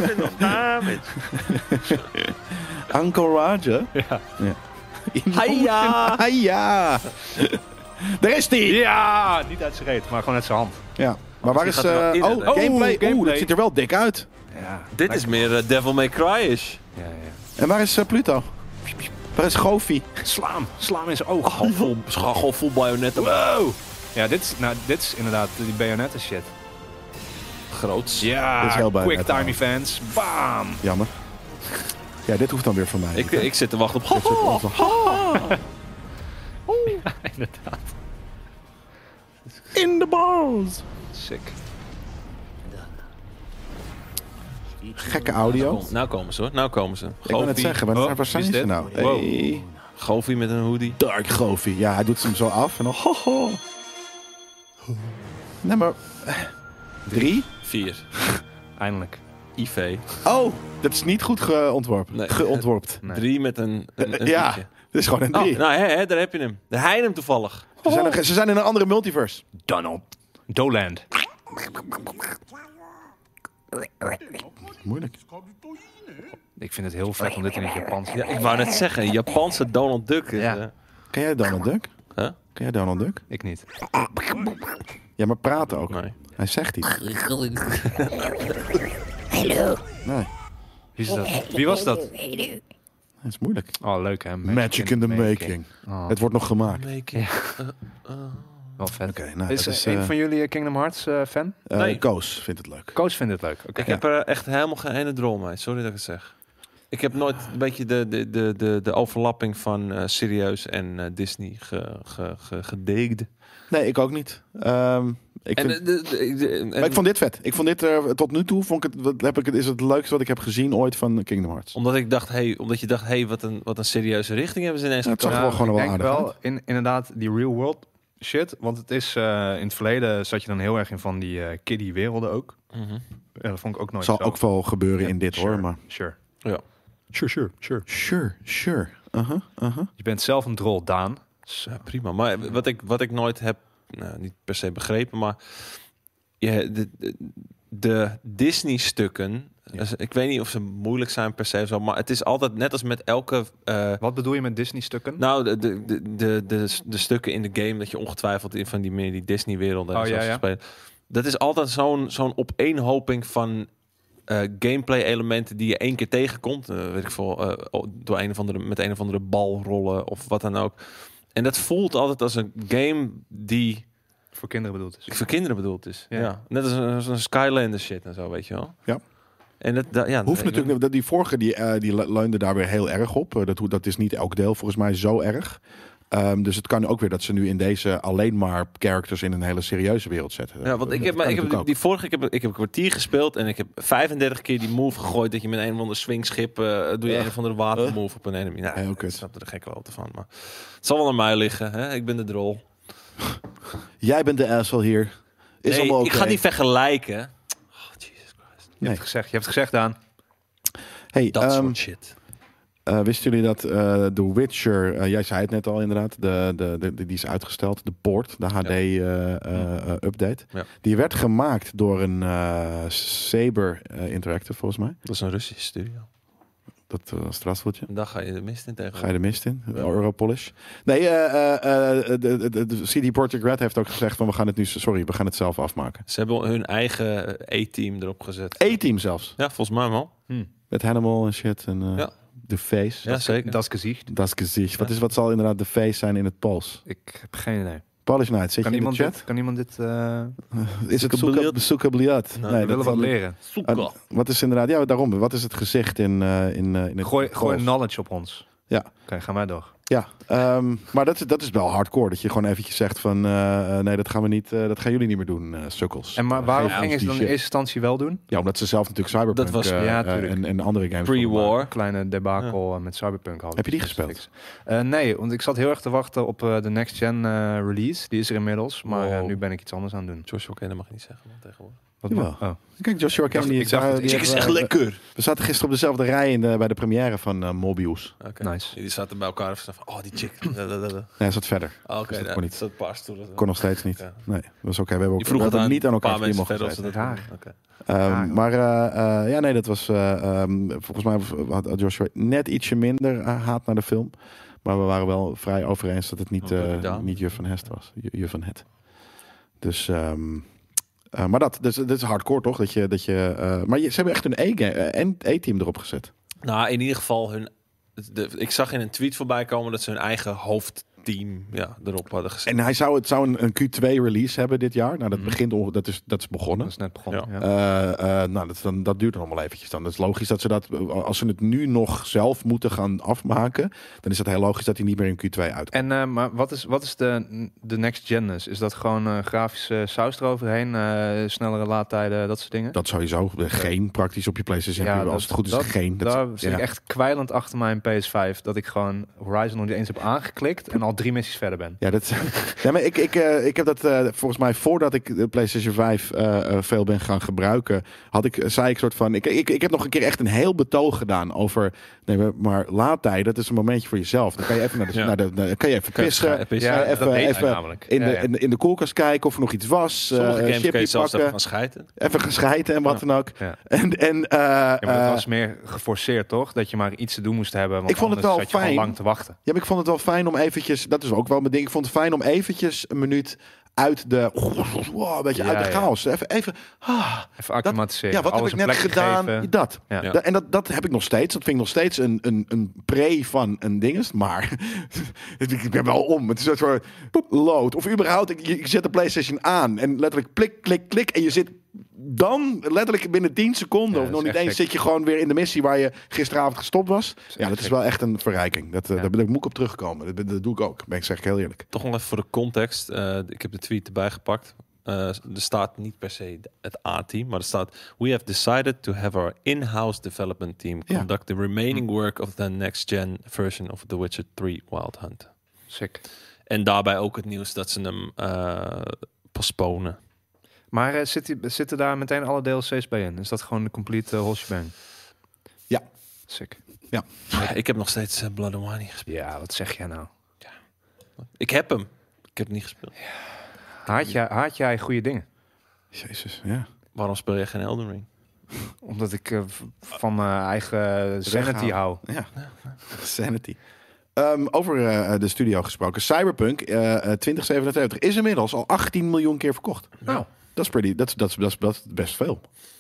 Uncle Roger? Ja. Hiya! Hiya! Daar is die! Ja, niet uit zijn reet, maar gewoon uit zijn hand. Ja. Maar waar is... gaat er wel in, hè? gameplay. gameplay. Dat ziet er wel dik uit. Ja. Dit is meer Devil May Cry-ish. Ja, ja. En waar is Pluto? Waar is Goofy? Slaan in zijn oog. Gewoon full bayonet. Wow. Ja, dit is inderdaad die bayonetten shit. Groots. Ja, Dit is heel quick bayonetten. time events. Bam. Jammer. Ja, dit hoeft dan weer van mij. Ik zit te wachten op... Dit soort onze- Inderdaad. In the balls! Sick. Gekke audio. Nou komen ze hoor. Nou komen ze. Ik wil net zeggen, waar wie zijn is ze dit? nou? Wow. Hey. Goofy met een hoodie. Dark Goofy. Ja, hij doet hem zo af en dan... Ho, ho. Nee, maar... 3? 4. Eindelijk. IV. Oh, dat is niet goed geontworpen. Nee. Geontworpt. Nee. 3 met een Ja, liedje. dit is gewoon een 3. Oh, nou hè, daar heb je hem. Daar hij hem toevallig. Ze zijn in een andere multiverse. Donald. Doland. Moeilijk. Ik vind het heel vet om dit in het Japans te Ja, ik wou net zeggen, Japanse Donald Duck. Is, Ja. Ken jij Donald Duck? Huh? Ken jij Donald Duck? Ik niet. Ja, maar praten ook. Nee. Hij zegt iets. Hallo. Nee, Wie is dat? Wie was dat? dat is moeilijk. Oh, leuk hè. Magic in the making. Oh, Het wordt nog gemaakt. wel vet. Oké, nou, is dat is... een van jullie Kingdom Hearts fan? Nee. Koos vindt het leuk. Koos vindt het leuk. Oké. Ik heb er echt helemaal geen ene drol mee. Sorry dat ik het zeg. Ik heb nooit een beetje de overlapping van serieus en Disney gedeegd. Nee, ik ook niet. Ik En, vind- maar ik vond dit vet. Ik vond dit tot nu toe is het leukste wat ik heb gezien ooit van Kingdom Hearts. omdat je dacht, hey, wat een serieuze richting hebben ze ineens Ja, het zag er gekozen. wel gewoon ik wel denk aardig wel uit. inderdaad die real world shit. Want het is in het verleden zat je dan heel erg in van die kiddie werelden ook. Mhm. Ja, dat vond ik ook nooit Zal zo. ook wel gebeuren Ja, in dit sure. hoor, maar... Sure. Ja. Sure. Sure. Je bent zelf een drol, Daan. Ja, prima. Maar wat ik nooit heb niet per se begrepen, maar de Disney-stukken, dus ik weet niet of ze moeilijk zijn per se of zo, maar het is altijd net als met elke... Wat bedoel je met Disney-stukken? Nou, de stukken in de game dat je ongetwijfeld in van die Disney-werelden en zo spelen. Dat is altijd zo'n opeenhoping van gameplay-elementen die je 1 keer tegenkomt. Weet ik veel, door met een of andere bal rollen of wat dan ook. En dat voelt altijd als een game die voor kinderen bedoeld is. Ja. Net als een Skylander shit en zo, weet je wel. Ja. En hoeft natuurlijk, die vorige die leunde daar weer heel erg op. Dat is niet elk deel volgens mij zo erg. Dus het kan ook weer dat ze nu in deze alleen maar characters in een hele serieuze wereld zetten. Ja, want ik heb die vorige ik heb een kwartier gespeeld en ik heb 35 keer die move gegooid dat je met een of andere swingschip doe je een of andere watermove op een enemy. Nou, ik snap er geen klote van, maar het zal wel aan mij liggen. Hè? Ik ben de drol. Jij bent de asshole hier. Is allemaal okay. Ik ga niet vergelijken. Oh, Jesus Christ. Je hebt het gezegd, Daan. Hey, dat soort shit. Wisten jullie dat The Witcher, jij zei het net al inderdaad, die is uitgesteld, de port, de HD-update. Ja. Die werd gemaakt door een Saber Interactive volgens mij. Dat is een Russische studio. Dat strafseltje. Dan ga je de mist in tegen. Ga je de mist in? Ja. Europolish. Nee, de CD Projekt Red heeft ook gezegd van we gaan het zelf afmaken. Ze hebben hun eigen A-team erop gezet. A-team zelfs? Ja, volgens mij wel. Met Hannibal en shit en de face. Ja, zeker. Das Gezicht. Das Gezicht. Wat zal inderdaad de face zijn in het Pools? Ik heb geen idee. Polish Night, zit je in de chat? Kan iemand dit... Is het Suka Bliat? Nee, we willen wat leren. Wat is inderdaad... Ja, daarom. Wat is het gezicht in het Gooi knowledge op ons. Ja. Oké, gaan wij door. Ja, maar dat is wel hardcore. Dat je gewoon eventjes zegt van... nee, dat gaan we niet... dat gaan jullie niet meer doen, sukkels. En maar waarom gingen ze dan in eerste instantie wel doen? Ja, omdat ze zelf natuurlijk Cyberpunk dat was, en andere games... Pre-war. Kleine debacle met Cyberpunk hadden. Heb je die gespeeld? Nee, want ik zat heel erg te wachten op de next gen release. Die is er inmiddels, maar nu ben ik iets anders aan het doen. Joshua Ken, dat mag je niet zeggen man, tegenwoordig. Kijk, Joshua Ken, die is echt lekker. We zaten gisteren op dezelfde rij bij de première van Mobius. Okay. Nice. Die zaten bij elkaar en van, oh die chick. Nee, hij zat verder. Oké, dus dat kon niet. Zat paars toe. Kon nog steeds niet. Okay. Nee, dat was oké. We hebben ook vroeg het niet aan elkaar mensen verder of ze dat haar. Maar nee, dat was volgens mij had Joshua net ietsje minder haat naar de film. Maar we waren wel vrij over eens dat het niet Juf van Hest was. Juf van Het. Dus... maar dat is hardcore toch? Maar ze hebben echt een A-team erop gezet. Nou, in ieder geval ik zag in een tweet voorbij komen dat ze hun eigen hoofdteam erop hadden gezet. En het zou een Q2-release hebben dit jaar. Nou, dat begint dat is begonnen. Dat is net begonnen. Ja. Nou, dat duurt dan nog wel eventjes. Dan. Dat is logisch dat als ze het nu nog zelf moeten gaan afmaken, dan is het heel logisch dat hij niet meer in Q2 uitkomt. En maar wat is de next gen? Is dat gewoon grafische saus eroverheen, snellere laadtijden, dat soort dingen? Dat sowieso. Geen praktisch op je PlayStation. Ja, als het goed is, geen. Daar zit ik echt kwijlend achter mijn PS5 dat ik gewoon Horizon nog niet eens heb aangeklikt en al 3 missies verder ben. Ja, maar ik heb dat volgens mij voordat ik de PlayStation 5 veel ben gaan gebruiken, zei ik soort van, ik heb nog een keer echt een heel betoog gedaan over, nee, maar laadtijd, dat is een momentje voor jezelf. Dan kan je even kan je even pissen, even in de koelkast kijken of er nog iets was. Sommige games kan je zelfs even gaan schijten. Even gaan schijten en wat dan ook. Ja. Maar het was meer geforceerd, toch? Dat je maar iets te doen moest hebben, want ik vond het wel zat je fijn. lang te wachten. Ja, maar ik vond het wel fijn om eventjes, dat is ook wel mijn ding, ik vond het fijn om eventjes een minuut uit de een beetje uit de chaos. Even acclimatiseren. Wat heb ik net gedaan? Geven. Dat. Ja. En dat heb ik nog steeds. Dat vind ik nog steeds een pre van een dinges. Maar ik ben wel om. Het is een soort load. Of überhaupt, je zet de PlayStation aan en letterlijk klik, klik, klik. En je zit dan letterlijk binnen 10 seconden of nog niet eens zit je gewoon weer in de missie waar je gisteravond gestopt was. Dat is wel echt een verrijking. Daar moet ik op terugkomen. Dat doe ik ook. Zeg ik heel eerlijk. Toch nog even voor de context. Ik heb de tweet erbij gepakt. Er staat niet per se het A-team, maar er staat: we have decided to have our in-house development team conduct the remaining work of the next-gen version of The Witcher 3 Wild Hunt. Sick. En daarbij ook het nieuws dat ze hem postponen. Maar zitten daar meteen alle DLC's bij in? Is dat gewoon de complete whole shebang? Ja. Sick. Ja. Ik heb nog steeds Blood and Wine niet gespeeld. Ja, wat zeg jij nou? Ja. Ik heb hem. Ik heb het niet gespeeld. Ja. Haat jij goede dingen? Jezus, ja. Waarom speel je geen Elden Ring? Omdat ik van mijn eigen sanity hou. Ja, sanity. Over de studio gesproken. Cyberpunk 2077 is inmiddels al 18 miljoen keer verkocht. Nou, Dat is best veel.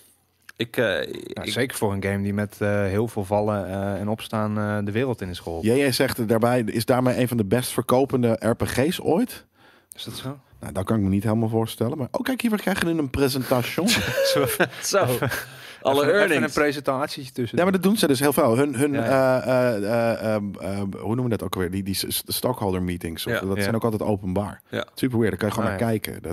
zeker voor een game die met heel veel vallen en opstaan de wereld in is geholpen. Jij zegt daarbij, is daarmee een van de best verkopende RPG's ooit? Is dat zo? Nou, dat kan ik me niet helemaal voorstellen. Maar kijk hier, we krijgen een presentation. Zo. Alle Even earnings. een presentatietje tussen. Ja, maar dat doen ze dus heel veel. Hoe Ja. noemen we dat ook alweer? Die stockholder meetings. Ja. Dat Ja. zijn ook altijd openbaar. Ja. Super weird. Daar kan je gewoon Ah, naar ja. kijken.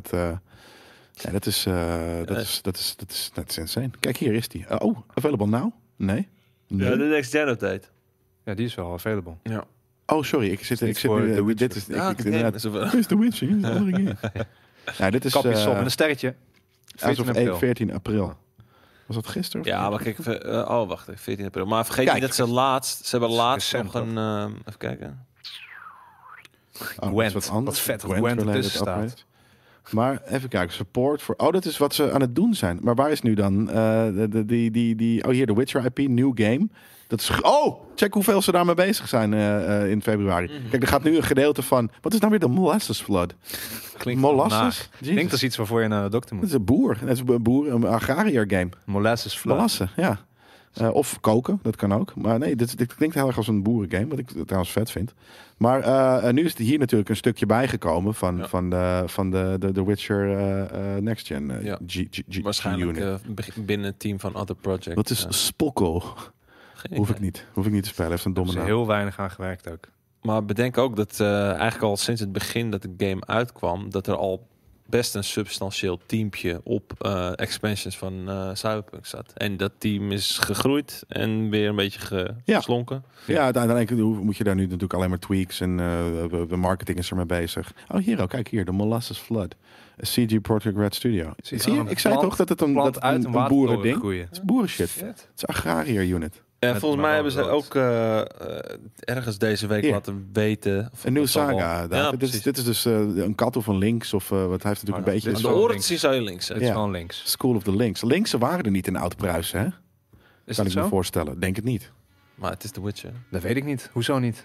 Dat is insane. Kijk, hier is die. Available now? Nee. Ja, de next gen update. Ja, die is wel available. Ja. Oh, sorry. Ik zit voor nu. The Witcher. Dit is. Ja, Inderdaad. het Is The Witcher? Is een andere game. Ja, dit is. Kapjes op en een sterretje. As of 14 april. 14 april. Was dat gisteren? Ja, maar kijk, wacht, 14 april. Maar vergeet Kijk. niet dat ze hebben laatst recent, nog een, even kijken. Oh, Gwent. dat is wat anders. Wat vet dat Gwent related ertussen staat. upgrades. Maar even kijken, support voor... Oh, dat is wat ze aan het doen zijn. Maar waar is nu dan hier, de Witcher IP, new game. Dat is... Oh, check hoeveel ze daarmee bezig zijn in februari. Kijk, er gaat nu een gedeelte van... Wat is nou weer de Molasses Flood? Klinkt Molasses? Ik denk dat is iets waarvoor je naar de dokter Dat moet. is een boer. Dat is een agrariër game. Molasses flood. Molassen, ja. Of koken, dat kan ook. Maar nee, dit klinkt heel erg als een boerengame, wat ik trouwens vet vind. Maar nu is er hier natuurlijk een stukje bijgekomen van de Witcher Next Gen Ja. G-Unit. Waarschijnlijk binnen het team van Other Project. Dat is Spokko. Geen Hoef idee. ik niet te spelen. Heeft een Daar domme is naam. heel weinig aan gewerkt ook. Maar bedenk ook dat eigenlijk al sinds het begin dat de game uitkwam, dat er al best een substantieel teampje op expansions van Cyberpunk zat. En dat team is gegroeid en weer een beetje geslonken. Ja, uiteindelijk moet je daar nu natuurlijk alleen maar tweaks en de marketing is ermee bezig. Oh, hier ook. Kijk hier. De Molasses Flood. A CG Projekt Red Studio. Zie je? Ik zei toch dat het een boerending is. groeien. Het is boerenshit. Het is agrariër unit. En Met volgens mij hebben ze Marvel ook ergens deze week Hier. laten weten. Een nieuwe dat zal wel- saga. Ja, Dit is dus een kat of een links. Of wat hij heeft natuurlijk een beetje... dit Aan is de wel oren te links. zien zou je links Het zetten. is Ja. gewoon links. School of the Links. Linksen waren er niet in Oud-Pruisen, hè? Is Kan dat ik me zo? voorstellen. Denk het niet. Maar het is The Witcher. Dat weet ik niet. Hoezo niet?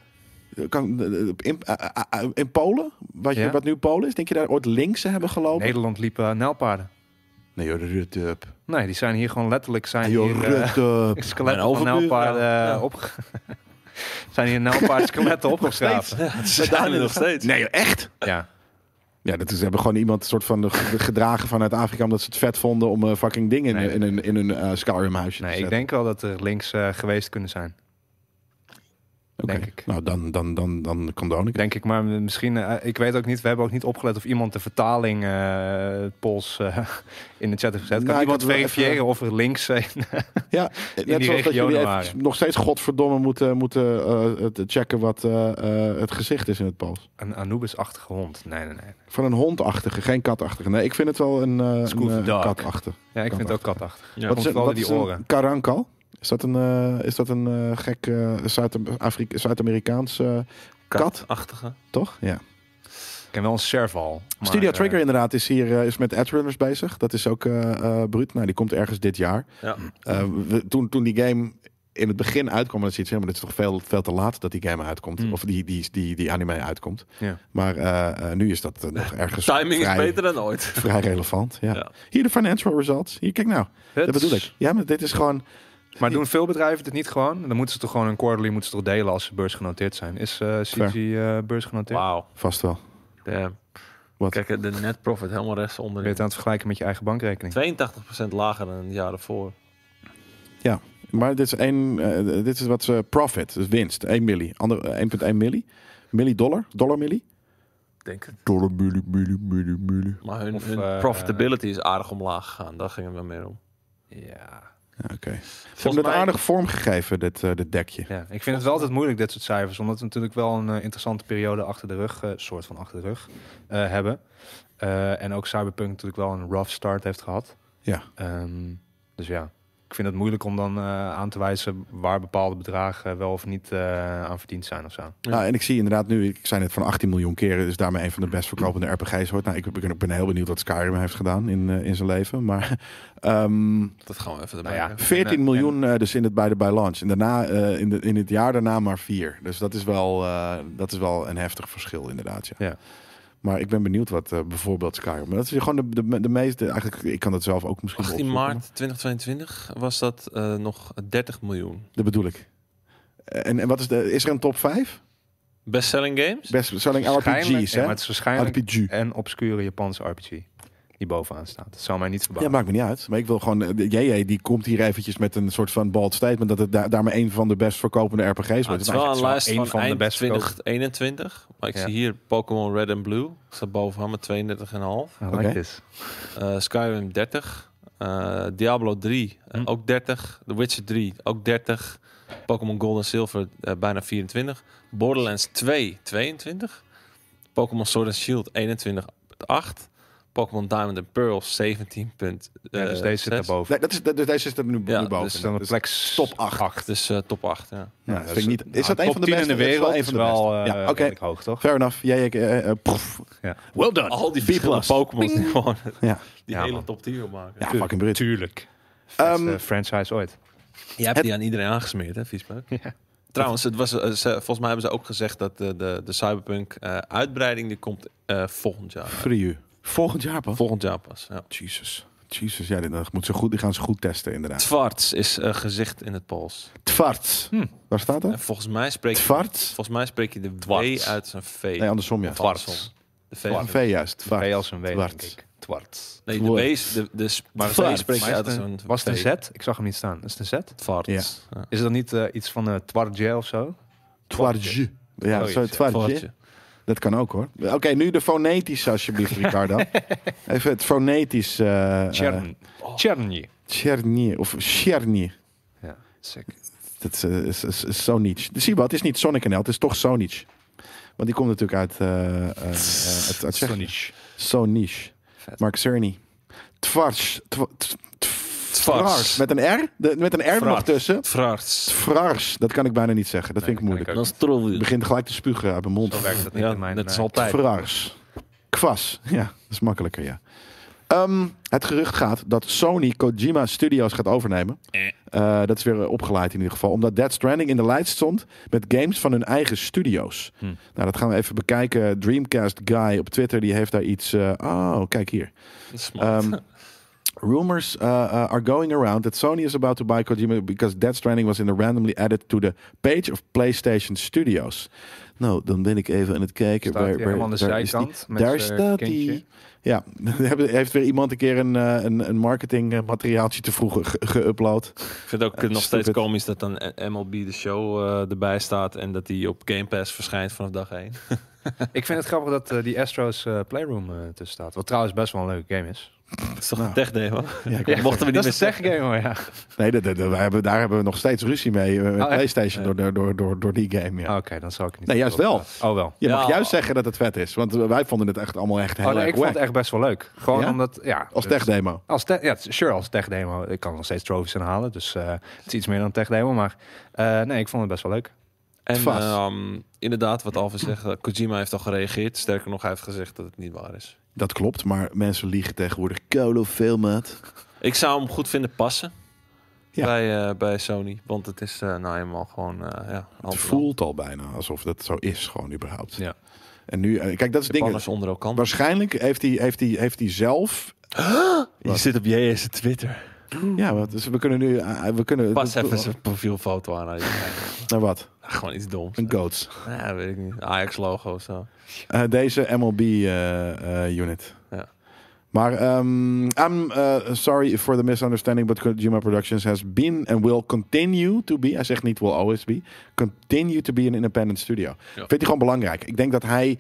In Polen, Ja? wat nu Polen is, denk je daar ooit linksen hebben gelopen? Nederland liepen nijlpaarden. Nee, joh, rut up. Nee, die zijn hier gewoon letterlijk Nee, joh, hier rut up. skeletten Mijn van overbuur, nijlpaarden ja. zijn hier nijlpaard skeletten opgegraven. Ze zijn er nog steeds. Nee, joh, echt? Ja. Ja, dat is, ze hebben gewoon iemand een soort van gedragen vanuit Afrika omdat ze het vet vonden om fucking dingen Nee. in hun Skyrim huisje te Nee, zetten. ik denk wel dat er links geweest kunnen zijn. Oké. denk ik. Nou, dan condoon ik. Denk ik, maar misschien, ik weet ook niet, we hebben ook niet opgelet of iemand de vertaling Pools in de chat heeft gezet. Kan Nou, ik iemand had wel verifiëren even- of er links Ja, net die zoals dat regionen jullie even waren. nog steeds godverdomme moeten checken wat het gezicht is in het Pools. een Anubis-achtige hond. Nee. Van een hondachtige, geen katachtige. Nee, ik vind het wel een School of the dog. katachtige. Ja, ik vind het ook katachtig. Ja. Komt vooral door die een oren. karankal? Is dat een gek Zuid-Amerikaans kat? Katachtige. Toch? Ja. Ik ken wel een serval. maar, Studio Trigger inderdaad is met Edge Runners bezig. Dat is ook bruut. Nou, die komt ergens dit jaar. Ja. Toen die game in het begin uitkwam, dat is maar dit is toch veel te laat dat die game uitkomt. Mm. Of die anime uitkomt. Ja. Maar nu is dat nog ergens Timing is vrij, beter dan ooit. vrij relevant. Ja. Ja. Hier de financial results. Hier, kijk nou. Dat bedoel ik. Ja, maar dit is gewoon... Maar doen veel bedrijven dit niet gewoon? Dan moeten ze toch gewoon een quarterly toch delen als ze beursgenoteerd zijn. Is CG beursgenoteerd? Wauw. Vast wel. Damn. Wat? Kijk, de net profit helemaal rechts Ben je onderin. het aan het vergelijken met je eigen bankrekening? 82% lager dan het jaar ervoor. Maar dit is wat ze profit, dus winst. 1 milli. 1,1 milli. Milli dollar. Dollar milli. Denk het. Dollar milli. Maar hun Of, profitability is aardig omlaag gegaan. Daar ging het wel meer om. Ja. Ja, oké. Ze hebben het mij- aardig vormgegeven, dit dekje. Ja, ik vind het wel altijd moeilijk, dit soort cijfers. Omdat we natuurlijk wel een interessante periode achter de rug, soort van achter de rug, hebben. En ook Cyberpunk natuurlijk wel een rough start heeft gehad. Ja. Dus ja, ik ik vind het moeilijk om dan aan te wijzen waar bepaalde bedragen wel of niet aan verdiend zijn of zo. Nou, en ik zie inderdaad nu, ik zei net van 18 miljoen keren, dus daarmee een van de best verkopende RPG's wordt. Nou, ik ben heel benieuwd wat Skyrim heeft gedaan in zijn leven. Maar Dat gaan we even erbij. Nou ja, 14 miljoen dus bij launch. En daarna, in het jaar daarna maar 4. Dus dat is wel een heftig verschil inderdaad. Ja. Ja. Maar ik ben benieuwd wat bijvoorbeeld Skyrim. Maar dat is gewoon de meeste. Eigenlijk, ik kan dat zelf ook misschien 18 opzoeken. maart 2022 was dat nog 30 miljoen. Dat bedoel ik. En wat is er een top 5? Best-selling games? Best selling Waarschijnlijk, RPG's, ja, hè? maar het is waarschijnlijk RPG. een obscure Japanse RPG die bovenaan staat. Dat zou mij niet Ja, verbazen. maakt me niet uit. Maar ik wil gewoon... JJ die komt hier eventjes met een soort van bold statement... dat het daarmee een van de best verkopende RPG's wordt. Het is Nou, wel een is wel lijst een van van de eind best 2021. Maar ik Ja. zie hier Pokémon Red and Blue. Staat bovenaan met 32,5. I Oké. like this. Skyrim 30. Diablo 3 ook 30. The Witcher 3 ook 30. Pokémon Gold en Silver bijna 24. Borderlands 2 22. Pokémon Sword and Shield 21,8. Pokémon Diamond and Pearl 17. Ja, dus deze zit daarboven. nee, deze is er nu Ja, boven. dus Dan Dus plek top 8. Dus top 8, ja. Ja, dat vind ik niet. Is dat een top van de 10 beste in de wereld? Een van de wel beste. Ja, oké. redelijk hoog, toch? Fair enough. JJ, Ja. well done. Al die B+. verschillende Pokémon die gewoon Ja, die Ja, hele man. top 10 opmaken. ja fucking Brit. Tuurlijk. Ehm, Beste franchise ooit. Je hebt die aan iedereen aangesmeerd, hè, Viespeuk? Ja. Trouwens, het was, volgens mij hebben ze ook gezegd dat de Cyberpunk uitbreiding die komt volgend jaar. Free. Volgend jaar pas. Volgend jaar pas. Ja. Jesus. Ja, die gaan ze goed testen inderdaad. Tvarts is gezicht in het Pools. Tvarts. Waar staat En dat? volgens mij spreek je de W Twarts. uit zijn V. Nee, andersom ja. Of andersom. De V. Een V juist. Twee Tvarts. als een W, denk Twarts. ik. Twarts. Nee, de W is maar de V Twarts. spreek je Maar uit is als het een was het V. een Z? Ik zag hem niet staan. Is het een Z? Tvarts. Ja. Ja. Is het dan niet iets van Twartje of zo? Twartje. Ja, Oh, zo ja. Twartje. Tvartje. Dat kan ook hoor. Oké, nu de fonetische alsjeblieft, Ricardo. Even het fonetisch. Tjernje. Tjernier of Tjernier. Ja, sick. Dat is Sonic. Zie je wat? Het is niet Sonic NL, het is toch Sonic. Want die komt natuurlijk uit Sonic. Sonic. Vet. Mark Cerny. Tvarts. Tvarts. Met een R? Met een R nog Frars. tussen. Tvarts. Frars. Dat kan ik bijna niet zeggen. Dat vind ik dat moeilijk. kan Dat is troll. Ik begin gelijk te spugen uit mijn mond. Zo werkt dat niet Ja, in mijn... dat is nee. altijd. Frars. Kwas. Ja, dat is makkelijker, ja. Het gerucht gaat dat Sony Kojima Studios gaat overnemen. Dat is weer opgeleid in ieder geval. Omdat Death Stranding in de lijst stond met games van hun eigen studio's. Nou, dat gaan we even bekijken. Dreamcast Guy op Twitter, die heeft daar iets... kijk hier. Smart. Rumors are going around that Sony is about to buy Kojima because Death Stranding was randomly added to the page of PlayStation Studios. Nou, dan ben ik even aan het kijken. Staat hier helemaal aan de is die? zijkant met Daar zijn staat kindje. hij. Ja, heeft weer iemand een keer een marketing materiaaltje te vroeg geüpload. Ik vind het ook nog steeds Stupid. komisch dat dan MLB de show erbij staat en dat die op Game Pass verschijnt vanaf dag 1. Ik vind het grappig dat die Astro's Playroom tussen staat. Wat trouwens best wel een leuke game is. Dat is toch Nou. een tech demo? Ja, Mochten we niet Dat meer is een tech game hoor, ja. Nee, daar hebben we nog steeds ruzie mee met echt? PlayStation door die game. Ja. Oké, dan zal ik het niet... Nee, juist wel. Oh, wel. Je mag Ja. juist zeggen dat het vet is, want wij vonden het echt allemaal echt heel Oh, nee, erg ik vond het wack. echt best wel leuk. Gewoon Ja? omdat... Ja, Als dus- tech demo. Als tech demo. Ik kan nog steeds trophies inhalen. Dus het is iets meer dan een tech demo. Maar nee, ik vond het best wel leuk. En Vast. inderdaad, wat Alvin zegt, Kojima heeft al gereageerd. Sterker nog, hij heeft gezegd dat het niet waar is. Dat klopt, maar mensen liegen tegenwoordig kolo veel, maat. Ik zou hem goed vinden passen Ja. bij Sony. Want het is nou eenmaal gewoon... Het voelt al bijna alsof dat zo is, gewoon überhaupt. Ja. En nu, kijk, dat is het ding. Japanners onder elkaar. Waarschijnlijk heeft hij zelf... Je zit op JS Twitter. Ja, wat, dus we kunnen nu... Pas even zijn profielfoto aan. Naar wat? Gewoon iets doms. Een goats. Ja, weet ik niet. Ajax logo of zo. Deze MLB unit. Ja. Maar I'm sorry for the misunderstanding, but Kojima Productions has been and will continue to be, hij zegt niet will always be, continue to be an independent studio. Vindt hij gewoon belangrijk. Ik denk dat hij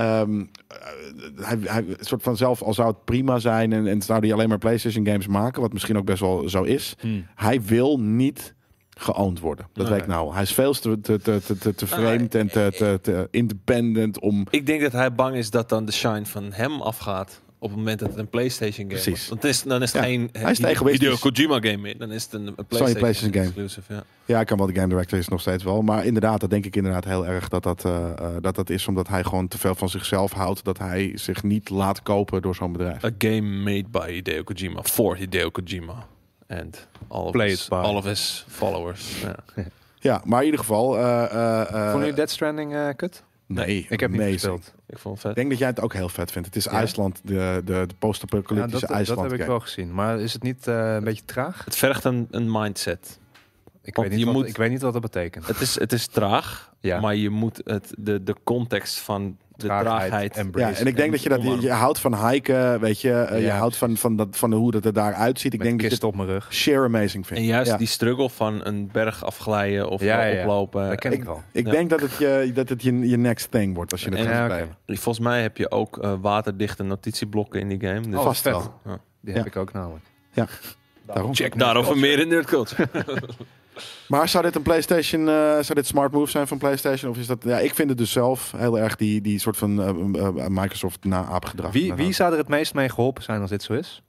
soort van zelf, al zou het prima zijn en zou hij alleen maar PlayStation games maken, wat misschien ook best wel zo is, hij wil niet geowned worden. Dat weet ik nou. Hij is veel te vreemd en te independent om... Ik denk dat hij bang is dat dan de shine van hem afgaat op het moment dat het een PlayStation game Precies. was. Want dan is het geen Hij is egoïstisch. Hideo Kojima game meer. Dan is het een PlayStation game. exclusive. Ja. Ja, ik kan wel de game director is nog steeds wel. Maar inderdaad, dat denk ik inderdaad heel erg dat is omdat hij gewoon te veel van zichzelf houdt. Dat hij zich niet laat kopen door zo'n bedrijf. A game made by Hideo Kojima for Hideo Kojima. And all of his followers. Ja. Ja, maar in ieder geval... Vond je Death Stranding kut? Nee, Ik heb niet amazing. gespeeld. Ik vond het vet. Ik denk dat jij het ook heel vet vindt. Het is Ja? IJsland, de post-apocalyptische IJsland. dat heb ik wel gezien. Maar is het niet een beetje traag? Het vergt een mindset. Ik Want weet niet wat dat betekent. Het is traag, Ja. maar je moet de context van de traagheid Ja, embrace. en ik denk dat je houdt van hiken, weet je. Je Ja, houdt van hoe dat er daaruit ziet. Ik Met denk dat je kist op mijn rug. het sheer amazing vindt. En juist Ja. die struggle van een berg afglijden of Ja. oplopen. Dat ken ik wel. Ik Ja. denk dat het je next thing wordt als je het En- gaat Ja, spelen. oké. Volgens mij heb je ook waterdichte notitieblokken in die game. Dus Vast vet. wel. Ja. Die Ja. heb ik ook namelijk. Daarom. Check Daarover meer in Nerd Culture. Maar zou dit een PlayStation, zou dit smart move zijn van PlayStation? Of is dat? Ja, ik vind het dus zelf heel erg die soort van Microsoft na-aapgedrag. Wie zou er het meest mee geholpen zijn als dit zo is?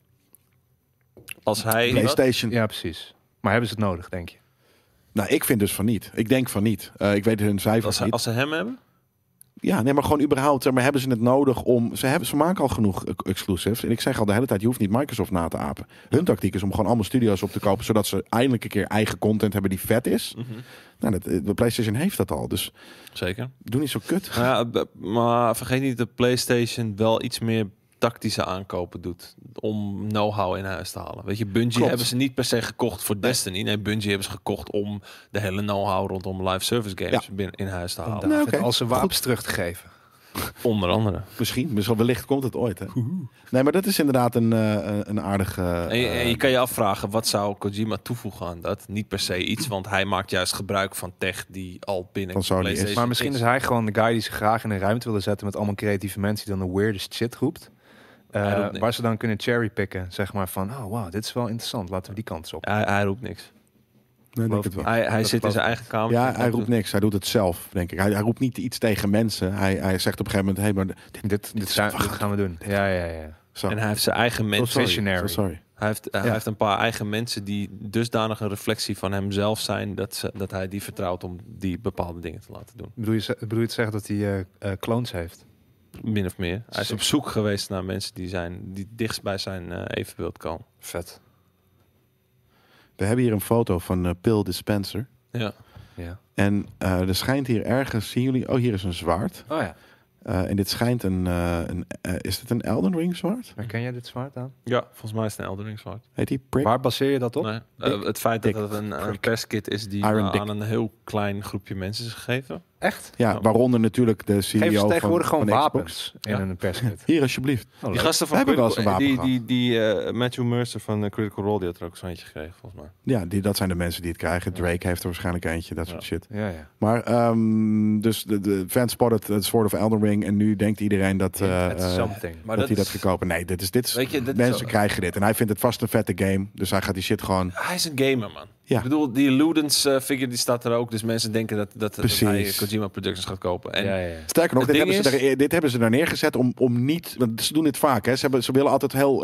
Als hij... PlayStation. Ja, precies. Maar hebben ze het nodig, denk je? Nou, ik vind dus van niet. Ik denk van niet. Ik weet hun cijfers niet. Als ze hem hebben? Ja, nee, maar gewoon überhaupt. Zeg maar hebben ze het nodig om... Ze maken al genoeg exclusives. En ik zeg al de hele tijd, je hoeft niet Microsoft na te apen. Hun tactiek is om gewoon allemaal studio's op te kopen, zodat ze eindelijk een keer eigen content hebben die vet is. Nou, de PlayStation heeft dat al. Dus Zeker. doe niet zo kut. Maar vergeet niet dat PlayStation wel iets meer tactische aankopen doet om know-how in huis te halen. Weet je, Bungie Klopt. hebben ze niet per se gekocht voor Destiny. Nee, Bungie hebben ze gekocht om de hele know-how rondom live service games in huis te halen. Nou, oké. Als ze wapens terug te geven. Onder andere. Misschien. Wellicht komt het ooit. Hè? Nee, maar dat is inderdaad een aardige... En je kan je afvragen, wat zou Kojima toevoegen aan dat? Niet per se iets, want hij maakt juist gebruik van tech die al binnen Van Sony is. PlayStation Maar misschien is hij gewoon de guy die ze graag in een ruimte willen zetten met allemaal creatieve mensen die dan de weirdest shit roept. Hij roept niks. Waar ze dan kunnen cherrypicken, zeg maar van, oh wow, dit is wel interessant, laten we die kant eens op. Hij roept niks. Nee, denk het wel. Hij zit in zijn eigen kamer. Ja, hij roept niks. Hij doet het zelf, denk ik. Hij roept niet iets tegen mensen. Hij zegt op een gegeven moment... Hey, maar Dit gaan we doen. Ja. Zo. En hij heeft zijn eigen mensen. sorry. visionary. Sorry. Hij heeft een paar eigen mensen die dusdanig een reflectie van hemzelf zijn dat hij die vertrouwt om die bepaalde dingen te laten doen. Bedoel je te zeggen dat hij clones heeft? Min of meer. Hij is op zoek geweest naar mensen die dichtst bij zijn evenbeeld komen. Vet. We hebben hier een foto van Pill Dispenser. Ja. Ja. En er schijnt hier ergens... Zien jullie? Oh, hier is een zwaard. Oh ja. En dit schijnt is dit een Elden Ring zwaard? Herken jij dit zwaard aan? Ja, volgens mij is het een Elden Ring zwaard. Heet die Prick? Waar baseer je dat op? Nee, het feit dat het een perskit is die Iron Dick. aan een heel klein groepje mensen is gegeven. Echt? Ja, waaronder natuurlijk de CEO Geven ze van tegenwoordig gewoon Xbox. wapens in Ja. een perskit? Hier, alsjeblieft. Oh, Die gasten van We hebben wel eens een wapen die Matthew Mercer van Critical Role, die had er ook zo'n eentje gekregen, volgens mij. Ja, dat zijn de mensen die het krijgen. Drake heeft er waarschijnlijk eentje, dat soort shit. Ja. Maar dus de fans spotted het Sword of Elden Ring. En nu denkt iedereen dat It's something. Maar hij dat is- gaat kopen. Nee, dit is Weet je, dit is mensen zo- krijgen dit. En hij vindt het vast een vette game. Dus hij gaat die shit gewoon... Hij is een gamer, man. Ja. Ik bedoel, die Ludens figure die staat er ook. Dus mensen denken dat hij Precies. Kojima Productions gaat kopen. En Ja. Sterker nog, Het dit ding hebben ze daar neergezet om niet... Want ze doen dit vaak, hè. Ze willen altijd heel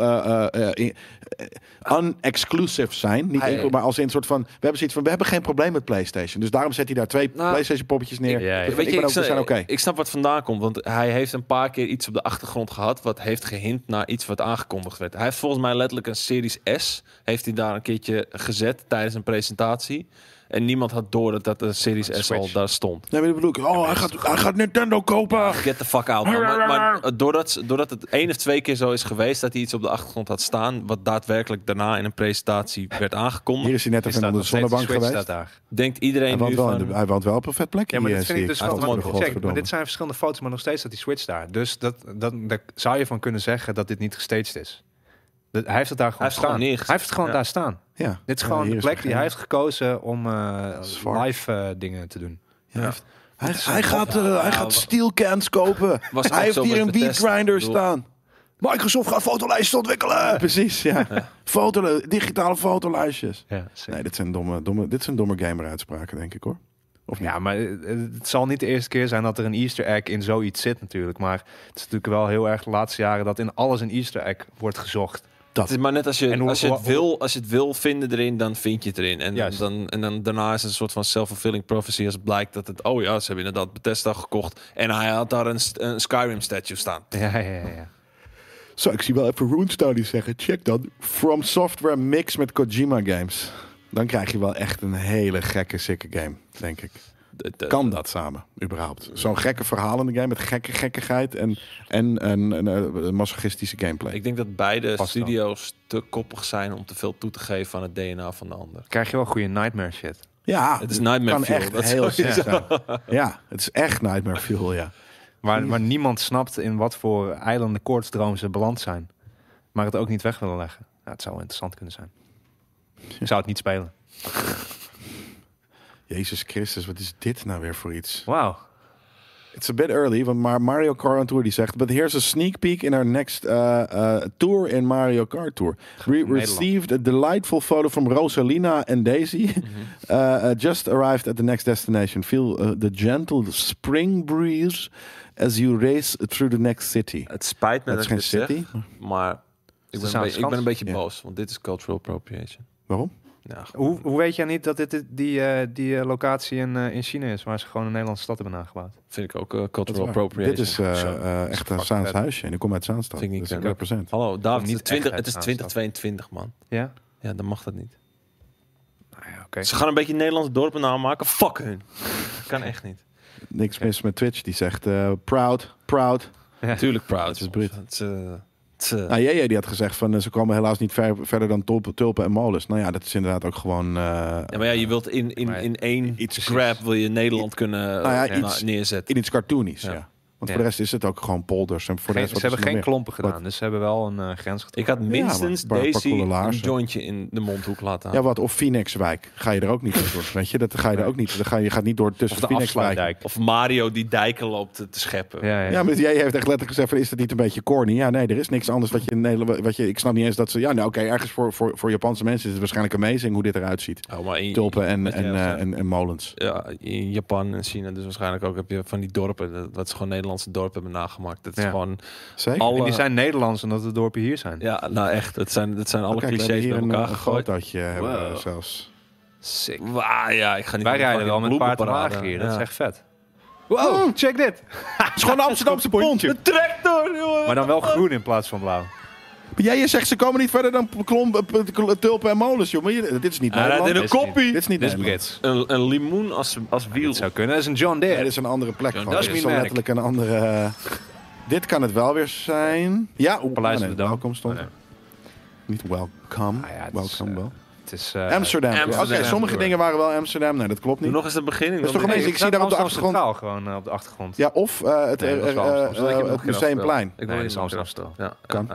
unexclusive zijn. Niet enkel, maar als in een soort van... We hebben geen probleem met PlayStation. Dus daarom zet hij daar 2 Nou, PlayStation poppetjes neer. Ja. Dus Weet ik je, ben ook, we zijn oké. ik snap wat vandaan komt. Want hij heeft een paar keer iets op de achtergrond gehad. Wat heeft gehint naar iets wat aangekondigd werd. Hij heeft volgens mij letterlijk een Series S. Heeft hij daar een keertje gezet tijdens een presentatie. En niemand had door dat de Series S al daar stond. Nee, maar ik bedoel, hij gaat Nintendo kopen. Get the fuck out. Man. Maar doordat het 1 of 2 keer zo is geweest dat hij iets op de achtergrond had staan. Wat daadwerkelijk daarna in een presentatie werd aangekondigd. Hier is hij net even onder de zonnebank geweest. Denkt iedereen nu van... Hij woont wel op een vet plekje. Ja, maar dit vind ik dus wel mooi. check, maar dit zijn verschillende foto's, maar nog steeds staat die Switch daar. Dus daar zou je van kunnen zeggen dat dit niet gestaged is. Hij heeft het daar gewoon heeft gewoon staan. neergezet. Hij heeft het gewoon Ja. daar staan. Ja. Dit is gewoon de plek die hij heeft gekozen om Zwart. live dingen te doen. Ja. Hij gaat steel cans kopen. Was Hij ook heeft zo hier met een de Wii test. grinder Ik bedoel- staan. Microsoft gaat fotolijstjes ontwikkelen. Precies, ja. Digitale fotolijstjes. Ja, Nee, dit zijn domme gamer uitspraken, denk ik hoor. Of niet? Ja, maar het zal niet de eerste keer zijn dat er een Easter egg in zoiets zit natuurlijk. Maar het is natuurlijk wel heel erg de laatste jaren dat in alles een Easter egg wordt gezocht. Het is maar net als je, En hoe- als je het wil vinden erin, dan vind je het erin. En Juist. dan daarna is het een soort van self-fulfilling prophecy als het blijkt dat het... Oh ja, ze hebben inderdaad Bethesda gekocht. En hij had daar een Skyrim statue staan. Ja. Zo, ik zie wel even Runestone zeggen. Check dan. From Software mix met Kojima games. Dan krijg je wel echt een hele gekke, sikke game, denk ik. Kan dat samen, überhaupt? Zo'n gekke verhalende game met gekkigheid en een masochistische gameplay. Ik denk dat beide Past dan. studio's te koppig zijn om te veel toe te geven aan het DNA van de ander. Krijg je wel goede nightmare shit. Ja, Het is Nightmare kan Fuel. echt Dat heel sowieso. sick zijn. Ja, het is echt Nightmare Fuel, ja. Waar niemand snapt in wat voor eilanden koortsdroom ze beland zijn. Maar het ook niet weg willen leggen. Ja, het zou interessant kunnen zijn. Ik zou het niet spelen. Jezus Christus, wat is dit nou weer voor iets? Wauw. It's a bit early, want Mario Kart on Tour die zegt... But here's a sneak peek in our next tour in Mario Kart Tour. We received a delightful photo from Rosalina and Daisy. Just arrived at the next destination. Feel the gentle spring breeze as you race through the next city. Het spijt me Dat is dat geen ik dit city. zeg, maar ik ben een beetje boos. Want dit is cultural appropriation. Waarom? Ja, Hoe weet jij niet dat dit die locatie in China is... waar ze gewoon een Nederlandse stad hebben nagebouwd? vind ik ook Dat is cultural waar. appropriation. Dit is echt een Saans huisje. En ik kom uit Zaanstad. Vind ik niet Dus ik leuk. represent. Hallo, David, Niet het is 20 echt het is uit 2022, man. Ja? Ja, dan mag dat niet. Nou ja, oké. Ze gaan een beetje Nederlandse dorpen namaken. Fuck hun. Kan echt niet. Niks mis met Twitch. Die zegt proud. Natuurlijk proud. Het is Brit. Het, JJ die had gezegd van ze komen helaas niet verder dan tulpen en molens. Nou ja, dat is inderdaad ook gewoon... ja, maar ja, je wilt in één iets grab wil je Nederland kunnen neerzetten. in iets cartoonisch, Ja. ja. Want Ja. voor de rest is het ook gewoon polders. En voor de rest, Ze wat is hebben er geen nog meer? klompen gedaan. Dus ze hebben wel een grens Ik getrokken. had minstens Ja, maar een paar Daisy coole een laarzen. jointje in de mondhoek laten Ja, halen. wat? Of Phoenixwijk. Ga je er ook niet door. Weet je, dat ga je er ook niet. Je gaat niet door tussen Of de Phoenixwijk. afsluitdijk. Of Mario die dijken loopt te scheppen. Ja. Ja, maar jij heeft echt letterlijk gezegd van, is dat niet een beetje corny? Ja, nee, er is niks anders wat je in Nederland... Ik snap niet eens dat ze... Ja, nou oké, ergens voor Japanse mensen is het waarschijnlijk amazing hoe dit eruit ziet. Oh, maar Tulpen met je- en molens. ja, in Japan en China dus waarschijnlijk ook heb je van die dorpen. Dat ze gewoon Nederlandse dorpen hebben nagemaakt. Dat is Ja. gewoon Zeker? alle... En die zijn Nederlands omdat de dorpen hier zijn. Ja, nou echt. Dat zijn alle Kijk, we hebben clichés hier bij een elkaar gegooid. fotootje hebben we Wow. zelfs. Sick. Wauw, ja, ik ga niet Wij naar de rijden wel met fucking paard en bloemenparade. wagen hier. Dat is Ja. echt vet. Wow, check dit. Het is gewoon een Amsterdamse pontje. Een tractor, jongen! Maar dan wel groen in plaats van blauw. Jij zegt ze komen niet verder dan tulpen en molens, joh. Maar dit is niet Hij rijdt Nederland. in een Dit is koppie. Dit is niet Dit is Nederland. Brits. Een limoen als wiel. Dat zou kunnen. Dat is een John Nee, Deere. dit is een andere plek. gewoon. dat is Dit is mijn zo merk. letterlijk een andere... Dit kan het wel weer zijn. Ja, Paleis van de Dam. welkom stond. Oh, nee. Niet welcome. Ah ja, het is, welcome wel. Het is Amsterdam. Amsterdam. Oké, sommige dingen waren wel Amsterdam. Nee, dat klopt Doe niet. nog eens het begin. is toch amazing? Ik zie daar op de achtergrond... Centraal gewoon op de achtergrond. Ja, of het Nee, dat is wel Amsterdam. het Museumplein. Ik Nee, wil dat is niet Amsterdam. Ja, Kan.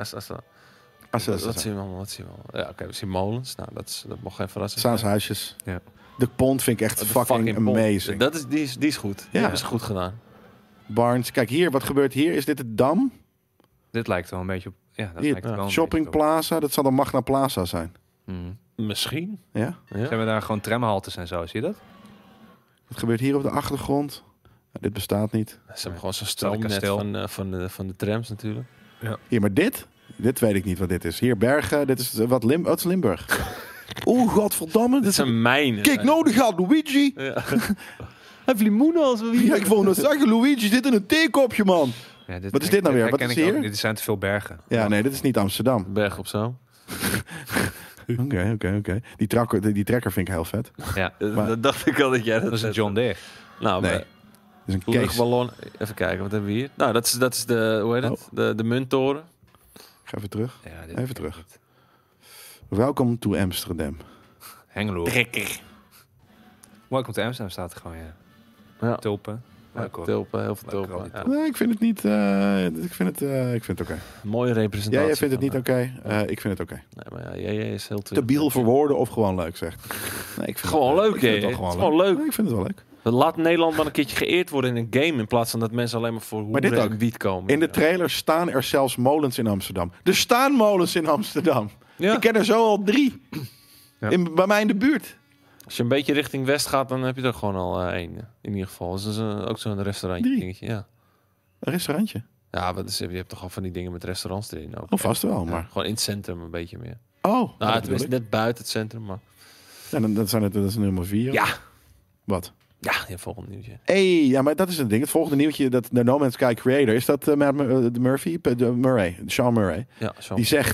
Wat zien we allemaal? Wat zien we allemaal? Ja, oké, we zien molens. Nou, dat mag geen verrassing Saans zijn. huisjes. Ja. De pont vind ik echt De fucking pont. amazing. Dat is, die is goed. Ja. Ja. Dat is goed gedaan. Barnes. Kijk hier, wat gebeurt hier? Is dit het Dam? Dit lijkt wel een beetje op... Ja, dat Hier, lijkt wel een Shopping beetje op. Plaza. Dat zal de Magna Plaza zijn. Misschien. Ja? Ja. Ze hebben daar gewoon tramhaltes en zo. Zie je dat? Wat gebeurt hier op de achtergrond? Ja, dit bestaat niet. Ze hebben gewoon zo'n Zal ik stroomnet kasteel? van de trams natuurlijk. Hier, maar dit? Dit weet ik niet wat dit is. Hier, Bergen. Dit is wat is Limburg. Oeh, godverdamme. Dit Dit is zijn mijnen. Kijk, nodig had Luigi. Ja. Heeft limoenen als we Ja, ik wou net zeggen, Luigi zit in een theekopje, man. Ja, Wat is dit nou weer? Wat herken is ik ook hier? niet. Dit zijn te veel bergen. Ja, nee, dit is niet Amsterdam. Berg op zo. Oké. Die trekker vind ik heel vet. Ja, Maar- Dat dacht ik al dat jij dat is een John Deere. Nou, Nee. maar Dat is een case. luchtballon. Even kijken, wat hebben we hier? Nou, dat is de, hoe heet het? De munttoren. Ik ga even terug. Ja, dit Even ken ik terug. niet. Welcome to Amsterdam. Hengelo. Trekker. Welcome to Amsterdam staat er gewoon, ja. Ja. Tulpen. Ja, Leuk hoor. tulpen, heel veel Leuk, tulpen. al die Ja. Nee, ik vind het niet... ik vind het oké. Mooie representatie. Jij vindt het niet van, oké. Ik vind het oké. Nee, maar ja, jij is heel Te biel voor woorden of gewoon leuk, zegt. Nee, ik vind Gewoon het, leuk, ik vind hè? het wel Het is gewoon leuk. Nee, ik vind het wel leuk. Laat Nederland wel een keertje geëerd worden in een game in plaats van dat mensen alleen maar voor Maar dit hoeren ook. en wiet komen. In de trailer staan er zelfs molens in Amsterdam. Er staan molens in Amsterdam. Ja. Ik ken er zo al 3. Ja. Bij mij in de buurt. Als je een beetje richting west gaat, dan heb je er gewoon al 1. In ieder geval. Dus dat is ook zo'n restaurantje 3. dingetje. Ja. Een restaurantje. Ja, wat is, je hebt toch al van die dingen met restaurants erin ook. Oh, vast wel, Ja, maar... gewoon in het centrum een beetje meer. Oh, Nou, dat het is bedoel ik. net buiten het centrum, maar... Ja, dat is nummer 4. Ja. Wat? Ja, je volgende nieuwtje. Ja, maar dat is het ding. Het volgende nieuwtje, dat de No Man's Sky creator, is dat Sean Murray. Ja, zo. Die zegt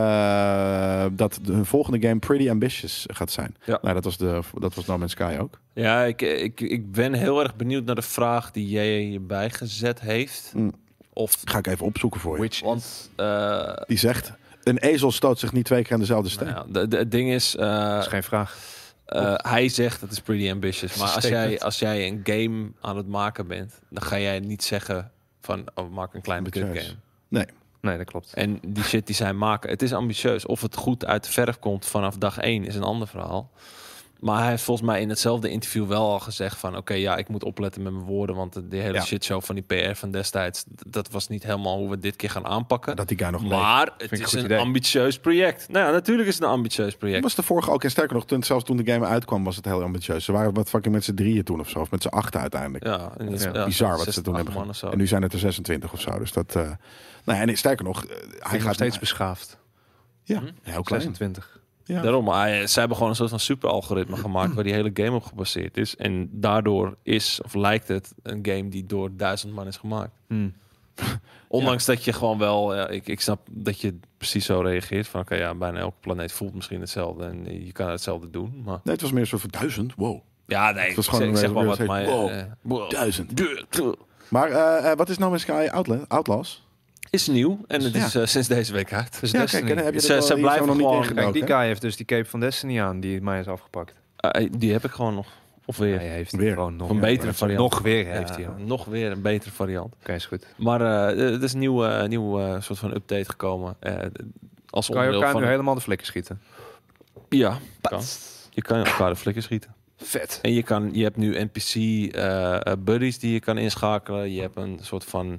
dat de volgende game pretty ambitious gaat zijn. Ja. Nou, dat was No Man's Sky ook. Ja, ik ben heel erg benieuwd naar de vraag die jij hierbij gezet heeft. Of... Ga ik even opzoeken voor je. Want... Die zegt, een ezel stoot zich niet 2 keer aan dezelfde steen. nou ja, het ding is... Dat is geen vraag. hij zegt het is pretty ambitious. Maar als jij een game aan het maken bent, dan ga jij niet zeggen van we maken een kleine kut Ambitieus. game. Nee. Nee, dat klopt. En die shit die zij maken, het is ambitieus. Of het goed uit de verf komt vanaf dag 1 is een ander verhaal. Maar hij heeft volgens mij in hetzelfde interview wel al gezegd van... oké, ja, ik moet opletten met mijn woorden... want de hele shitshow van die PR van destijds... dat was niet helemaal hoe we dit keer gaan aanpakken. Dat die guy nog leeft. Maar het ik een is goed een idee. ambitieus project. Nou ja, natuurlijk is het een ambitieus project. Was de vorige ook. En sterker nog, zelfs toen de game uitkwam, was het heel ambitieus. Ze waren wat fucking met z'n 3 toen of zo. Of met z'n 8 uiteindelijk. Ja, en Bizar wat ze toen hebben gedaan. gedaan. En nu zijn het er 26 of zo. Dus dat... nou, en sterker nog, hij gaat nog steeds beschaafd. Ja, heel klein. 26. Ja. Daarom, ze hebben gewoon een soort van super-algoritme gemaakt... waar die hele game op gebaseerd is. En daardoor lijkt het een game die door 1000 man is gemaakt. Ondanks dat je gewoon wel... ik snap dat je precies zo reageert. Van oké, ja, bijna elke planeet voelt misschien hetzelfde. En je kan hetzelfde doen. Maar... Nee, het was meer een soort van 1000. Wow. Ja, nee. Het was gewoon ik zeg maar weer wat. een Maar, wow. 1000. Maar wat is nou met Sky Outlaws? is nieuw. En het is sinds deze week uit. Dus Ja, Destiny. kijk, heb je Ze dit wel- blijven hier zijn we nog gewoon- niet ingedoken, Kijk, die hè? guy heeft dus die cape van Destiny aan, die mij is afgepakt. Die heb ik gewoon nog. Of weer. Hij heeft Weer. gewoon nog Een betere variant. Nog weer heeft Ja, hij. Oké, nog weer een betere variant. is goed. Maar er is een nieuw soort van update gekomen. Als Kan je onderdeel elkaar van... nu helemaal de flikken schieten? Ja, kan. Je kan elkaar de flikken schieten. Vet. En je hebt nu NPC buddies die je kan inschakelen. Je hebt een soort van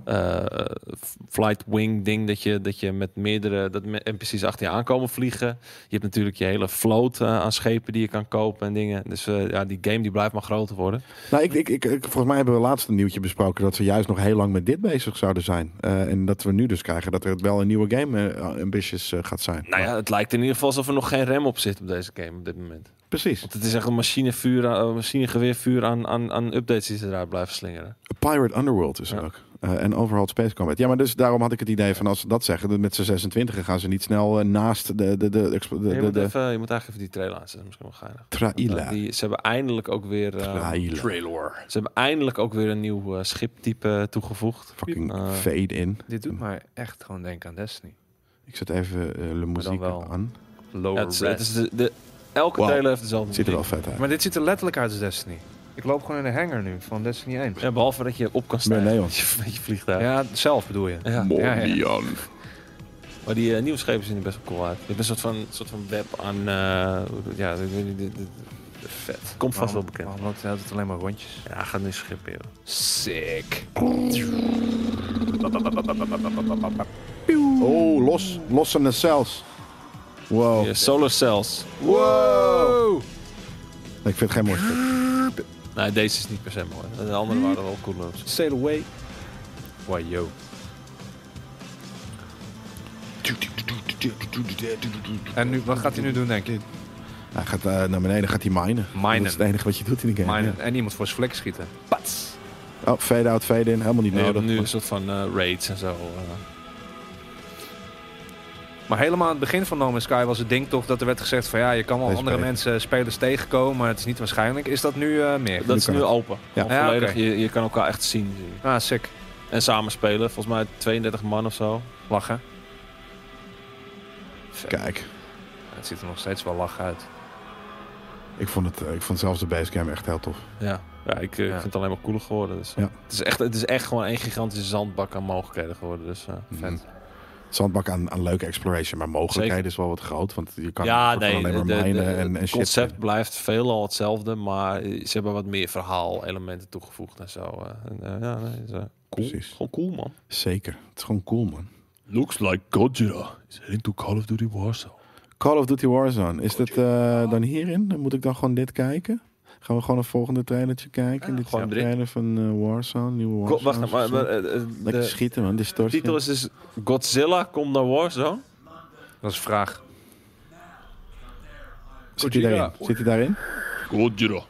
flight wing ding dat je met meerdere NPC's achter je aankomen vliegen. Je hebt natuurlijk je hele vloot aan schepen die je kan kopen en dingen. Dus die game die blijft maar groter worden. Nou, volgens mij hebben we laatst een nieuwtje besproken dat ze juist nog heel lang met dit bezig zouden zijn. En dat we nu dus krijgen dat er wel een nieuwe game ambitious gaat zijn. Nou ja, het lijkt in ieder geval alsof er nog geen rem op zit op deze game op dit moment. Precies. Want het is echt een machinegeweervuur aan updates die ze eruit blijven slingeren. Pirate Underworld is er ook. En Overhauled Space Combat. Ja, maar dus daarom had ik het idee van als ze dat zeggen, dat met z'n 26 gaan ze niet snel naast Je moet eigenlijk even die trailer aanzetten, misschien wel geinig. trailer. Ze hebben eindelijk ook weer Trailer. ze hebben eindelijk ook weer een nieuw schiptype toegevoegd. Fucking fade in. Dit doet mij echt gewoon denken aan Destiny. Ik zet even de muziek wel aan. Lower Het is elke Wow. trailer heeft dezelfde Het ziet er wel muziek. vet uit. Maar dit ziet er letterlijk uit als Destiny. Ik loop gewoon in de hangar nu van Destiny 1. Ja, behalve dat je op kan stijgen neon. met je vliegtuig. Ja, zelf bedoel je. Ja. Morbihan. Maar die nieuwe schepen zien er best wel cool uit. Je hebt een soort van web aan... ik weet niet, vet. Komt vast wel bekend. Waarom loopt het alleen maar rondjes? Ja, gaat nu schip, joh. Sick. Oh, los in de cells. Wow. Ja, solar cells. Wow. Ik vind het geen mooi stuk. Nee, deze is niet per se mooi. De andere waren wel cool. Sail away. Why yo. En nu, wat gaat hij nu doen, denk je? Hij gaat naar beneden, gaat hij minen. Minen. Dat is het enige wat je doet in die game. Minen. En iemand voor zijn vlek schieten. Pats. Ja. Oh, fade out, fade in. Helemaal niet Nee, je nodig. hebt nu een soort van raids en zo. Maar helemaal aan het begin van No Man's Sky was het ding toch dat er werd gezegd van ja, je kan wel Deze andere beter. mensen, spelers tegenkomen, maar het is niet waarschijnlijk. Is dat nu meer? Dat is kan nu het. open. Ja. Gewoon Ja, volledig. oké. Je kan elkaar echt zien. Ah, sick. En samen spelen. Volgens mij 32 man of zo. Lachen. Kijk, Het ziet er nog steeds wel lach uit. ik vond zelfs de base game echt heel tof. Ja, ik vind het alleen maar cooler geworden. Dus, Ja. het is echt gewoon een gigantische zandbak aan mogelijkheden geworden. Dus, Vet. Zandbak aan leuke exploration, maar mogelijkheden is wel wat groot. Want je kan ja, soort van nee, alleen maar minen en het shit. concept blijft veelal hetzelfde, maar ze hebben wat meer verhaal-elementen toegevoegd en zo. Cool. Precies. Gewoon cool, man. Zeker. Het is gewoon cool, man. Looks like Godzilla is heading to Call of Duty Warsaw. Call of Duty Warzone. Is dat dan hierin? Dan moet ik dan gewoon dit kijken? Gaan we gewoon een volgende trailertje kijken? Dit is gewoon de erin. trailer van Warzone. Nieuwe Warzone. Wacht nou, maar Lekker de schieten, man. Distortie. titel is dus Godzilla komt naar Warzone. Dat is een vraag. Zit hij daarin? Zit hij daarin? Godzilla.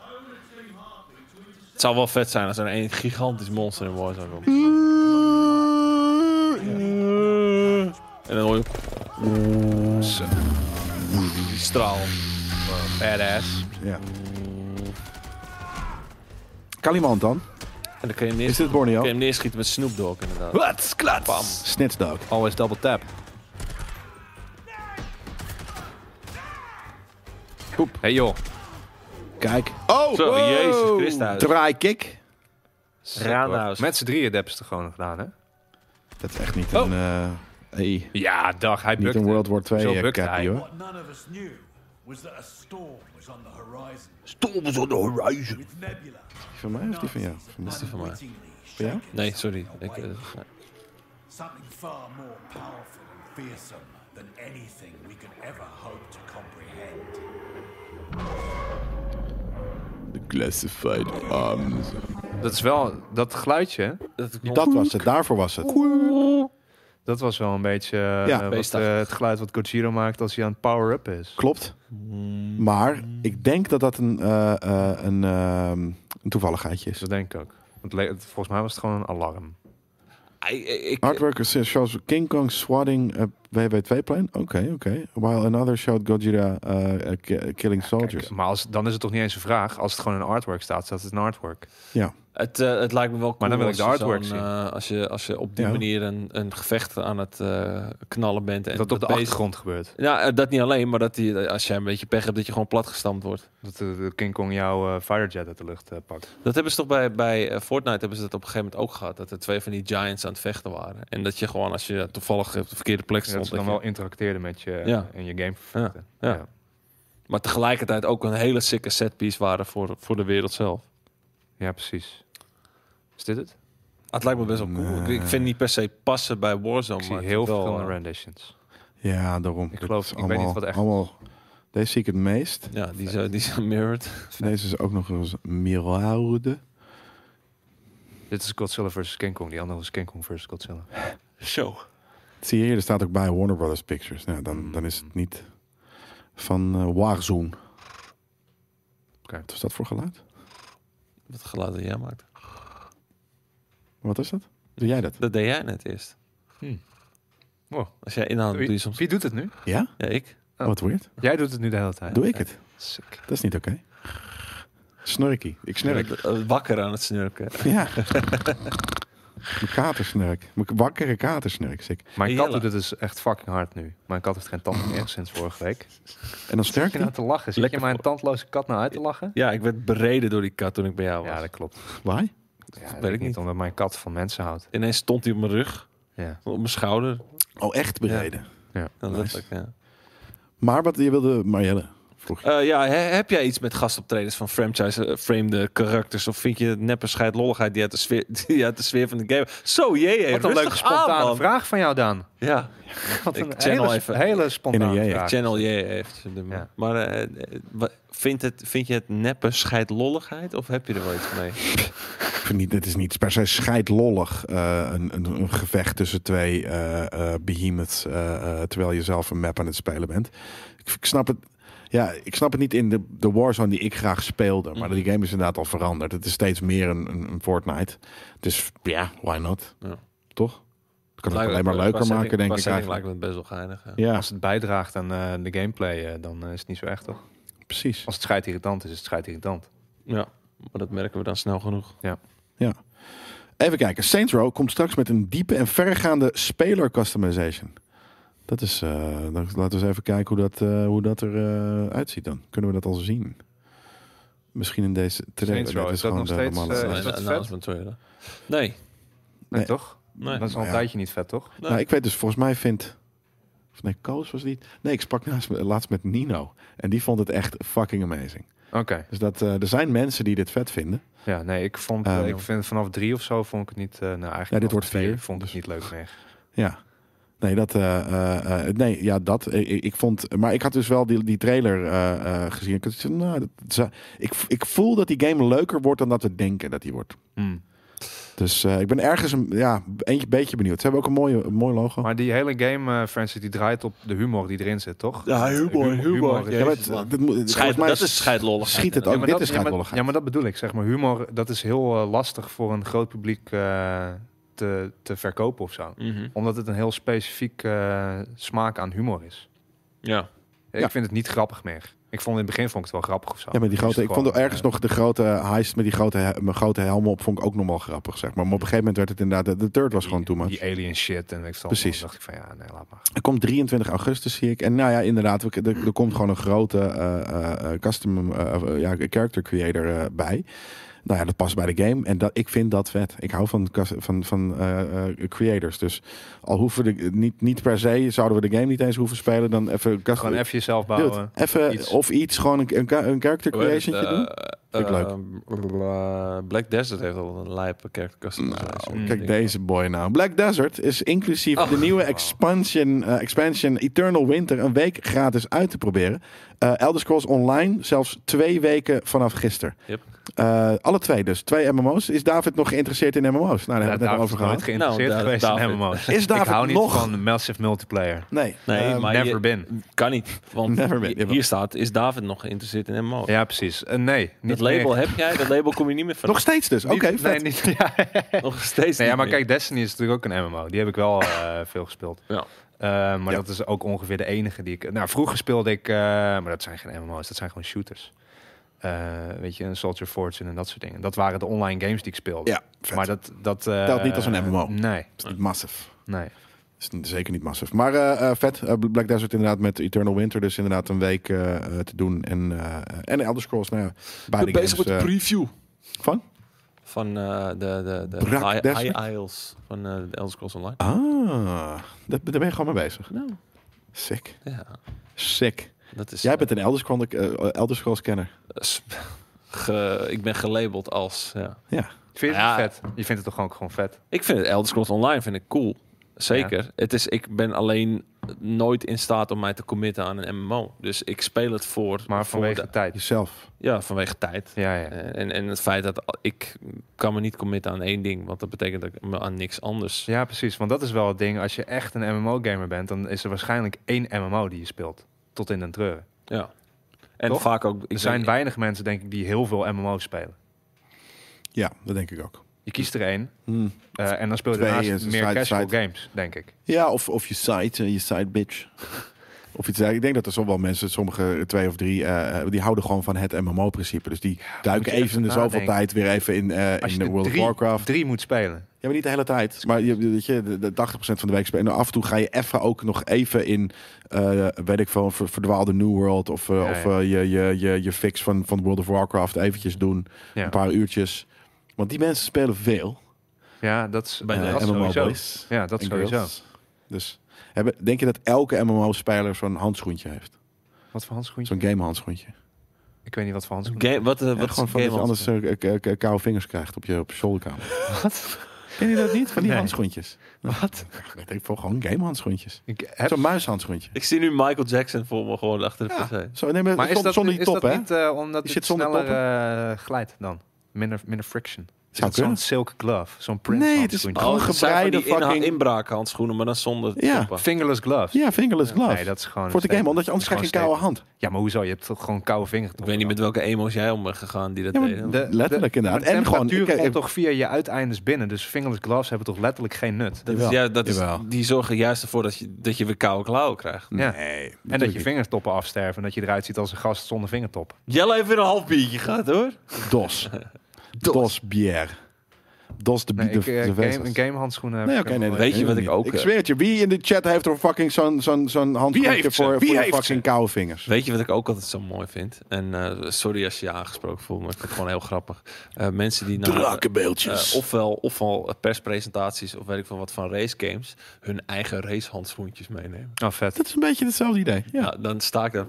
Het zou wel vet zijn als er een gigantisch monster in Warzone komt. En dan hoor je die straal. Badass. Ja. Kalimant dan? En dan kun je hem Is dit kun Borneo? je hem neerschieten met Snoop Dogg inderdaad. Wat? Klats. Bam. Snitsdog. Always double tap. Poep. Hey joh. Kijk. Oh! Zo, wow. Jezus Christus. Draai-kick. Raanhuis. Met z'n drieën hebben ze het gewoon gedaan, hè? Dat is echt niet Oh. een... Ja, dag. Hij niet bukte. een World War Zo 2 bukte cappy, hij. hoor. What none of us knew was that a storm was on the horizon. Storm is on the horizon. With Nebula Die van mij of die van jou? Van mij. die van mij. unwittingly Van jou? shaking Nee, sorry. away. Nee. Something far more powerful and fearsome than anything we could ever hope to comprehend. The classified arms. Dat is wel... Dat geluidje, hè? Dat was het. Daarvoor was het. Dat was wel een beetje Ja, het geluid wat Kojiro maakt als hij aan het power-up is. Klopt. Maar ik denk dat dat een toevalligheidje is. Dat denk ik ook. Volgens mij was het gewoon een alarm. Artwork shows King Kong swatting a WW2 plane. Oké. While another showed Gojira killing soldiers. Kijk, maar dan is het toch niet eens een vraag. Als het gewoon in artwork staat, staat het in artwork. Ja. Het lijkt me wel cool. Maar dan wil ik de als je artwork zo'n, als je op die Ja. manier een gevecht aan het knallen bent. En Dat op de beest- achtergrond gebeurt. Ja, dat niet alleen, maar dat als jij een beetje pech hebt, dat je gewoon platgestampt wordt. Dat de King Kong jouw firejet uit de lucht pakt. Dat hebben ze toch bij Fortnite hebben ze dat op een gegeven moment ook gehad. Dat er 2 van die giants aan het vechten waren. En dat je gewoon, als je toevallig op de verkeerde plek Dat stond... ze dan dat je- wel interacteerden met je Ja. in je game vervechten. Ja. Maar tegelijkertijd ook een hele sicke setpiece waren voor de wereld zelf. Ja, precies. Is dit het? Het lijkt me best wel cool. Ik vind het niet per se passen bij Warzone. Ik zie maar heel het is wel, verschillende renditions. Ja, daarom. Ik geloof- Dit is ik weet niet wat echt is. allemaal, deze zie ik het meest. Ja, die zijn mirrored. Deze is ook nog eens mirrorde. Dit is Godzilla versus King Kong. Die andere is King Kong versus Godzilla. Show. Zie je hier, er staat ook bij Warner Brothers Pictures. Nou, dan is het niet van Warzone. Oké. Wat is dat voor geluid? Wat geluid dat jij maakt. Wat is dat? Doe jij dat? Dat deed jij net eerst. Wow. Als jij inhoudt, doe je soms... Wie doet het nu? Ja? Ja, ik. Oh. Wat weird. Jij doet het nu de hele tijd. Doe ik het? Sick. Dat is niet oké. Snurky. Ik snurk. Wakker aan het snurken. Ja. Mijn katersnurk. Mijn wakkere katersnurk. Sick. Mijn kat Jelle. doet het dus echt fucking hard nu. Mijn kat heeft geen tanden meer sinds vorige week. En dan sterk Zit je nou te lachen? Zit Lekker je mijn voor- tandloze kat nou uit te lachen? Ja, ik werd bereden door die kat toen ik bij jou was. Ja, dat klopt. Why? Ja, dat weet ik niet. Omdat mijn kat van mensen houdt. Ineens stond hij op mijn rug, Ja. op mijn schouder. Oh, echt bereden. Ja, letterlijk, ja. Maar wat je wilde... Marjelle, vroeg je. Heb jij iets met gastoptredens van framed karakters? Of vind je het neppe scheidlolligheid die uit de sfeer van de game... Zo, jee, Wat een leuke spontane vraag van jou, Daan. Ja, Wat Ik een channel even. hele spontane In een vraag. Channel J heeft. Ja. Maar vind je het neppe scheidlolligheid? Of heb je er wel iets mee? Ik vind niet, het is niet per se scheidlollig. Een gevecht tussen twee behemoths. Terwijl je zelf een map aan het spelen bent. Ik snap het. Ja, ik snap het niet in de Warzone die ik graag speelde. Maar die game is inderdaad al veranderd. Het is steeds meer een Fortnite. Dus ja, why not? Ja. Toch? Het kan het alleen maar leuker maken, denk ik Lijkt eigenlijk. me het best wel geinig. Ja. Ja, Als het bijdraagt aan de gameplay, dan is het niet zo echt, toch? precies. Als het scheidirritant is het scheidirritant. Ja, maar dat merken we dan snel genoeg. Even kijken. Saints Row komt straks met een diepe en verregaande speler customization. Dat is, laten we eens even kijken hoe dat er uitziet dan. Kunnen we dat al zien? Misschien in deze Saints Row, dit is dat gewoon nog de steeds, normale- is Een dat vet? announcement trailer. Nee. Nee, Nee. toch? Nee. Dat is al een Ja. tijdje niet vet, toch? Nee. Nou, ik weet dus, volgens mij of nee, Koos was niet. Nee, ik sprak laatst met Nino. En die vond het echt fucking amazing. Oké. Dus er zijn mensen die dit vet vinden. Ja, nee, ik vind vanaf 3 of zo vond ik het niet... nou, eigenlijk Ja, dit vanaf wordt 2 4, vond ik dus- het niet leuk meer. Ja. Nee, dat. Ik vond, maar ik had dus wel die trailer gezien. Ik had zoiets van, nou, ik voel dat die game leuker wordt dan dat we denken dat die wordt. Dus ik ben ergens een beetje benieuwd. Ze hebben ook een mooi logo. Maar die hele game, Francis, die draait op de humor die erin zit, toch? Ja, humor. Ja, Dat is scheidlollig. Schiet het Ja, ook. maar Dit dat- is scheidlolligheid. Ja, maar dat bedoel ik. Zeg maar, humor, dat is heel lastig voor een groot publiek te verkopen of zo. Omdat het een heel specifiek smaak aan humor is. Ja. Ik vind het niet grappig meer. Ik vond in het begin het wel grappig of zo. Ja, met die grote, ik vond Gewoon, ergens nog de grote heist met die grote helmen op, vond ik ook nog wel grappig, zeg maar. Maar op een gegeven moment werd het inderdaad, de third was gewoon too much. Die alien shit en ik Precies. dacht ik van ja, nee, laat maar. Er komt 23 augustus, zie ik. En nou ja, inderdaad, er komt gewoon een grote custom character creator bij. Nou ja, dat past bij de game. En ik vind dat vet. Ik hou van creators. Dus al hoeven we niet per se, zouden we de game niet eens hoeven spelen, dan even Gewoon even jezelf bouwen. Even Iets. of iets, gewoon een character creation doen. Vind ik leuk. Black Desert heeft al een lijpe character customization. Kijk deze boy nou. Black Desert is inclusief de nieuwe expansion Eternal Winter een week gratis uit te proberen. Elder Scrolls Online zelfs 2 weken vanaf gisteren. Yep. Alle 2 dus. 2 MMO's. Is David nog geïnteresseerd in MMO's? Nou, daar hebben we het net over nooit gehad. geïnteresseerd Nou, geweest David. in MMO's. Is David ik hou niet nog- van massive multiplayer. Nee. Nee, maar Never been. Kan niet. Want Never been. hier staat, is David nog geïnteresseerd in MMO? Ja, precies. Nee, niet Dat label meer. heb jij, dat label kom je niet meer van. Nog steeds dus. Oké, Niet- vet. Nee, niet. Ja. Nog steeds Nee, ja, niet maar meer. kijk, Destiny is natuurlijk ook een MMO. Die heb ik wel veel gespeeld. Ja. Maar dat is ook ongeveer de enige die ik... Nou, vroeger speelde ik... maar dat zijn geen MMO's, dat zijn gewoon shooters. Weet je, een Soldier Fortune en dat soort dingen. Dat waren de online games die ik speelde. Ja, vet. Maar dat Telt niet als een MMO. Nee, Het is niet massive. nee. Is zeker niet massive. Maar vet. Black Desert inderdaad met Eternal Winter. Dus inderdaad een week te doen. En Elder Scrolls. Nou ja, beide bezig met games, de preview van? van de Black High Desert? Isles van de Elder Scrolls Online. Ah, daar ben je gewoon mee bezig. Nou, Sick. ja, Sick. dat is. Jij bent een Elder Scrolls kenner. Ik ben gelabeld als. Ja. Ja. Vind je Ja. het vet? Je vindt het toch gewoon vet? Ik vind het Elder Scrolls Online vind ik cool. Zeker. Ik ben alleen nooit in staat om mij te committen aan een MMO. Dus ik speel het voor. Maar voor vanwege de- tijd. Jezelf. ja, vanwege tijd. Ja, ja. En het feit dat ik kan me niet committen aan één ding, want dat betekent dat ik me aan niks anders. Ja, precies. Want dat is wel het ding. Als je echt een MMO-gamer bent, dan is er waarschijnlijk 1 MMO die je speelt. Tot in den treuren. Ja. En Toch? vaak ook. Er zijn weinig mensen, denk ik, die heel veel MMO's spelen. Ja, dat denk ik ook. Je kiest er 1 Hmm. en dan speel je 2 daarnaast is een meer casual side. games, denk ik. Ja, of je side bitch. Of iets. Ik denk dat er zo wel mensen, sommige 2 of 3, die houden gewoon van het MMO-principe. Dus die duiken je even even in de zoveel nadenken. tijd weer even in Als je de World of 3 Warcraft. moet spelen. Ja, maar niet de hele tijd. Maar weet je, de 80% van de week spelen. En af en toe ga je even ook nog even in, weet ik veel, verdwaalde New World. Of je fix van World of Warcraft eventjes doen. Ja. Een paar uurtjes. Want die mensen spelen veel. Ja, dat is, Bij de dat MMO sowieso. boys Ja, dat en sowieso. girls. Dus denk je dat elke MMO-speler zo'n handschoentje heeft? Wat voor handschoentje? Zo'n game-handschoentje? Ik weet niet wat voor handschoentje. Game, wat Ja, is gewoon van dat je anders koude vingers krijgt op je zolderkamer. Wat? Ken je dat niet? Van die Nee. handschoentjes. Wat? Weet ik veel, gewoon game-handschoentjes. Ik heb... Zo'n muishandschoentje. Ik zie nu Michael Jackson voor me gewoon achter de Ja. PC. Zo, nee, maar Maar is dat, zonder die is top, dat hè? niet omdat Die het zit zonder sneller glijdt dan? Minder friction. Is Zou het zo'n kunnen. silk glove? Zo'n Prince Nee, het is handschoentje? gewoon het zijn van gebreide die fucking... inbraakhandschoenen, maar dan zonder Ja. toppen. Fingerless gloves? Ja, fingerless gloves. Nee, dat is gewoon... Voor de een game, omdat je statement. anders krijg je een Dat is koude gewoon hand. Ja, maar hoezo? Je hebt toch gewoon koude vingers. Ik weet niet met welke emo's jij om bent gegaan die dat Ja, maar deden. letterlijk inderdaad. En En gewoon... temperatuur komt toch via je uiteindes binnen. Dus fingerless gloves hebben toch letterlijk geen nut. Dat Jawel, is, ja, dat is, jawel. die zorgen juist ervoor dat je weer koude klauwen krijgt. Ja. Nee. En dat je vingertoppen afsterven. En dat je eruit ziet als een gast zonder vingertop. Jelle heeft weer een half biertje gehad hoor. Dos. Dos bière. Dos de Nee, vessels. een gamehandschoenen heb Nee, ik oké, ook nee, wel. Weet je wat ik niet. ook, Ik zweer het je, wie in de chat heeft er fucking zo'n handschoentje heeft ze? voor Wie je heeft fucking koude vingers? Weet je wat ik ook altijd zo mooi vind? En sorry als je je aangesproken voelt, maar ik vind het gewoon heel grappig. Mensen die naar Drakenbeeldjes. ofwel perspresentaties of weet ik veel wat van racegames hun eigen racehandschoentjes meenemen. Oh, vet. Dat is een beetje hetzelfde idee. Ja. Ja, dan sta ik daar.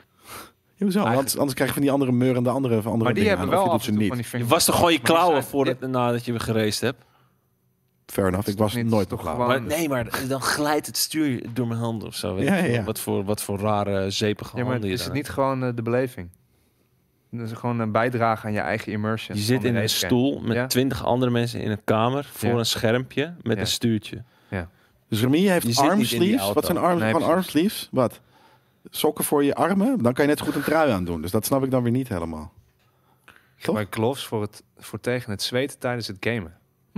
Hoezo? Anders krijg je van die andere meur en de andere Maar die dingen hebben aan, wel of je af doet en toe ze van niet. die Je vingers. was toch gewoon je Maar die klauwen zijn- nadat je geraced hebt? fair enough. Ik was niet- nooit toch op blauw. gewoon- Maar dan glijdt het stuur door mijn handen of zo. Weet Ja, je wel. ja. Wat voor rare zepige Ja, maar handen je is het dan niet gewoon de beleving? Dat is gewoon een bijdrage aan je eigen immersion. Je zit van de in een race game. stoel met Ja. 20 andere mensen in een kamer voor Ja. een schermpje met Ja. een stuurtje. Dus Remy Je heeft zit niet in die armsleeves. auto. Wat zijn Nee, van precies. armsleeves? Wat? Sokken voor je armen? Dan kan je net zo goed een trui aan doen. Dus dat snap ik dan weer niet helemaal. Ik gebruik gloves voor tegen het zweten tijdens het gamen.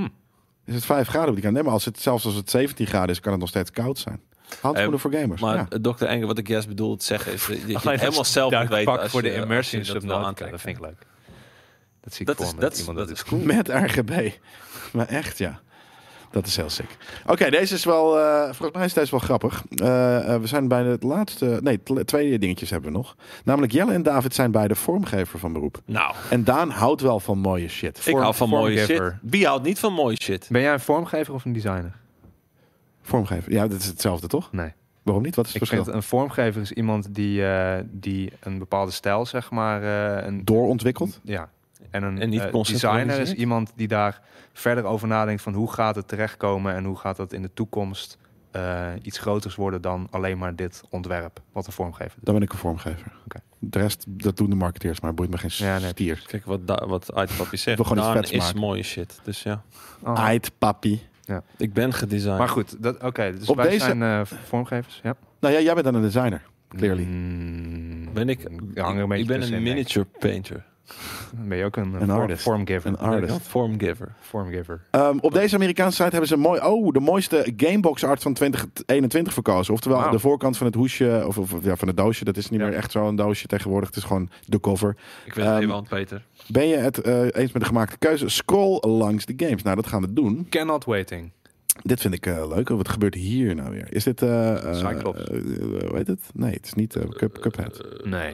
Is het 5 graden op die kant? Nee, maar zelfs als het 17 graden is, kan het nog steeds koud zijn. Handschoenen voor gamers. Maar ja. Dr. Enge, wat ik juist bedoel te zeggen is dat je Alleen helemaal zelf moet weten pak als voor je, de als immersion je dat wil Subnautica. aantrekken. Dat vind ik leuk. Dat zie ik Dat voor is- me. dat is- iemand dat doet. is cool. Met RGB. Maar echt, ja. Dat is heel sick. Oké, deze is wel... volgens mij is deze wel grappig. We zijn bij het laatste... Nee, 2 dingetjes hebben we nog. Namelijk Jelle en David zijn beide vormgever van beroep. Nou, En Daan houdt wel van mooie shit. ik hou van mooie shit. vormgever. Wie houdt niet van mooie shit? Ben jij een vormgever of een designer? Vormgever. Ja, dat is hetzelfde, toch? Nee. Waarom niet? Wat is het Ik verschil? vind een vormgever is iemand die een bepaalde stijl, zeg maar... Doorontwikkeld? Ja. En een En niet designer is conceptualiseerd? iemand die daar verder over nadenkt van hoe gaat het terechtkomen en hoe gaat dat in de toekomst iets groters worden dan alleen maar dit ontwerp wat een vormgever doet. Dan ben ik een vormgever. Oké. De rest, dat doen de marketeers, maar boeit me geen Ja, nee. stier. Kijk wat Uitpapi zegt. wil gewoon iets Daan vets is maken. mooie shit. Dus ja, Oh. Ait, papi. ik ben gedesigned. Maar goed, oké, dus Op wij deze- zijn vormgevers. Ja. Nou ja, jij bent dan een designer. Clearly. ben ik hang er een beetje ben een tussenin, denk ik. miniature painter. Dan ben je ook een artist. vormgever. Een artist. Vormgiver. Vormgever. Op deze Amerikaanse site hebben ze de mooiste Gamebox art van 2021 verkozen. Oftewel Wauw. de voorkant van het hoesje, of ja, van het doosje. Dat is niet Ja. meer echt zo'n doosje tegenwoordig. Het is gewoon de cover. Ik ben het Ehm, even aan het Peter. Ben je het eens met de gemaakte keuze? Scroll langs de games. Nou, dat gaan we doen. Cannot waiting. Dit vind ik leuk. Wat gebeurt hier nou weer? Is dit... Cyclops. hoe heet het? Nee, het is niet Cuphead. Nee.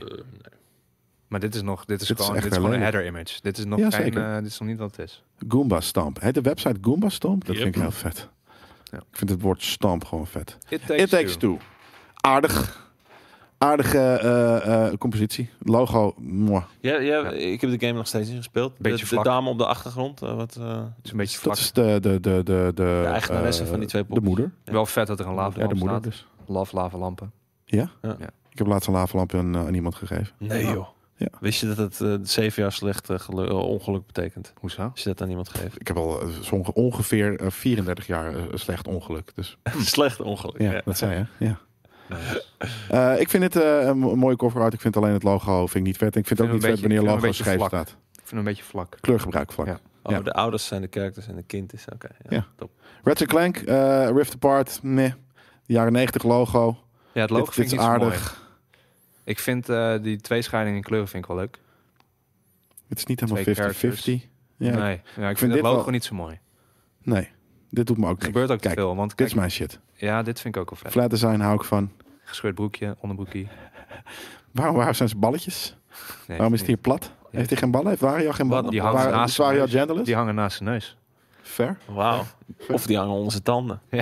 Maar dit is Dit is gewoon, echt dit is gewoon een lelijk. header image. Dit is nog Ja, geen, zeker. dit is nog niet wat het is. Goomba Stomp. Heet de website Goomba Stomp? Dat Yep. vind ik heel vet. Ja. Ik vind het woord stamp gewoon vet. It It Takes Two. Aardig. Aardige compositie. Logo. Mwah. Ja, ik heb de game nog steeds niet gespeeld. Beetje de vlak. dame op de achtergrond. Het is een beetje vlak. Dat is de eigenaresse van die twee De poppetjes. moeder. Wel vet dat er een Ja, lavalamp de moeder staat. dus. Lava lampen. Ja? Ja. Ja. Ik heb laatst een lavalamp aan iemand gegeven. Nee joh. Ja. Wist je dat het 7 jaar slecht ongeluk betekent? Hoezo? Als je dat aan iemand geeft. Ik heb al ongeveer 34 jaar slecht ongeluk. Dus Slecht ongeluk. ja, dat zei je. Ja. Ik vind het een mooie cover art. Ik vind alleen het logo vind ik niet vet. En ik vind het ook vind niet hem vet een wanneer beetje- logo ik vind hem scheef een beetje staat. Ik vind het een beetje vlak. Kleurgebruik vlak. Ja. Oh, Ja. de ouders zijn de characters en de kind is oké. Ja. Top. Ratchet Clank, Rift Apart, nee. Jaren 90 logo. Ja, het logo Dit vind ik is niet zo mooi. aardig. Ik vind die tweescheiding in kleuren vind ik wel leuk. Het is niet helemaal Twee 50-50. Ja, Nee, ja, ik vind vind dit het logo wel- niet zo mooi. Nee, dit doet me ook Het niks. gebeurt ook te Kijk, veel. Want dit kijk, is mijn shit. ja, dit vind ik ook wel vet. Flat design hou ik van. Gescheurd broekje, onderbroekje. Waarom zijn ze balletjes? Nee, Waarom is het niet. hier plat? Heeft hij geen ballen? Heeft Wario geen ballen? Die hangen naast Is zijn Wario neus. genderless? Die hangen naast zijn neus. Fair. Wauw. Of die hangen onder zijn tanden. Ja.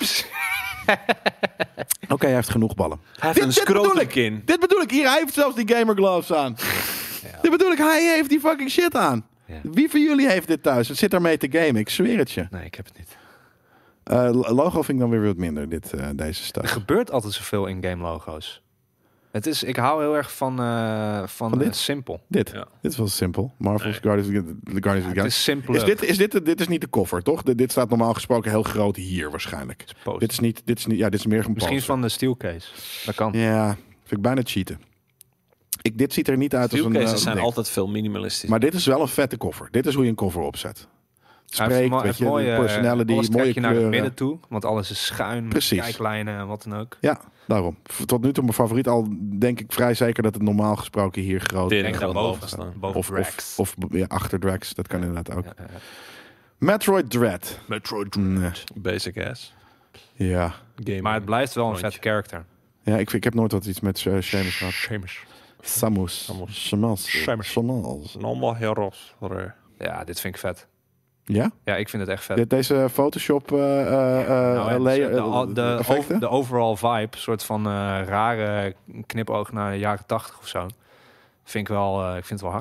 Oké, hij heeft genoeg ballen. Hij heeft een dit bedoel ik. scrotumkin. Dit bedoel ik. Hier, hij heeft zelfs die gamer gloves aan. Dit bedoel ik. Hij heeft die fucking shit aan. Ja. Wie van jullie heeft dit thuis? Het zit ermee te gamen. Ik zweer het je. Nee, ik heb het niet. Logo vind ik dan weer wat minder, deze Er stuff. gebeurt altijd zoveel in game logo's. Ik hou heel erg van dit? simpel. Dit. Ja. Dit is wel simpel. Marvel's Guardians of the Het Galaxy. is simpel. Dit is niet de cover, toch? Dit staat normaal gesproken heel groot hier waarschijnlijk. Dit is meer een Misschien poster. van de steelcase. Dat kan. Ja, vind ik bijna cheaten. Dit ziet er niet uit als een... Steelcases zijn ding. altijd veel minimalistisch. Maar dit is wel een vette cover. Dit is hoe je een cover opzet. Hij heeft Spreekt, weet je, mooie, personality, alles mooie trek je naar het kleuren. midden toe, want alles is schuin, met Precies. kijklijnen en wat dan ook. Ja, daarom. Tot nu toe mijn favoriet. Al denk ik vrij zeker dat het normaal gesproken hier groot Dit is. Denk gaat daarboven boven staan. boven Of, Drax. of ja, achter Drax. Dat kan inderdaad ook. Ja, ja. Metroid Dread. Metroid. Nee. Basic ass. Ja. Game. Maar het blijft wel een Rondje. vet character. Ja, ik heb nooit wat iets met Seamus gehad. Samus. Samus. Normal heroes. Ja, dit vind ik vet. Ja? Ja, ik vind het echt vet. Deze Photoshop Nou, layer effecten? de overall vibe, soort van rare knipoog naar de jaren 80 of zo. Vind ik wel, ik vind het wel hard.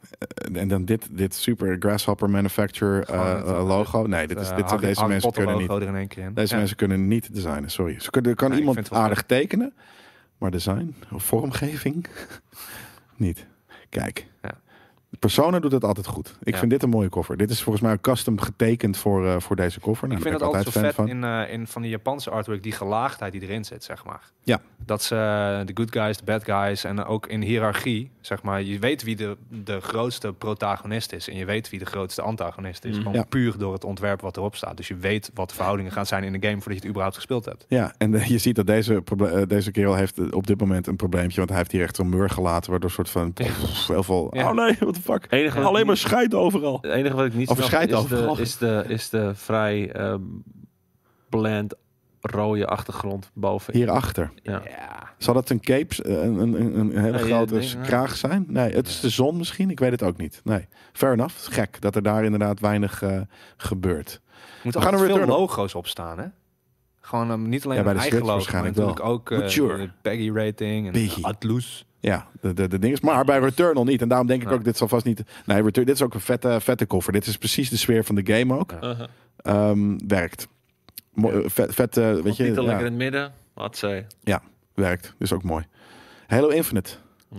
En dan dit super Grasshopper Manufacturer logo. Nee, deze mensen kunnen niet. Er in één keer in. Deze mensen kunnen niet designen, sorry. Kan Nee, ik vind iemand het wel aardig tekenen, maar design of vormgeving niet. Kijk. Ja. Persona doet het altijd goed. Ik vind dit een mooie koffer. Dit is volgens mij een custom getekend voor deze koffer. Nou, Ik vind daar het ben altijd zo altijd vet fan in van die Japanse artwork, die gelaagdheid die erin zit, zeg maar. Ja. Dat ze de good guys, de bad guys en ook in hiërarchie, zeg maar, je weet wie de grootste protagonist is en je weet wie de grootste antagonist is. Gewoon Ja. puur door het ontwerp wat erop staat. Dus je weet wat de verhoudingen gaan zijn in de game voordat je het überhaupt gespeeld hebt. Ja, en je ziet dat deze kerel heeft op dit moment een probleempje, want hij heeft hier echt zo'n mur gelaten, waardoor een soort van heel veel... Ja. Oh nee, what the fuck? Enige wat Alleen ik maar scheid overal. Het enige wat ik niet Of snap verschijt overal. is de vrij bland rode achtergrond boven. Hierachter. Ja. Zal dat een cape, een hele Nee, grote ik denk, kraag zijn? Nee, het is de zon misschien. Ik weet het ook niet. Nee, fair enough. Gek dat er daar inderdaad weinig gebeurt. Er moeten We gaan altijd een veel Returnal. logo's op staan, hè? Gewoon niet alleen Ja, bij een de eigen Switch logo, maar waarschijnlijk natuurlijk ook Mature. Peggy rating en Peggy. Atlus. Ja, de ding is. Maar bij Returnal niet. En daarom denk ik Nee. ook, dit zal vast niet... Nee, dit is ook een vette koffer. Dit is precies de sfeer van de game ook. Werkt. Vet, weet je... Niet al ja, lekker in het midden. Wat zei. werkt. Dus ook mooi. Halo Infinite.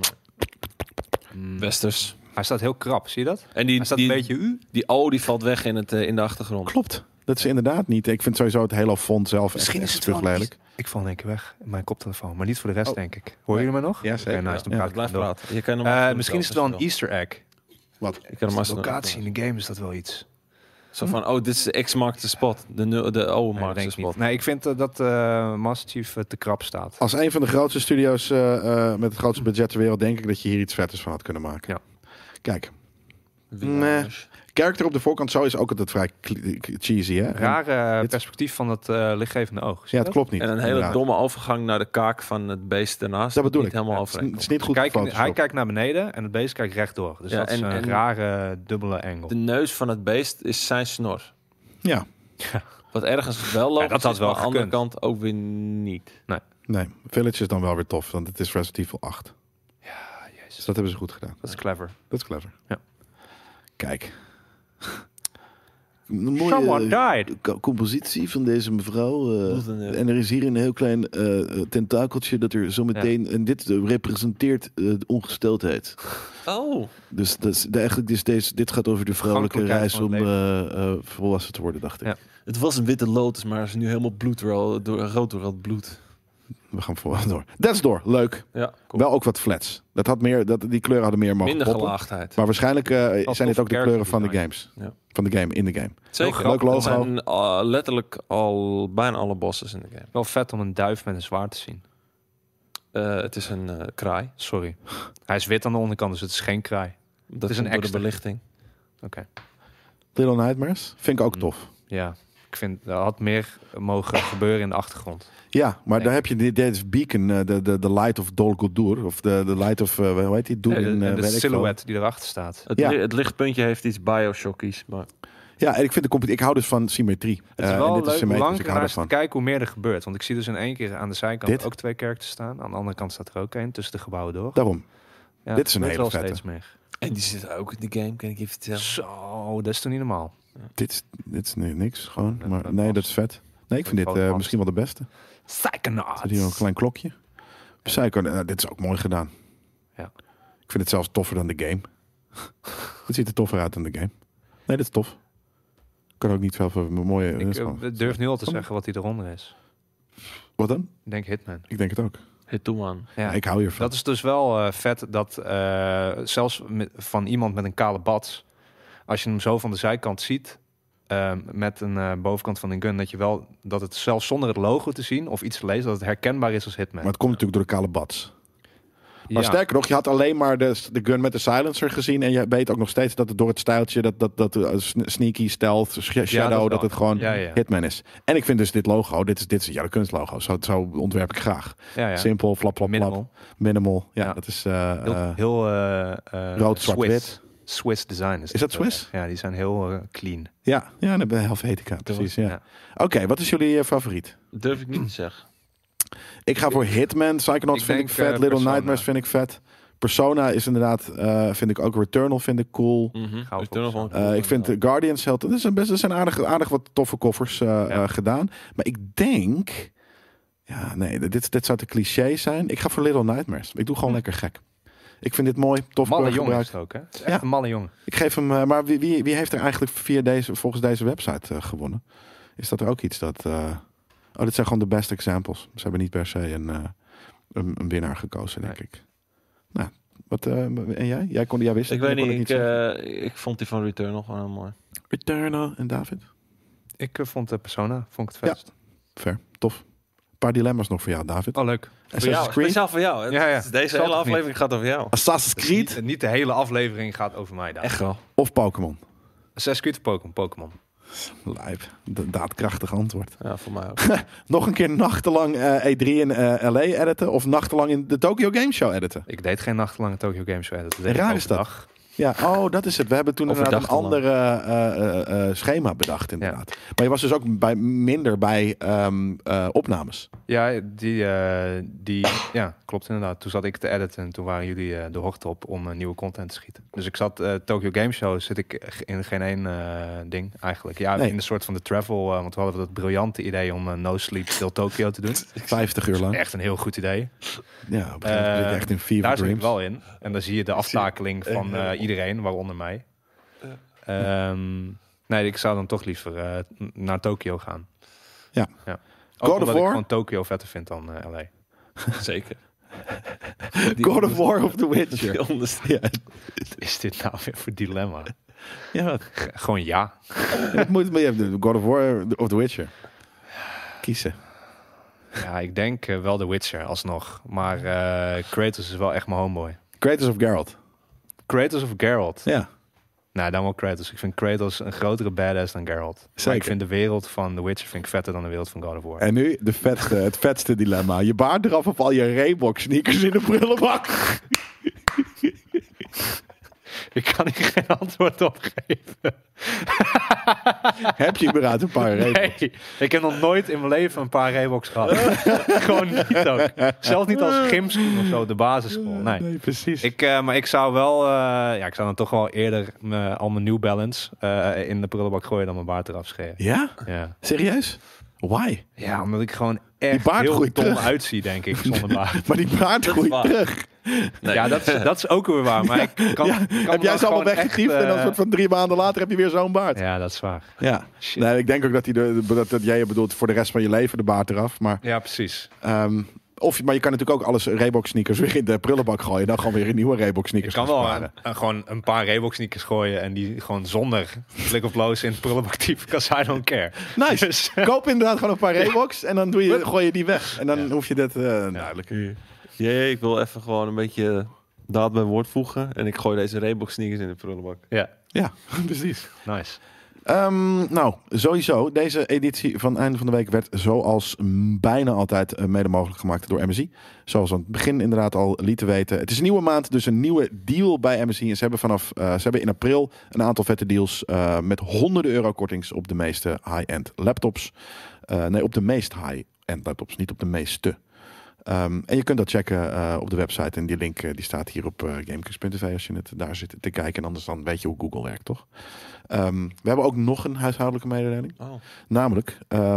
Westers. Hij staat heel krap, zie je dat? En die, Hij staat die, een beetje u. die O die valt weg in de achtergrond. Klopt. Dat is inderdaad niet. Ik vind sowieso het Halo font zelf echt terug lelijk. Ik val in één keer weg in mijn koptelefoon, maar niet voor de rest, denk ik. Horen jullie me nog? Ja, zeker. Oké, nice, dan Ja, praat ik Blijf door. praten. Je kan hem Misschien is het wel een Easter egg. Wat? Je kan hem Is de als locatie in de game is dat wel iets. Zo van, dit is de X markt de spot. De O Nee, markt denk de ik spot. niet. Nee, ik vind dat Master Chief te krap staat. Als een van de grootste studio's met het grootste budget ter wereld, denk ik dat je hier iets vetters van had kunnen maken. Ja. Kijk, character op de voorkant zo is ook altijd vrij cheesy, hè? Rare dit- perspectief van het lichtgevende oog. Zie Ja, je het dat? klopt niet. En een hele inderdaad. domme overgang naar de kaak van het beest daarnaast. Dat bedoel niet ik. helemaal Het is overeenkomt. niet goed Hij gefotoshopt. kijkt naar beneden en het beest kijkt rechtdoor. Dus Ja, dat is en- een en- rare dubbele engel. De neus van het beest is zijn snor. Ja, Wat ergens wel logisch dat had is, wel maar aan de andere gekund. kant ook weer niet. nee. Village is dan wel weer tof, want het is Resident Evil 8. Ja, jezus. Dus dat hebben ze goed gedaan. Dat is clever. Dat is clever. Ja. Kijk. Someone died. Compositie van deze mevrouw. Wat een, En er is hier een heel klein tentakeltje dat er zometeen... En dit representeert de ongesteldheid. Oh, Dus, dit gaat over de vrouwelijke reis Vergankelijkheid om van het volwassen te worden, dacht ik. Ja. het was een witte lotus, maar is nu helemaal rood door het bloed. We gaan volwassen door. That's Door, leuk. Ja, cool. Wel ook wat flats. Die kleuren hadden meer mogen Minder poppen. gelaagdheid. Maar waarschijnlijk zijn dit toffe ook de kleuren van de character games. Ja. Van de game, in de game. Zeker. Leuk logo. Er zijn letterlijk al bijna alle bosses in de game. Wel vet om een duif met een zwaard te zien. Het is een kraai. Sorry. Hij is wit aan de onderkant, dus het is geen kraai. Dat is een komt door de extra. belichting. Oké. Little Nightmares vind ik ook tof. Ja. Ik vind, er had meer mogen gebeuren in de achtergrond. Ja, maar Nee. daar heb je dit Beacon, de Light of Dol Guldur. Of de Light of, hoe heet die? Durin, En weet de ik veel. silhouet die erachter staat. Het, Ja. het lichtpuntje heeft iets Bioshockies, maar Ja, en ik vind ik hou dus van symmetrie. Het is En wel dit leuk hoe symmetrisch, lang ik ik hou naar te ervan. kijken hoe meer er gebeurt. Want ik zie dus in één keer aan de zijkant Dit? ook 2 characters staan. Aan de andere kant staat er ook één tussen de gebouwen door. Daarom. Ja, dit is een het hele gebeurt wel vette. steeds meer. en die zit ook in de game, kan ik je vertellen. Zo, dat is toch niet normaal. Dit is niks, gewoon. Ja, Maar dat nee, was- dat is vet. Nee, ik vind Een dit groot misschien wel de beste. Psychonauts. Zit hier ook een klein klokje. Psycho, dit is ook mooi gedaan. Ja. Ik vind het zelfs toffer dan de game. Het ziet er toffer uit dan de game. Nee, dit is tof. Ik kan ook niet veel voor mooie... Ik durf nu al te zeggen wat hij eronder is. Wat dan? Ik denk Hitman. Ik denk het ook. Hit toe man. Ja. Ik hou hiervan. Dat is dus wel vet dat zelfs van iemand met een kale bats, als je hem zo van de zijkant ziet, met een bovenkant van een gun, dat het zelfs zonder het logo te zien of iets te lezen, dat het herkenbaar is als Hitman. Maar het komt natuurlijk door de kale bats. Maar Ja. sterker nog, je had alleen maar de gun met de silencer gezien. En je weet ook nog steeds dat het door het stijltje, dat sneaky, stealth, shadow, wel. dat het gewoon Ja, ja. Hitman is. En ik vind dus dit logo, dit is de kunstlogo. Zo ontwerp ik graag. Ja. Simpel, flap, flap, flap. Minimal. Minimal. Ja, Ja. dat is... Heel rood, zwart, Swiss. wit. Swiss design Is dat Swiss? Ja, die zijn heel clean. ja, dan ben je Helvetica, precies. Ja. Ja. Oké, wat is jullie favoriet? Durf ik niet te zeggen. Ik ga voor Hitman. Psychonauts Ik vind ik denk, vet. Little Persona. Nightmares vind ik vet. Persona is inderdaad, vind ik ook. Returnal vind ik cool. Ik vind Guardians heel... Er zijn aardig wat toffe koffers gedaan. Maar ik denk... Ja, nee, dit zou te cliché zijn. Ik ga voor Little Nightmares. Ik doe gewoon lekker gek. Ik vind dit mooi, tof. Malle jongen is het ook, hè? Het is echt een malle jongen. Ik geef hem... maar wie heeft er eigenlijk volgens deze website gewonnen? Is dat er ook iets dat... dit zijn gewoon de best examples. Ze hebben niet per se een winnaar gekozen, denk ik. Nou, wat... en jij? Jij wist het. Ik weet niet. Ik vond die van Returnal gewoon heel mooi. Returnal en David? Ik vond Persona vond ik het vetst. Ja, fair. Tof. Een paar dilemma's nog voor jou, David. Oh, leuk. Assassin's Creed. Speciaal voor jou. Ja. Deze hele aflevering gaat over jou. Assassin's Creed Niet de hele aflevering gaat over mij daar. Echt wel. of Pokémon? Assassin's Creed of Pokémon. Lijp. Daadkrachtig antwoord. Ja, voor mij ook. Nog een keer nachtenlang E3 in LA editen of nachtenlang in de Tokyo Game Show editen? Ik deed geen nachtenlange Tokyo Game Show. Dat deed Raar ik is dat. overdag. Ja, dat is het. We hebben toen inderdaad een Overdag andere schema bedacht inderdaad. Maar je was dus ook minder bij opnames. Ja, ja, klopt inderdaad. Toen zat ik te editen en toen waren jullie de hoogte op om nieuwe content te schieten. Dus ik zat, Tokyo Game Show zit ik in geen één ding eigenlijk. Ja, Nee. in de soort van de travel, want we hadden dat briljante idee om No Sleep Till Tokyo te doen. 50 uur lang. Echt een heel goed idee. Ja, op een gegeven moment zit je echt in fever Daar zit ik dreams. wel in. En dan zie je de aftakeling van iedereen, waaronder mij. Nee, ik zou dan toch liever naar Tokyo gaan. Ja. Ook God of omdat ik War? gewoon Tokyo vetter vind dan LA. Zeker. God of War of The Witcher. Die onderste- Ja, Wat is dit nou weer voor dilemma? ja. Gewoon ja. Het moet maar even God of War of The Witcher. Kiezen. Ja, ik denk wel The Witcher alsnog. Maar Kratos is wel echt mijn homeboy. Kratos of Geralt. Kratos of Geralt? Ja. Nou, dan wel Kratos. Ik vind Kratos een grotere badass dan Geralt. Maar Zeker. ik vind de wereld van The Witcher vind ik vetter dan de wereld van God of War. En nu het vetste dilemma. Je baard eraf of al je Reebok sneakers in de prullenbak. Ik kan hier geen antwoord op geven. Heb je überhaupt een paar Reeboks? Nee, ik heb nog nooit in mijn leven een paar Reeboks gehad. Gewoon niet ook. Zelfs niet als gymschoen of zo, de basisschool. Nee. precies. Maar ik zou wel, ik zou dan toch wel eerder al mijn New Balance in de prullenbak gooien dan mijn baard eraf scheren. Ja? Ja. Serieus? Why? Ja, omdat ik gewoon echt baard heel groeit dom terug. uitzie, denk ik, zonder baard. Maar die baard groeit waar. terug. Nee. Ja, dat is ook weer waar. Maar ik kan, Ja, kan heb jij dan ze allemaal gewoon weggegriefd echt, en dan soort van 3 maanden later heb je weer zo'n baard? Ja, dat is waar. Ja. Shit. Nee, ik denk ook dat jij bedoelt voor de rest van je leven de baard eraf. Maar, Ja, precies. maar je kan natuurlijk ook alles Reebok sneakers weer in de prullenbak gooien. Dan gewoon weer een nieuwe Reebok Ik sneakers kan gaan wel sparen. gewoon een paar Reebok sneakers gooien en die gewoon zonder flick of blows in het prullenbak typen, because I don't care. Nice. Dus, Koop inderdaad gewoon een paar Reeboks en dan gooi je die weg. En dan hoef je dat duidelijk. Jee, ik wil even gewoon een beetje daad bij woord voegen. En ik gooi deze Reebok sneakers in de prullenbak. ja, Ja, precies. nice. Nou, sowieso. Deze editie van Einde van de Week werd zoals bijna altijd mede mogelijk gemaakt door MSI. Zoals we aan het begin inderdaad al lieten weten. Het is een nieuwe maand, dus een nieuwe deal bij MSI. En ze hebben in april een aantal vette deals met €100 kortings op de meeste high-end laptops. Nee, op de meest high-end laptops, niet op de meeste. En je kunt dat checken op de website. En die link die staat hier op gamekings.tv als je het daar zit te kijken. En anders dan weet je hoe Google werkt, toch? We hebben ook nog een huishoudelijke mededeling. Oh. Namelijk,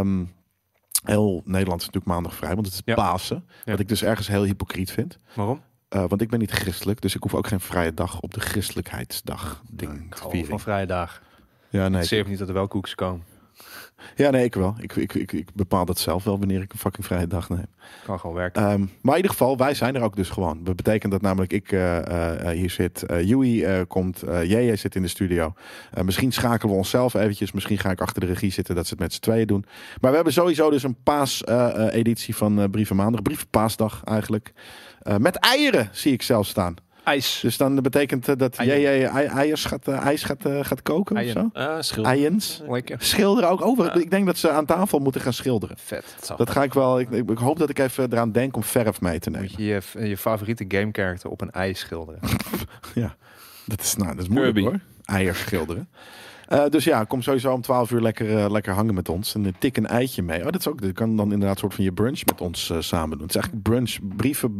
heel Nederland is natuurlijk maandag vrij, want het is Ja. Pasen. Ja. Wat ik dus ergens heel hypocriet vind. Waarom? Want ik ben niet christelijk, dus ik hoef ook geen vrije dag op de christelijkheidsdag ding te Ik hou vieren. van vrije dagen. Ja, nee. Ik zie even niet dat er wel koekjes komen. Ja, nee, ik wel. Ik bepaal dat zelf wel wanneer ik een fucking vrije dag neem. Kan gewoon werken. Maar in ieder geval, wij zijn er ook dus gewoon. Dat betekent dat namelijk ik hier zit. Yui komt. JJ zit in de studio. Misschien schakelen we onszelf eventjes. Misschien ga ik achter de regie zitten dat ze het met z'n tweeën doen. Maar we hebben sowieso dus een paas-editie van Brieven Maandag. Brievenpaasdag eigenlijk. Met eieren zie ik zelf staan. IJs. Dus dan betekent dat Eieren. JJ ijs gaat koken of Eieren. zo. Schilder. Eiens. Lekker. Schilderen ook over. Ik denk dat ze aan tafel moeten gaan schilderen. Vet. Dat ga ik wel. Ik hoop dat ik even eraan denk om verf mee te nemen. Moet je je favoriete game character op een ijs schilderen. Ja, dat is moeilijk Kirby. hoor. Eiers schilderen. Dus ja, kom sowieso om 12 uur lekker hangen met ons. En tik een eitje mee. Dat kan dan inderdaad een soort van je brunch met ons samen doen. Het is eigenlijk brunch,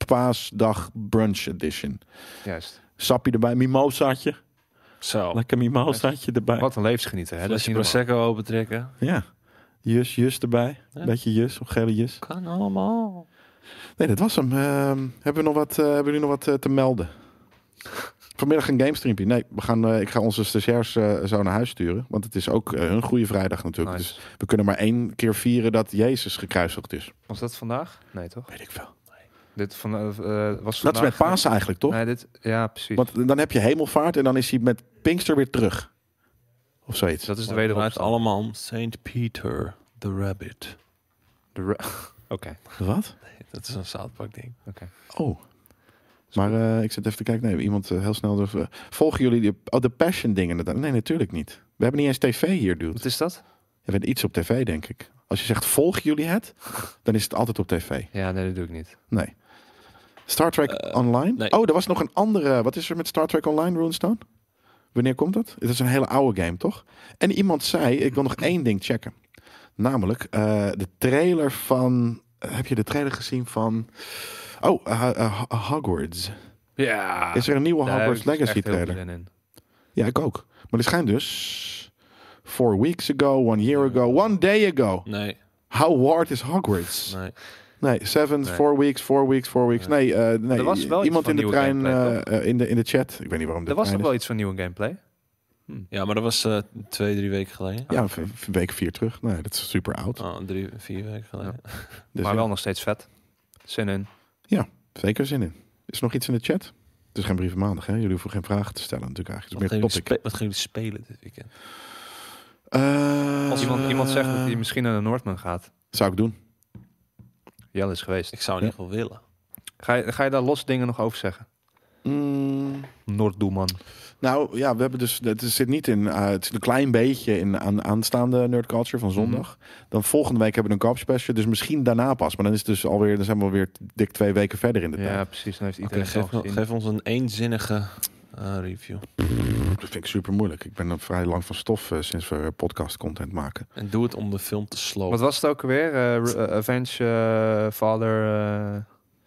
paasdag brunch edition. Juist. Sappie erbij, mimosaatje. Zo. Lekker mimosaatje erbij. Wat een levensgenieter. Hè? Dat is Flesje niet normaal. Prosecco opentrekken. Ja. Jus erbij. Ja. Beetje jus, of gele jus. Kan allemaal. Nee, dat was hem. Hebben jullie nog wat te melden? Vanmiddag een gamestreampje. Nee, ik ga onze stagiairs zo naar huis sturen. Want het is ook een goede vrijdag natuurlijk. Nice. Dus we kunnen maar 1 keer vieren dat Jezus gekruisigd is. Was dat vandaag? Nee, toch? Weet ik veel. Dit was Dat vandaag. is met Pasen eigenlijk, toch? Nee, ja, precies. Want dan heb je hemelvaart en dan is hij met Pinkster weer terug. Of zoiets. Dat is de Het wederopstand. allemaal Saint Peter, the rabbit. Oké. Wat? Dat is een South Park ding. Oh. Maar ik zit even te kijken. Nee, iemand heel snel. Volgen jullie de Passion dingen? Nee, natuurlijk niet. We hebben niet eens tv hier, dude. Wat is dat? Je bent iets op tv, denk ik. Als je zegt, volgen jullie het? Dan is het altijd op tv. Ja, nee, dat doe ik niet. Nee. Star Trek Online? nee. Oh, er was nog een andere. Wat is er met Star Trek Online, Runestone? Wanneer komt dat? Het is een hele oude game, toch? En iemand zei, ik wil nog 1 ding checken. Namelijk de trailer van... heb je de trailer gezien van... Hogwarts. Ja. Is er een nieuwe Daar Hogwarts heb ik Legacy echt heel veel trailer? zin in. Ja, ik ook. Maar die schijnt dus 4 weeks ago, 1 year ago, 1 day ago. Nee, How hard is Hogwarts? nee. Nee, 7, 4 weeks, 4 weeks, 4 weeks. Nee, nee. Er was wel iemand iets in van de nieuwe trein, gameplay, in de chat. Ik weet niet waarom Er was trein nog wel is. iets van nieuwe gameplay. Ja, maar dat was 2-3 weken geleden. Ja, een week 4 terug. Nee, dat is super oud. Oh, 3-4 weken geleden. Dus Maar ja, wel nog steeds vet. Zin in. zeker zin in. Is er nog iets in de chat? Het is geen brieven maandag, hè? Jullie hoeven geen vragen te stellen natuurlijk eigenlijk. Het is meer topic. Wat gaan jullie spelen dit weekend? Als iemand zegt dat hij misschien naar de Noordman gaat. Zou ik doen. Jelle is geweest. Ik zou in ieder geval willen. Ga je daar los dingen nog over zeggen? Noorddoeman. Nou ja, we hebben dus. Het zit niet in. Het zit een klein beetje in aanstaande Nerd Culture van zondag. Dan volgende week hebben we een koopspecial. Dus misschien daarna pas. Maar dan is het dus alweer. Dan zijn we alweer dik 2 weken verder in de tijd. Ja, precies. Dan heeft Oké, iedereen het al gezien. geef ons een eenzinnige review. Dat vind ik super moeilijk. Ik ben er vrij lang van stof sinds we podcast content maken. En doe het om de film te slopen. Wat was het ook alweer? Avenge Father...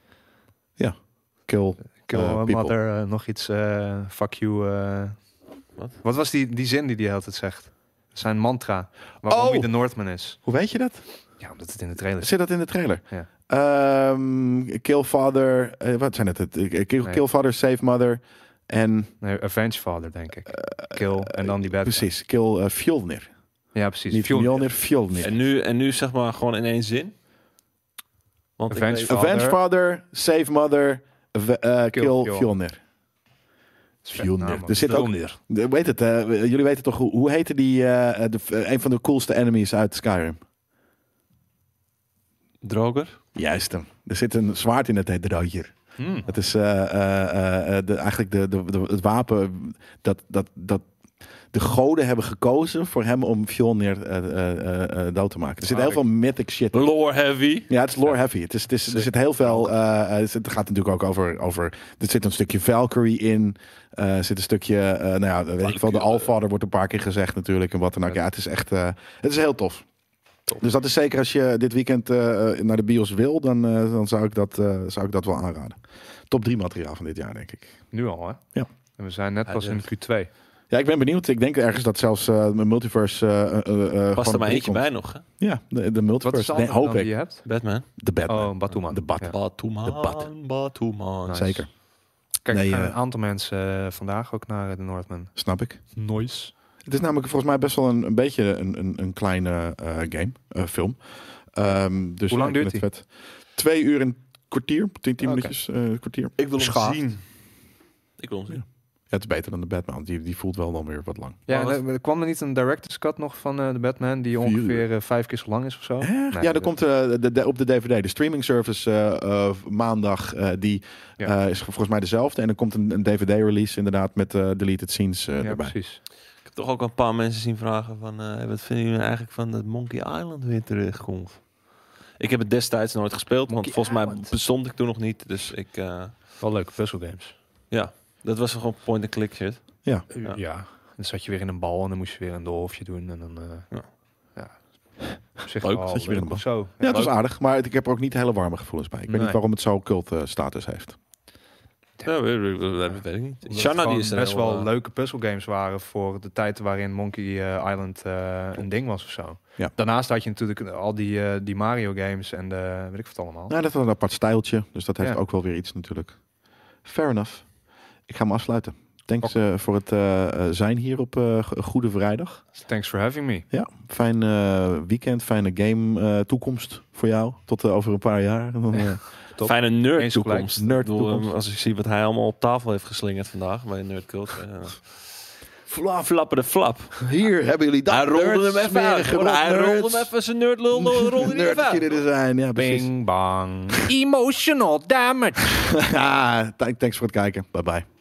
Kill people. Mother, nog iets, fuck you. Wat was die zin die hij altijd zegt? Zijn mantra, waarom hij de Northman is. Hoe weet je dat? Ja, omdat het in de trailer zit. Zit dat in de trailer? Ja. Kill Father. Wat zijn het? Kill Father, Save Mother. En Nee, Avenge Father, denk ik. Kill en dan die bad guy. precies. Kill Fjolnir. Ja, precies. Niet Fjolnir, Fjolnir. En nu zeg maar gewoon in één zin. Want ik Avenge weet- Father. Avenge Father, Save Mother, Kill Fjolnir. Fjolnir. Er zit ook. Weet het? Jullie weten toch hoe heette die? Een van de coolste enemies uit Skyrim. Droger? Juist hem. Er zit een zwaard in het heet Droger. Het is eigenlijk het wapen dat de goden hebben gekozen voor hem om Fjolnir dood te maken. Er zit heel veel mythic shit. Lore heavy. Ja, het is lore heavy. Er zit heel veel. Het gaat natuurlijk ook over. Er zit een stukje Valkyrie in. Er zit een stukje. Nou ja, weet ik wel. De Allfather wordt een paar keer gezegd natuurlijk en wat dan ook. Ja, het is echt. Het is heel tof. Dus dat is zeker als je dit weekend naar de bios wil, dan zou ik dat wel aanraden. Top 3 materiaal van dit jaar, denk ik. Nu al, hè? Ja. En we zijn net pas in Q2. Ja, ik ben benieuwd. Ik denk ergens dat zelfs mijn multiverse. Past er maar eentje bij nog, hè? Ja, de Wat is multiverse. de Nee, andere hoop dan die ik. je hebt? Batman. De Batman. Oh, Batwoman. De Bat. Ja. Batman. Nice. Zeker. Kijk, Nee, er gaan een aantal mensen vandaag ook naar de Northman. Snap ik. Nice. Het is namelijk volgens mij best wel een beetje een kleine game, film. Dus Hoe lang ja, ik duurt vind het vet. 2 uur en kwartier, 10 Oké. minuutjes, kwartier. Ik wil hem Schaaf. zien. Ik wil hem zien. Ja, het is beter dan de Batman. Die voelt wel dan weer wat lang. Ja, Maar en er kwam er niet een director's cut nog van de Batman die ongeveer 5 keer zo lang is of zo? Echt? Nee, Ja, er komt op de DVD. De streaming service maandag, die is volgens mij dezelfde. En er komt een DVD-release inderdaad met deleted scenes ja, erbij. precies. Ik heb toch ook een paar mensen zien vragen van... wat vinden jullie eigenlijk van dat Monkey Island weer terugkomt? Ik heb het destijds nooit gespeeld, want Monkey volgens mij Island. bestond ik toen nog niet. Dus ik... Wel leuk, puzzle games. ja, dat was gewoon point-and-click shit. Ja. Ja. Dan zat je weer in een bal en dan moest je weer een doolhofje doen. En dan, Op zich Leuk, wel zet je weer in de of zo. Ja, het was aardig. Maar ik heb er ook niet hele warme gevoelens bij. Ik weet Nee. niet waarom het zo cult status heeft. Ja, weet ik niet. Omdat Shanna het die is gewoon er best heel, wel leuke puzzelgames waren voor de tijd waarin Monkey Island een ding was of zo. Ja. Daarnaast had je natuurlijk al die Mario games en de weet ik wat allemaal. Nou, dat was een apart stijltje. Dus dat heeft Ja. ook wel weer iets natuurlijk. Fair enough. Ik ga hem afsluiten. Thanks voor het zijn hier op Goede Vrijdag. Thanks for having me. Ja, fijn weekend, fijne game toekomst voor jou. Tot over een paar jaar. En dan, Top. Fijne nerd Eens toekomst. gelijk. Nerd Ik bedoel, toekomst. als ik zie wat hij allemaal op tafel heeft geslingerd vandaag bij Nerd Cult. Flap. Flappen de flap. Hier hebben jullie dat. Hij rolde nerds, hem even uit. smerige hoor. Hij nerds. rolde hem even zijn nerdlul rolde hij even Nerd uit. er zijn. Ja, precies. Bing bang. Emotional damage. Ja, thanks voor het kijken. Bye bye.